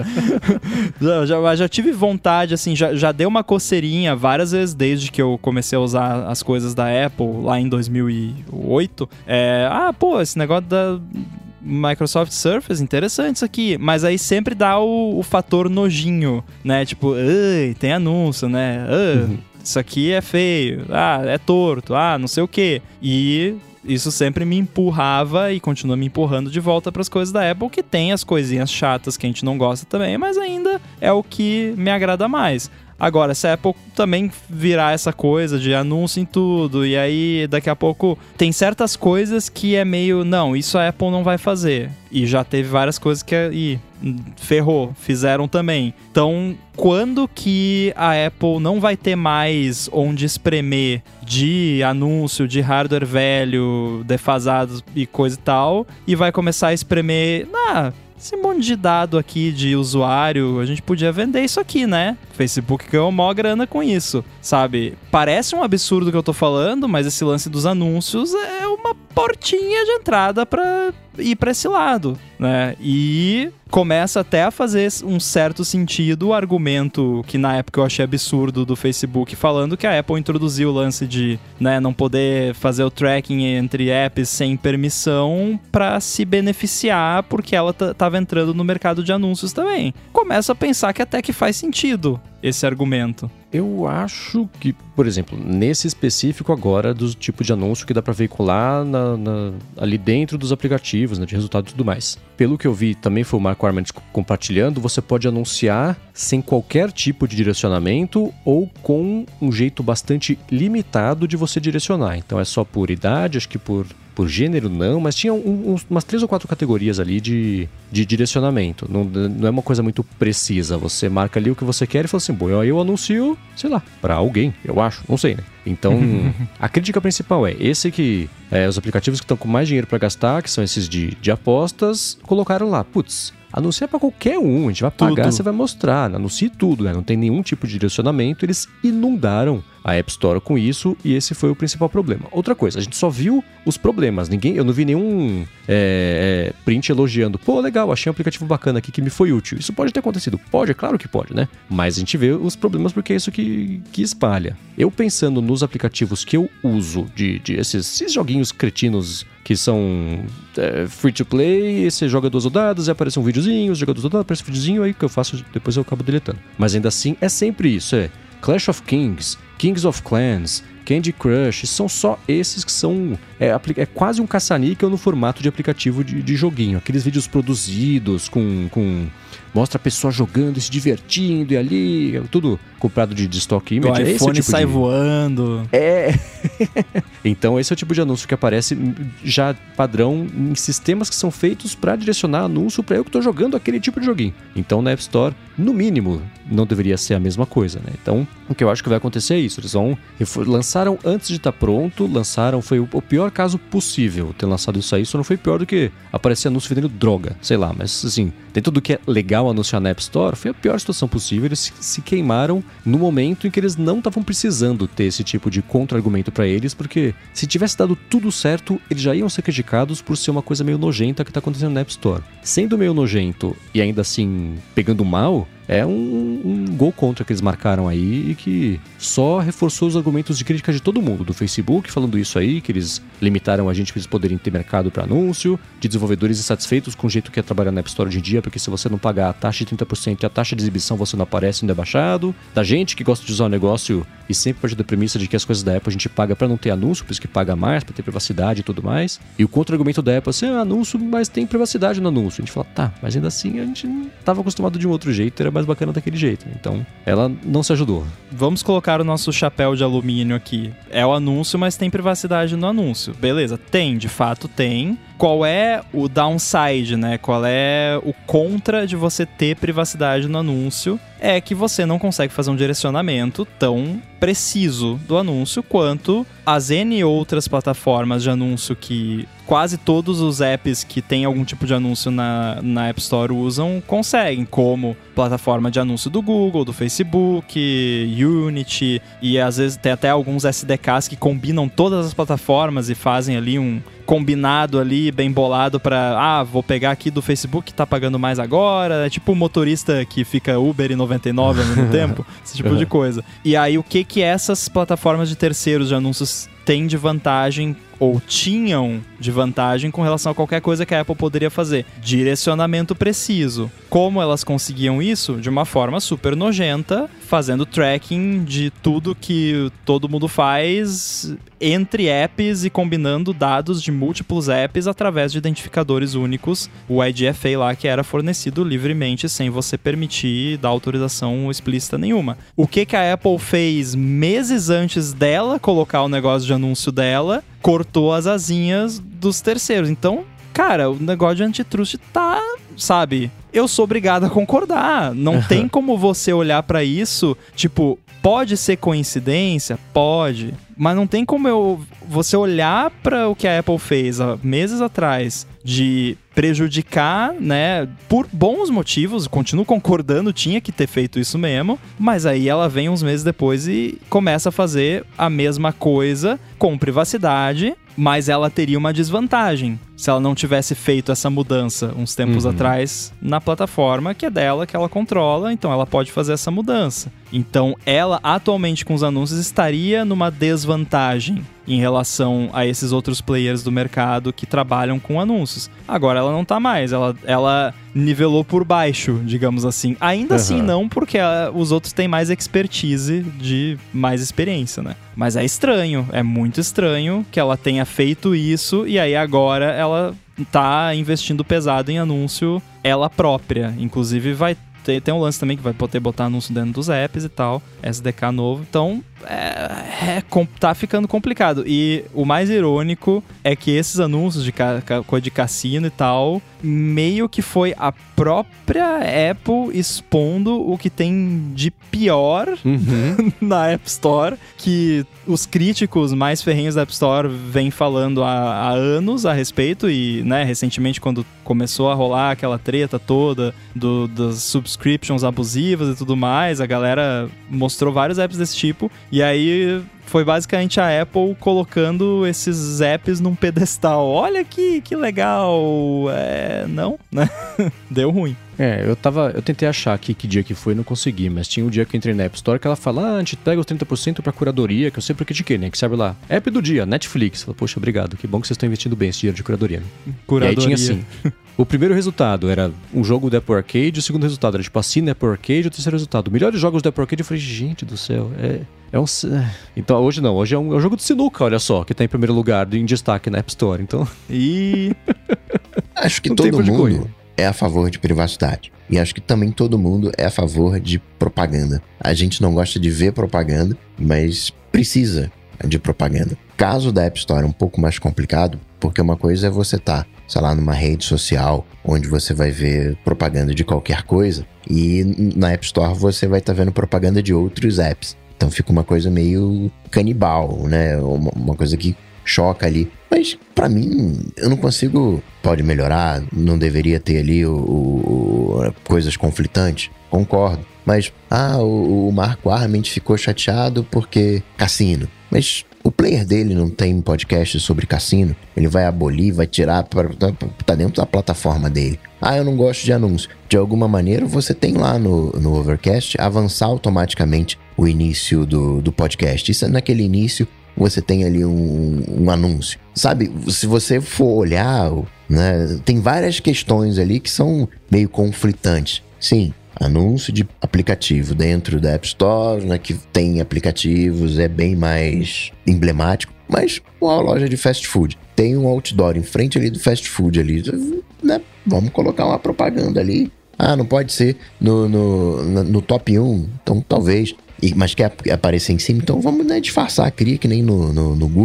já, já, já tive vontade, assim, já, já deu uma coceirinha várias vezes desde que eu comecei a usar as coisas da Apple lá em dois mil e oito. É, ah, pô, esse negócio da... Microsoft Surface, interessante isso aqui. Mas aí sempre dá o, o fator nojinho, né? Tipo, tem anúncio, né? Uhum. Isso aqui é feio, ah, é torto, ah, não sei o quê. E isso sempre me empurrava e continua me empurrando de volta para as coisas da Apple, que tem as coisinhas chatas que a gente não gosta também, mas ainda é o que me agrada mais. Agora, se a Apple também virar essa coisa de anúncio em tudo, e aí daqui a pouco tem certas coisas que é meio, não, isso a Apple não vai fazer. E já teve várias coisas que ih, ferrou, fizeram também. Então, quando que a Apple não vai ter mais onde espremer de anúncio, de hardware velho, defasado e coisa e tal, e vai começar a espremer, ah... esse monte de dado aqui de usuário, a gente podia vender isso aqui, né? Facebook ganhou mó grana com isso, sabe? Parece um absurdo que eu tô falando, mas esse lance dos anúncios é uma portinha de entrada pra ir pra esse lado, né? E começa até a fazer um certo sentido o argumento que na época eu achei absurdo do Facebook, falando que a Apple introduziu o lance de, né, não poder fazer o tracking entre apps sem permissão pra se beneficiar, porque ela t- tava entrando no mercado de anúncios também. Começo a pensar que até que faz sentido esse argumento. Eu acho que, por exemplo, nesse específico agora, do tipo de anúncio que dá para veicular na, na, ali dentro dos aplicativos, né, de resultado e tudo mais. Pelo que eu vi, também foi o Marco Arment compartilhando, você pode anunciar sem qualquer tipo de direcionamento ou com um jeito bastante limitado de você direcionar. Então é só por idade, acho que por... por gênero não, mas tinha um, um, umas três ou quatro categorias ali de, de direcionamento. Não, não é uma coisa muito precisa. Você marca ali o que você quer e fala assim, bom, eu, eu anuncio, sei lá, pra alguém, eu acho, não sei, né? Então, a crítica principal é esse que é, os aplicativos que estão com mais dinheiro para gastar, que são esses de, de apostas, colocaram lá, putz, anuncia pra qualquer um, a gente vai pagar, tudo. Você vai mostrar, anuncie tudo, né? Não tem nenhum tipo de direcionamento, eles inundaram a App Store com isso e esse foi o principal problema. Outra coisa, a gente só viu os problemas, ninguém, eu não vi nenhum é, é, print elogiando, pô, legal, achei um aplicativo bacana aqui que me foi útil. Isso pode ter acontecido? Pode, é claro que pode, né? Mas a gente vê os problemas porque é isso que, que espalha. Eu pensando nos aplicativos que eu uso, de, de esses, esses joguinhos cretinos que são é, free to play, você joga duas rodadas e aparece um videozinho, joga duas rodadas, aparece um videozinho, aí que eu faço, depois eu acabo deletando. Mas ainda assim, é sempre isso, é Clash of Kings, Kings of Clans, Candy Crush, são só esses que são... É, é quase um caça-níquel no formato de aplicativo de, de joguinho. Aqueles vídeos produzidos com... com mostra a pessoa jogando e se divertindo e ali, tudo comprado de, de stock image. O iPhone é esse o tipo sai de... voando. É. Então esse é o tipo de anúncio que aparece já padrão em sistemas que são feitos para direcionar anúncio para eu que estou jogando aquele tipo de joguinho. Então na App Store, no mínimo, não deveria ser a mesma coisa, né? Então o que eu acho que vai acontecer é isso. Eles vão... Lançaram antes de estar tá pronto, lançaram... Foi o pior caso possível ter lançado isso aí. Isso não foi pior do que aparecer anúncio vendendo droga, sei lá. Mas assim, tem tudo que é legal anunciar na App Store, foi a pior situação possível. Eles se, se queimaram no momento em que eles não estavam precisando ter esse tipo de contra-argumento para eles, porque se tivesse dado tudo certo, eles já iam ser criticados por ser uma coisa meio nojenta que está acontecendo na App Store. Sendo meio nojento e ainda assim pegando mal, é um, um gol contra que eles marcaram aí e que só reforçou os argumentos de crítica de todo mundo, do Facebook falando isso aí, que eles limitaram a gente para eles poderem ter mercado para anúncio, de desenvolvedores insatisfeitos com o jeito que é trabalhar na App Store hoje em dia, porque se você não pagar a taxa de trinta por cento e a taxa de exibição você não aparece, não é baixado, da gente que gosta de usar o negócio e sempre parte da premissa de que as coisas da Apple a gente paga para não ter anúncio, por isso que paga mais, para ter privacidade e tudo mais, e o contra-argumento da Apple é assim, ah, anúncio, mas tem privacidade no anúncio. A gente fala, tá, mas ainda assim a gente não estava acostumado de um outro jeito, era mais bacana daquele jeito. Então, ela não se ajudou. Vamos colocar o nosso chapéu de alumínio aqui. É o anúncio, mas tem privacidade no anúncio. Beleza, tem, de fato tem. qual é o downside, né? Qual é o contra de você ter privacidade no anúncio? É que você não consegue fazer um direcionamento tão preciso do anúncio quanto as N outras plataformas de anúncio que quase todos os apps que têm algum tipo de anúncio na, na App Store usam, conseguem, como plataforma de anúncio do Google, do Facebook, Unity, e às vezes tem até alguns S D Ks que combinam todas as plataformas e fazem ali um combinado ali, bem bolado pra, ah, vou pegar aqui do Facebook que tá pagando mais agora, é tipo o motorista que fica Uber e noventa e nove ao mesmo tempo, esse tipo de coisa. E aí o que que essas plataformas de terceiros de anúncios têm de vantagem, ou tinham de vantagem com relação a qualquer coisa que a Apple poderia fazer? Direcionamento preciso. Como elas conseguiam isso? De uma forma super nojenta, fazendo tracking de tudo que todo mundo faz entre apps e combinando dados de múltiplos apps através de identificadores únicos, o I D F A lá, que era fornecido livremente sem você permitir dar autorização explícita nenhuma. O que que a Apple fez meses antes dela colocar o negócio de anúncio dela? Cortou as asinhas dos terceiros. Então, cara, o negócio de antitrust tá, sabe? Eu sou obrigado a concordar. Não uhum. tem como você olhar pra isso, tipo, pode ser coincidência? Pode. Mas não tem como eu, você olhar para o que a Apple fez há meses atrás de prejudicar, né, por bons motivos, continuo concordando, tinha que ter feito isso mesmo, mas aí ela vem uns meses depois e começa a fazer a mesma coisa com privacidade, mas ela teria uma desvantagem se ela não tivesse feito essa mudança uns tempos uhum. atrás na plataforma que é dela, que ela controla, então ela pode fazer essa mudança. Então ela atualmente com os anúncios estaria numa desvantagem em relação a esses outros players do mercado que trabalham com anúncios. Agora ela não tá mais, ela, ela nivelou por baixo, digamos assim. Ainda uhum. assim não, porque a, os outros têm mais expertise de mais experiência, né? Mas é estranho, é muito estranho que ela tenha feito isso e aí agora ela tá investindo pesado em anúncio ela própria. Inclusive vai ter, tem um lance também que vai poder botar anúncio dentro dos apps e tal, S D K novo. Então é, é, tá ficando complicado. E o mais irônico é que esses anúncios de, ca, de cassino e tal, meio que foi a própria Apple expondo o que tem de pior uhum. na App Store, que os críticos mais ferrenhos da App Store vêm falando há, há anos a respeito e, né, recentemente quando começou a rolar aquela treta toda do, das subscriptions abusivas e tudo mais, a galera mostrou vários apps desse tipo e aí foi basicamente a Apple colocando esses apps num pedestal. Olha que, que legal. É, não, né? Deu ruim. É, eu tava. Eu tentei achar aqui que dia que foi e não consegui, mas tinha um dia que eu entrei na App Store que ela fala: ah, a gente pega os trinta por cento pra curadoria, que eu sempre critiquei, né? Que serve lá. App do dia, Netflix. Fala, poxa, obrigado, que bom que vocês estão investindo bem esse dinheiro de curadoria. Curadoria. E aí tinha assim. O primeiro resultado era um jogo do Apple Arcade, o segundo resultado era tipo assina Apple Arcade, o terceiro resultado, melhores jogos do Apple Arcade. Eu falei, gente do céu, é, é um... Então hoje não, hoje é um, é um jogo de sinuca, olha só, que tá em primeiro lugar, em destaque na App Store, então... E... Acho que todo mundo é a favor de privacidade. E acho que também todo mundo é a favor de propaganda. A gente não gosta de ver propaganda, mas precisa de propaganda. Caso da App Store é um pouco mais complicado, porque uma coisa é você estar, tá, sei lá, numa rede social, onde você vai ver propaganda de qualquer coisa, e na App Store você vai estar tá vendo propaganda de outros apps. Então fica uma coisa meio canibal, né? Uma, uma coisa que choca ali. Mas, pra mim, eu não consigo... Pode melhorar, não deveria ter ali o, o, o, coisas conflitantes. Concordo. Mas, ah, o, o Marco Arment ficou chateado porque cassino. Mas o player dele não tem podcast sobre cassino. Ele vai abolir, vai tirar pra, pra, tá dentro da plataforma dele. Ah, eu não gosto de anúncio. De alguma maneira, você tem lá no, no Overcast avançar automaticamente o início do, do podcast. Isso é naquele início... Você tem ali um, um anúncio. Sabe, se você for olhar, né, tem várias questões ali que são meio conflitantes. Sim, anúncio de aplicativo dentro da App Store, né, que tem aplicativos, é bem mais emblemático. Mas uma loja de fast food tem um outdoor em frente ali do fast food ali, né, vamos colocar uma propaganda ali. Ah, não pode ser no, no, no, no top um, então talvez... E, mas quer aparecer em cima, então vamos, né, disfarçar, cria que nem no, no, no Google,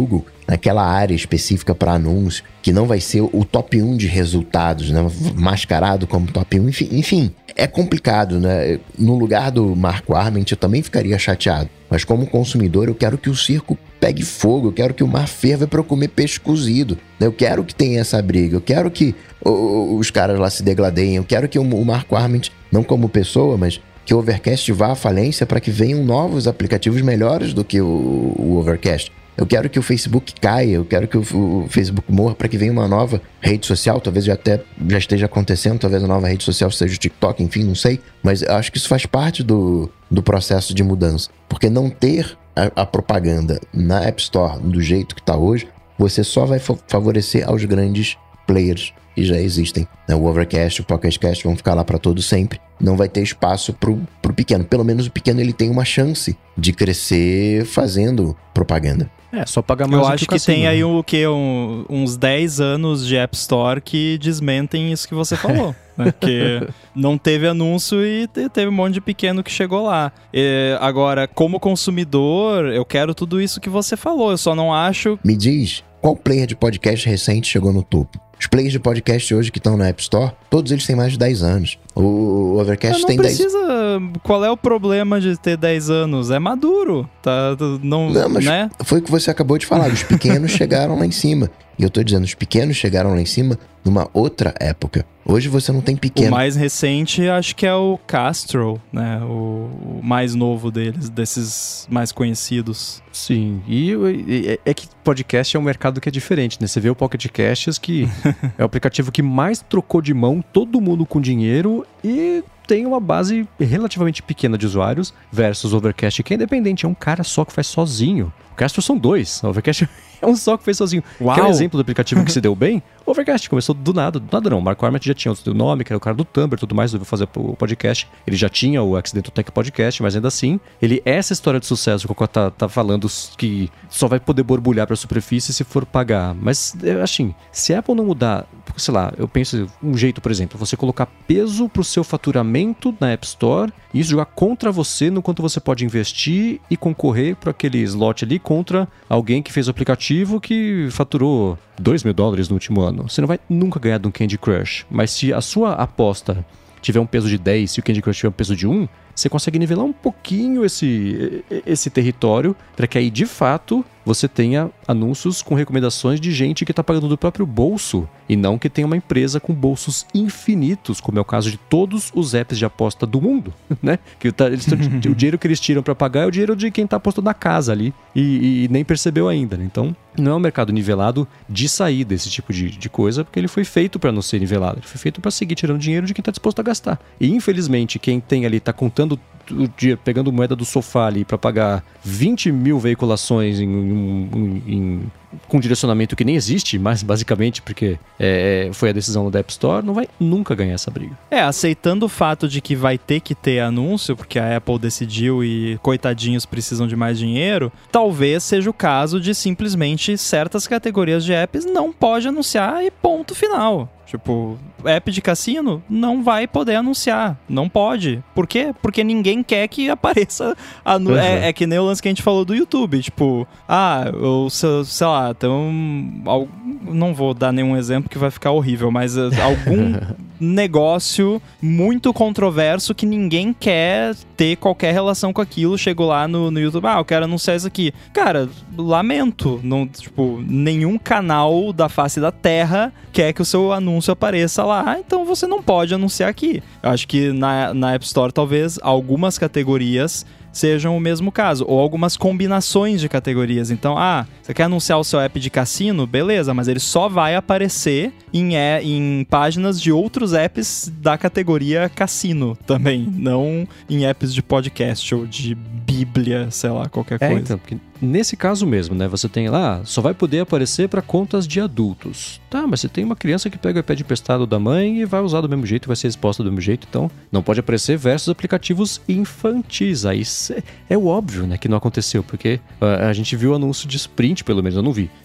naquela área específica para anúncio, que não vai ser o top um de resultados, né? Mascarado como top um, enfim, enfim, é complicado, né? No lugar do Marco Arment eu também ficaria chateado, mas como consumidor eu quero que o circo pegue fogo, eu quero que o mar ferva para eu comer peixe cozido, né? Eu quero que tenha essa briga, eu quero que o, os caras lá se degladeiem, eu quero que o, o Marco Arment, não como pessoa, mas que o Overcast vá à falência para que venham novos aplicativos melhores do que o, o Overcast. Eu quero que o Facebook caia, eu quero que o, o Facebook morra para que venha uma nova rede social, talvez já até já esteja acontecendo, talvez a nova rede social seja o TikTok, enfim, não sei. Mas eu acho que isso faz parte do, do processo de mudança. Porque não ter a, a propaganda na App Store do jeito que está hoje, você só vai fa- favorecer aos grandes players que já existem. O Overcast, o PocketCast vão ficar lá para todo sempre. Não vai ter espaço pro, pro pequeno. Pelo menos o pequeno ele tem uma chance de crescer fazendo propaganda. É, só pagar mais Eu do acho que, que o cassino, tem né? aí o quê? Um, uns dez anos de App Store que desmentem isso que você falou. Né? Porque não teve anúncio e te- teve um monte de pequeno que chegou lá. É, agora, como consumidor, eu quero tudo isso que você falou. Eu só não acho... Me diz, qual player de podcast recente chegou no topo? Os players de podcast hoje que estão na App Store, todos eles têm mais de dez anos. O Overcast não tem dez... precisa... Qual é o problema de ter dez anos? É maduro. Tá, tá- não, Não, mas né? foi o que você acabou de falar. Os pequenos chegaram lá em cima. E eu tô dizendo, os pequenos chegaram lá em cima numa outra época. Hoje você não tem O pequeno. mais recente acho que é o Castro, né? O, o mais novo deles, desses mais conhecidos. Sim, e, e- é- é que podcast é um mercado que é diferente, né? Você vê o Pocket Casts, que é o aplicativo que mais trocou de mão, todo mundo com dinheiro e tem uma base relativamente pequena de usuários, versus o Overcast, que é independente, é um cara só que faz sozinho. O Castro são dois, o Overcast é um só que fez sozinho. Uau! Quer um exemplo do aplicativo que se deu bem? O Overcast começou do nada, do nada não. O Marco Arment já tinha o nome, que era o cara do Tumblr e tudo mais, resolveu fazer o podcast. Ele já tinha o Accidental Tech Podcast, mas ainda assim, ele essa história de sucesso que o Cocó tá, tá falando, que só vai poder borbulhar pra superfície se for pagar. Mas, eu, assim, se a Apple não mudar, sei lá, eu penso um jeito, por exemplo, você colocar peso pro seu faturamento na App Store e isso jogar contra você no quanto você pode investir e concorrer para aquele slot ali contra alguém que fez o aplicativo que faturou dois mil dólares no último ano. Você não vai nunca ganhar de um Candy Crush, mas se a sua aposta tiver um peso de dez, se o Candy Crush tiver um peso de um, você consegue nivelar um pouquinho esse, esse território para que aí, de fato, você tenha anúncios com recomendações de gente que está pagando do próprio bolso e não que tenha uma empresa com bolsos infinitos, como é o caso de todos os apps de aposta do mundo, né? Que tá, eles tão, o dinheiro que eles tiram para pagar é o dinheiro de quem está apostando na casa ali e, e nem percebeu ainda, né? Então, não é um mercado nivelado de sair desse tipo de, de coisa, porque ele foi feito para não ser nivelado. Ele foi feito para seguir tirando dinheiro de quem está disposto a gastar. E, infelizmente, quem tem ali, está contando o dia, pegando moeda do sofá ali para pagar vinte mil veiculações em, em, em, com direcionamento que nem existe, mas basicamente porque é, foi a decisão da App Store, não vai nunca ganhar essa briga. É, aceitando o fato de que vai ter que ter anúncio, porque a Apple decidiu e coitadinhos precisam de mais dinheiro, talvez seja o caso de simplesmente certas categorias de apps não pode anunciar e ponto final. Tipo, app de cassino não vai poder anunciar. Não pode. Por quê? Porque ninguém quer que apareça... Anu- Uhum. é, é que nem o lance que a gente falou do YouTube. Tipo, ah, eu, sei, sei lá, então... al- Não vou dar nenhum exemplo que vai ficar horrível, mas uh, algum negócio muito controverso que ninguém quer ter qualquer relação com aquilo. Chegou lá no, no YouTube, ah, eu quero anunciar isso aqui. Cara, lamento. Não, tipo, nenhum canal da face da Terra quer que o seu anúncio apareça lá, então você não pode anunciar aqui. Eu acho que na, na App Store, talvez, algumas categorias sejam o mesmo caso, ou algumas combinações de categorias. Então, ah, você quer anunciar o seu app de cassino? Beleza, mas ele só vai aparecer em, é, em páginas de outros apps da categoria cassino também, não em apps de podcast ou de bíblia, sei lá, qualquer É, coisa. então, porque nesse caso mesmo, né, você tem lá, só vai poder aparecer para contas de adultos. Tá, mas você tem uma criança que pega o iPad emprestado da mãe e vai usar do mesmo jeito, vai ser exposta do mesmo jeito, então não pode aparecer versus aplicativos infantis. Aí é, é o óbvio, né, que não aconteceu, porque a, a gente viu o anúncio de Sprint, pelo menos, eu não vi,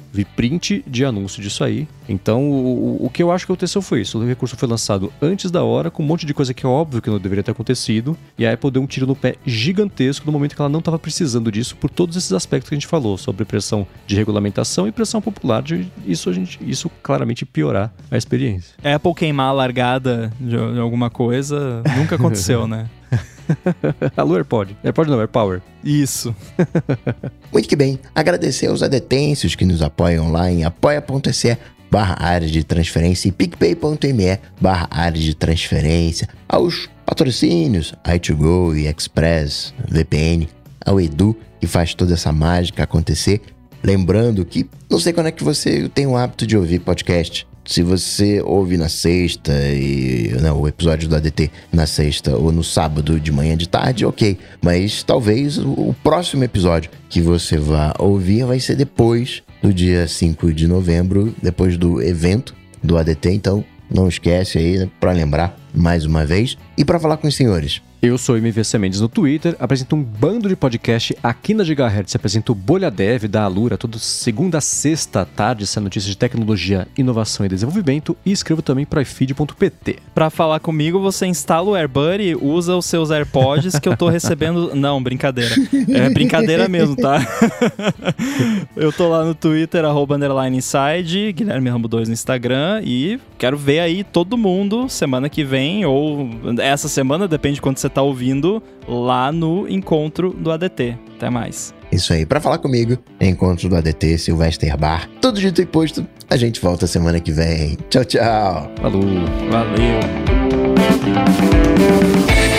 Vi print de anúncio disso aí. Então, o, o que eu acho que aconteceu foi isso. O recurso foi lançado antes da hora, com um monte de coisa que é óbvio que não deveria ter acontecido. E a Apple deu um tiro no pé gigantesco no momento que ela não estava precisando disso, por todos esses aspectos que a gente falou, sobre pressão de regulamentação e pressão popular, de isso, a gente, isso claramente piorar a experiência. Apple queimar a largada de, de alguma coisa nunca aconteceu, né? Alô, AirPod. AirPod não, AirPower. Isso. Muito que bem. Agradecer aos adetêncios que nos apoiam lá em apoia.se barra área de transferência e picpay.me barra área de transferência. Aos patrocínios i dois go e Express, V P N. Ao Edu, que faz toda essa mágica acontecer. Lembrando que não sei quando é que você tem o hábito de ouvir podcast. Se você ouve na sexta, e não, o episódio do A D T na sexta ou no sábado de manhã de tarde, ok. Mas talvez o, o próximo episódio que você vá ouvir vai ser depois do dia cinco de novembro, depois do evento do A D T. Então não esquece aí, né, para lembrar mais uma vez. E para falar com os senhores. Eu sou o M V C Mendes no Twitter, apresento um bando de podcast aqui na Gigahertz, apresento o Bolha Dev da Alura, toda segunda a sexta tarde, essa notícia de tecnologia, inovação e desenvolvimento, e escrevo também para i feed ponto p t. Pra falar comigo, você instala o AirBuddy, usa os seus AirPods que eu tô recebendo... Não, brincadeira. É brincadeira mesmo, tá? Eu tô lá no Twitter, arroba underline inside, Guilherme Rambo dois no Instagram, e quero ver aí todo mundo semana que vem, ou essa semana, depende de quando você tá ouvindo, lá no encontro do A D T. Até mais. Isso aí, pra falar comigo, encontro do A D T, Silvester Bar. Tudo dito e posto, a gente volta semana que vem. Tchau, tchau. Falou. Valeu.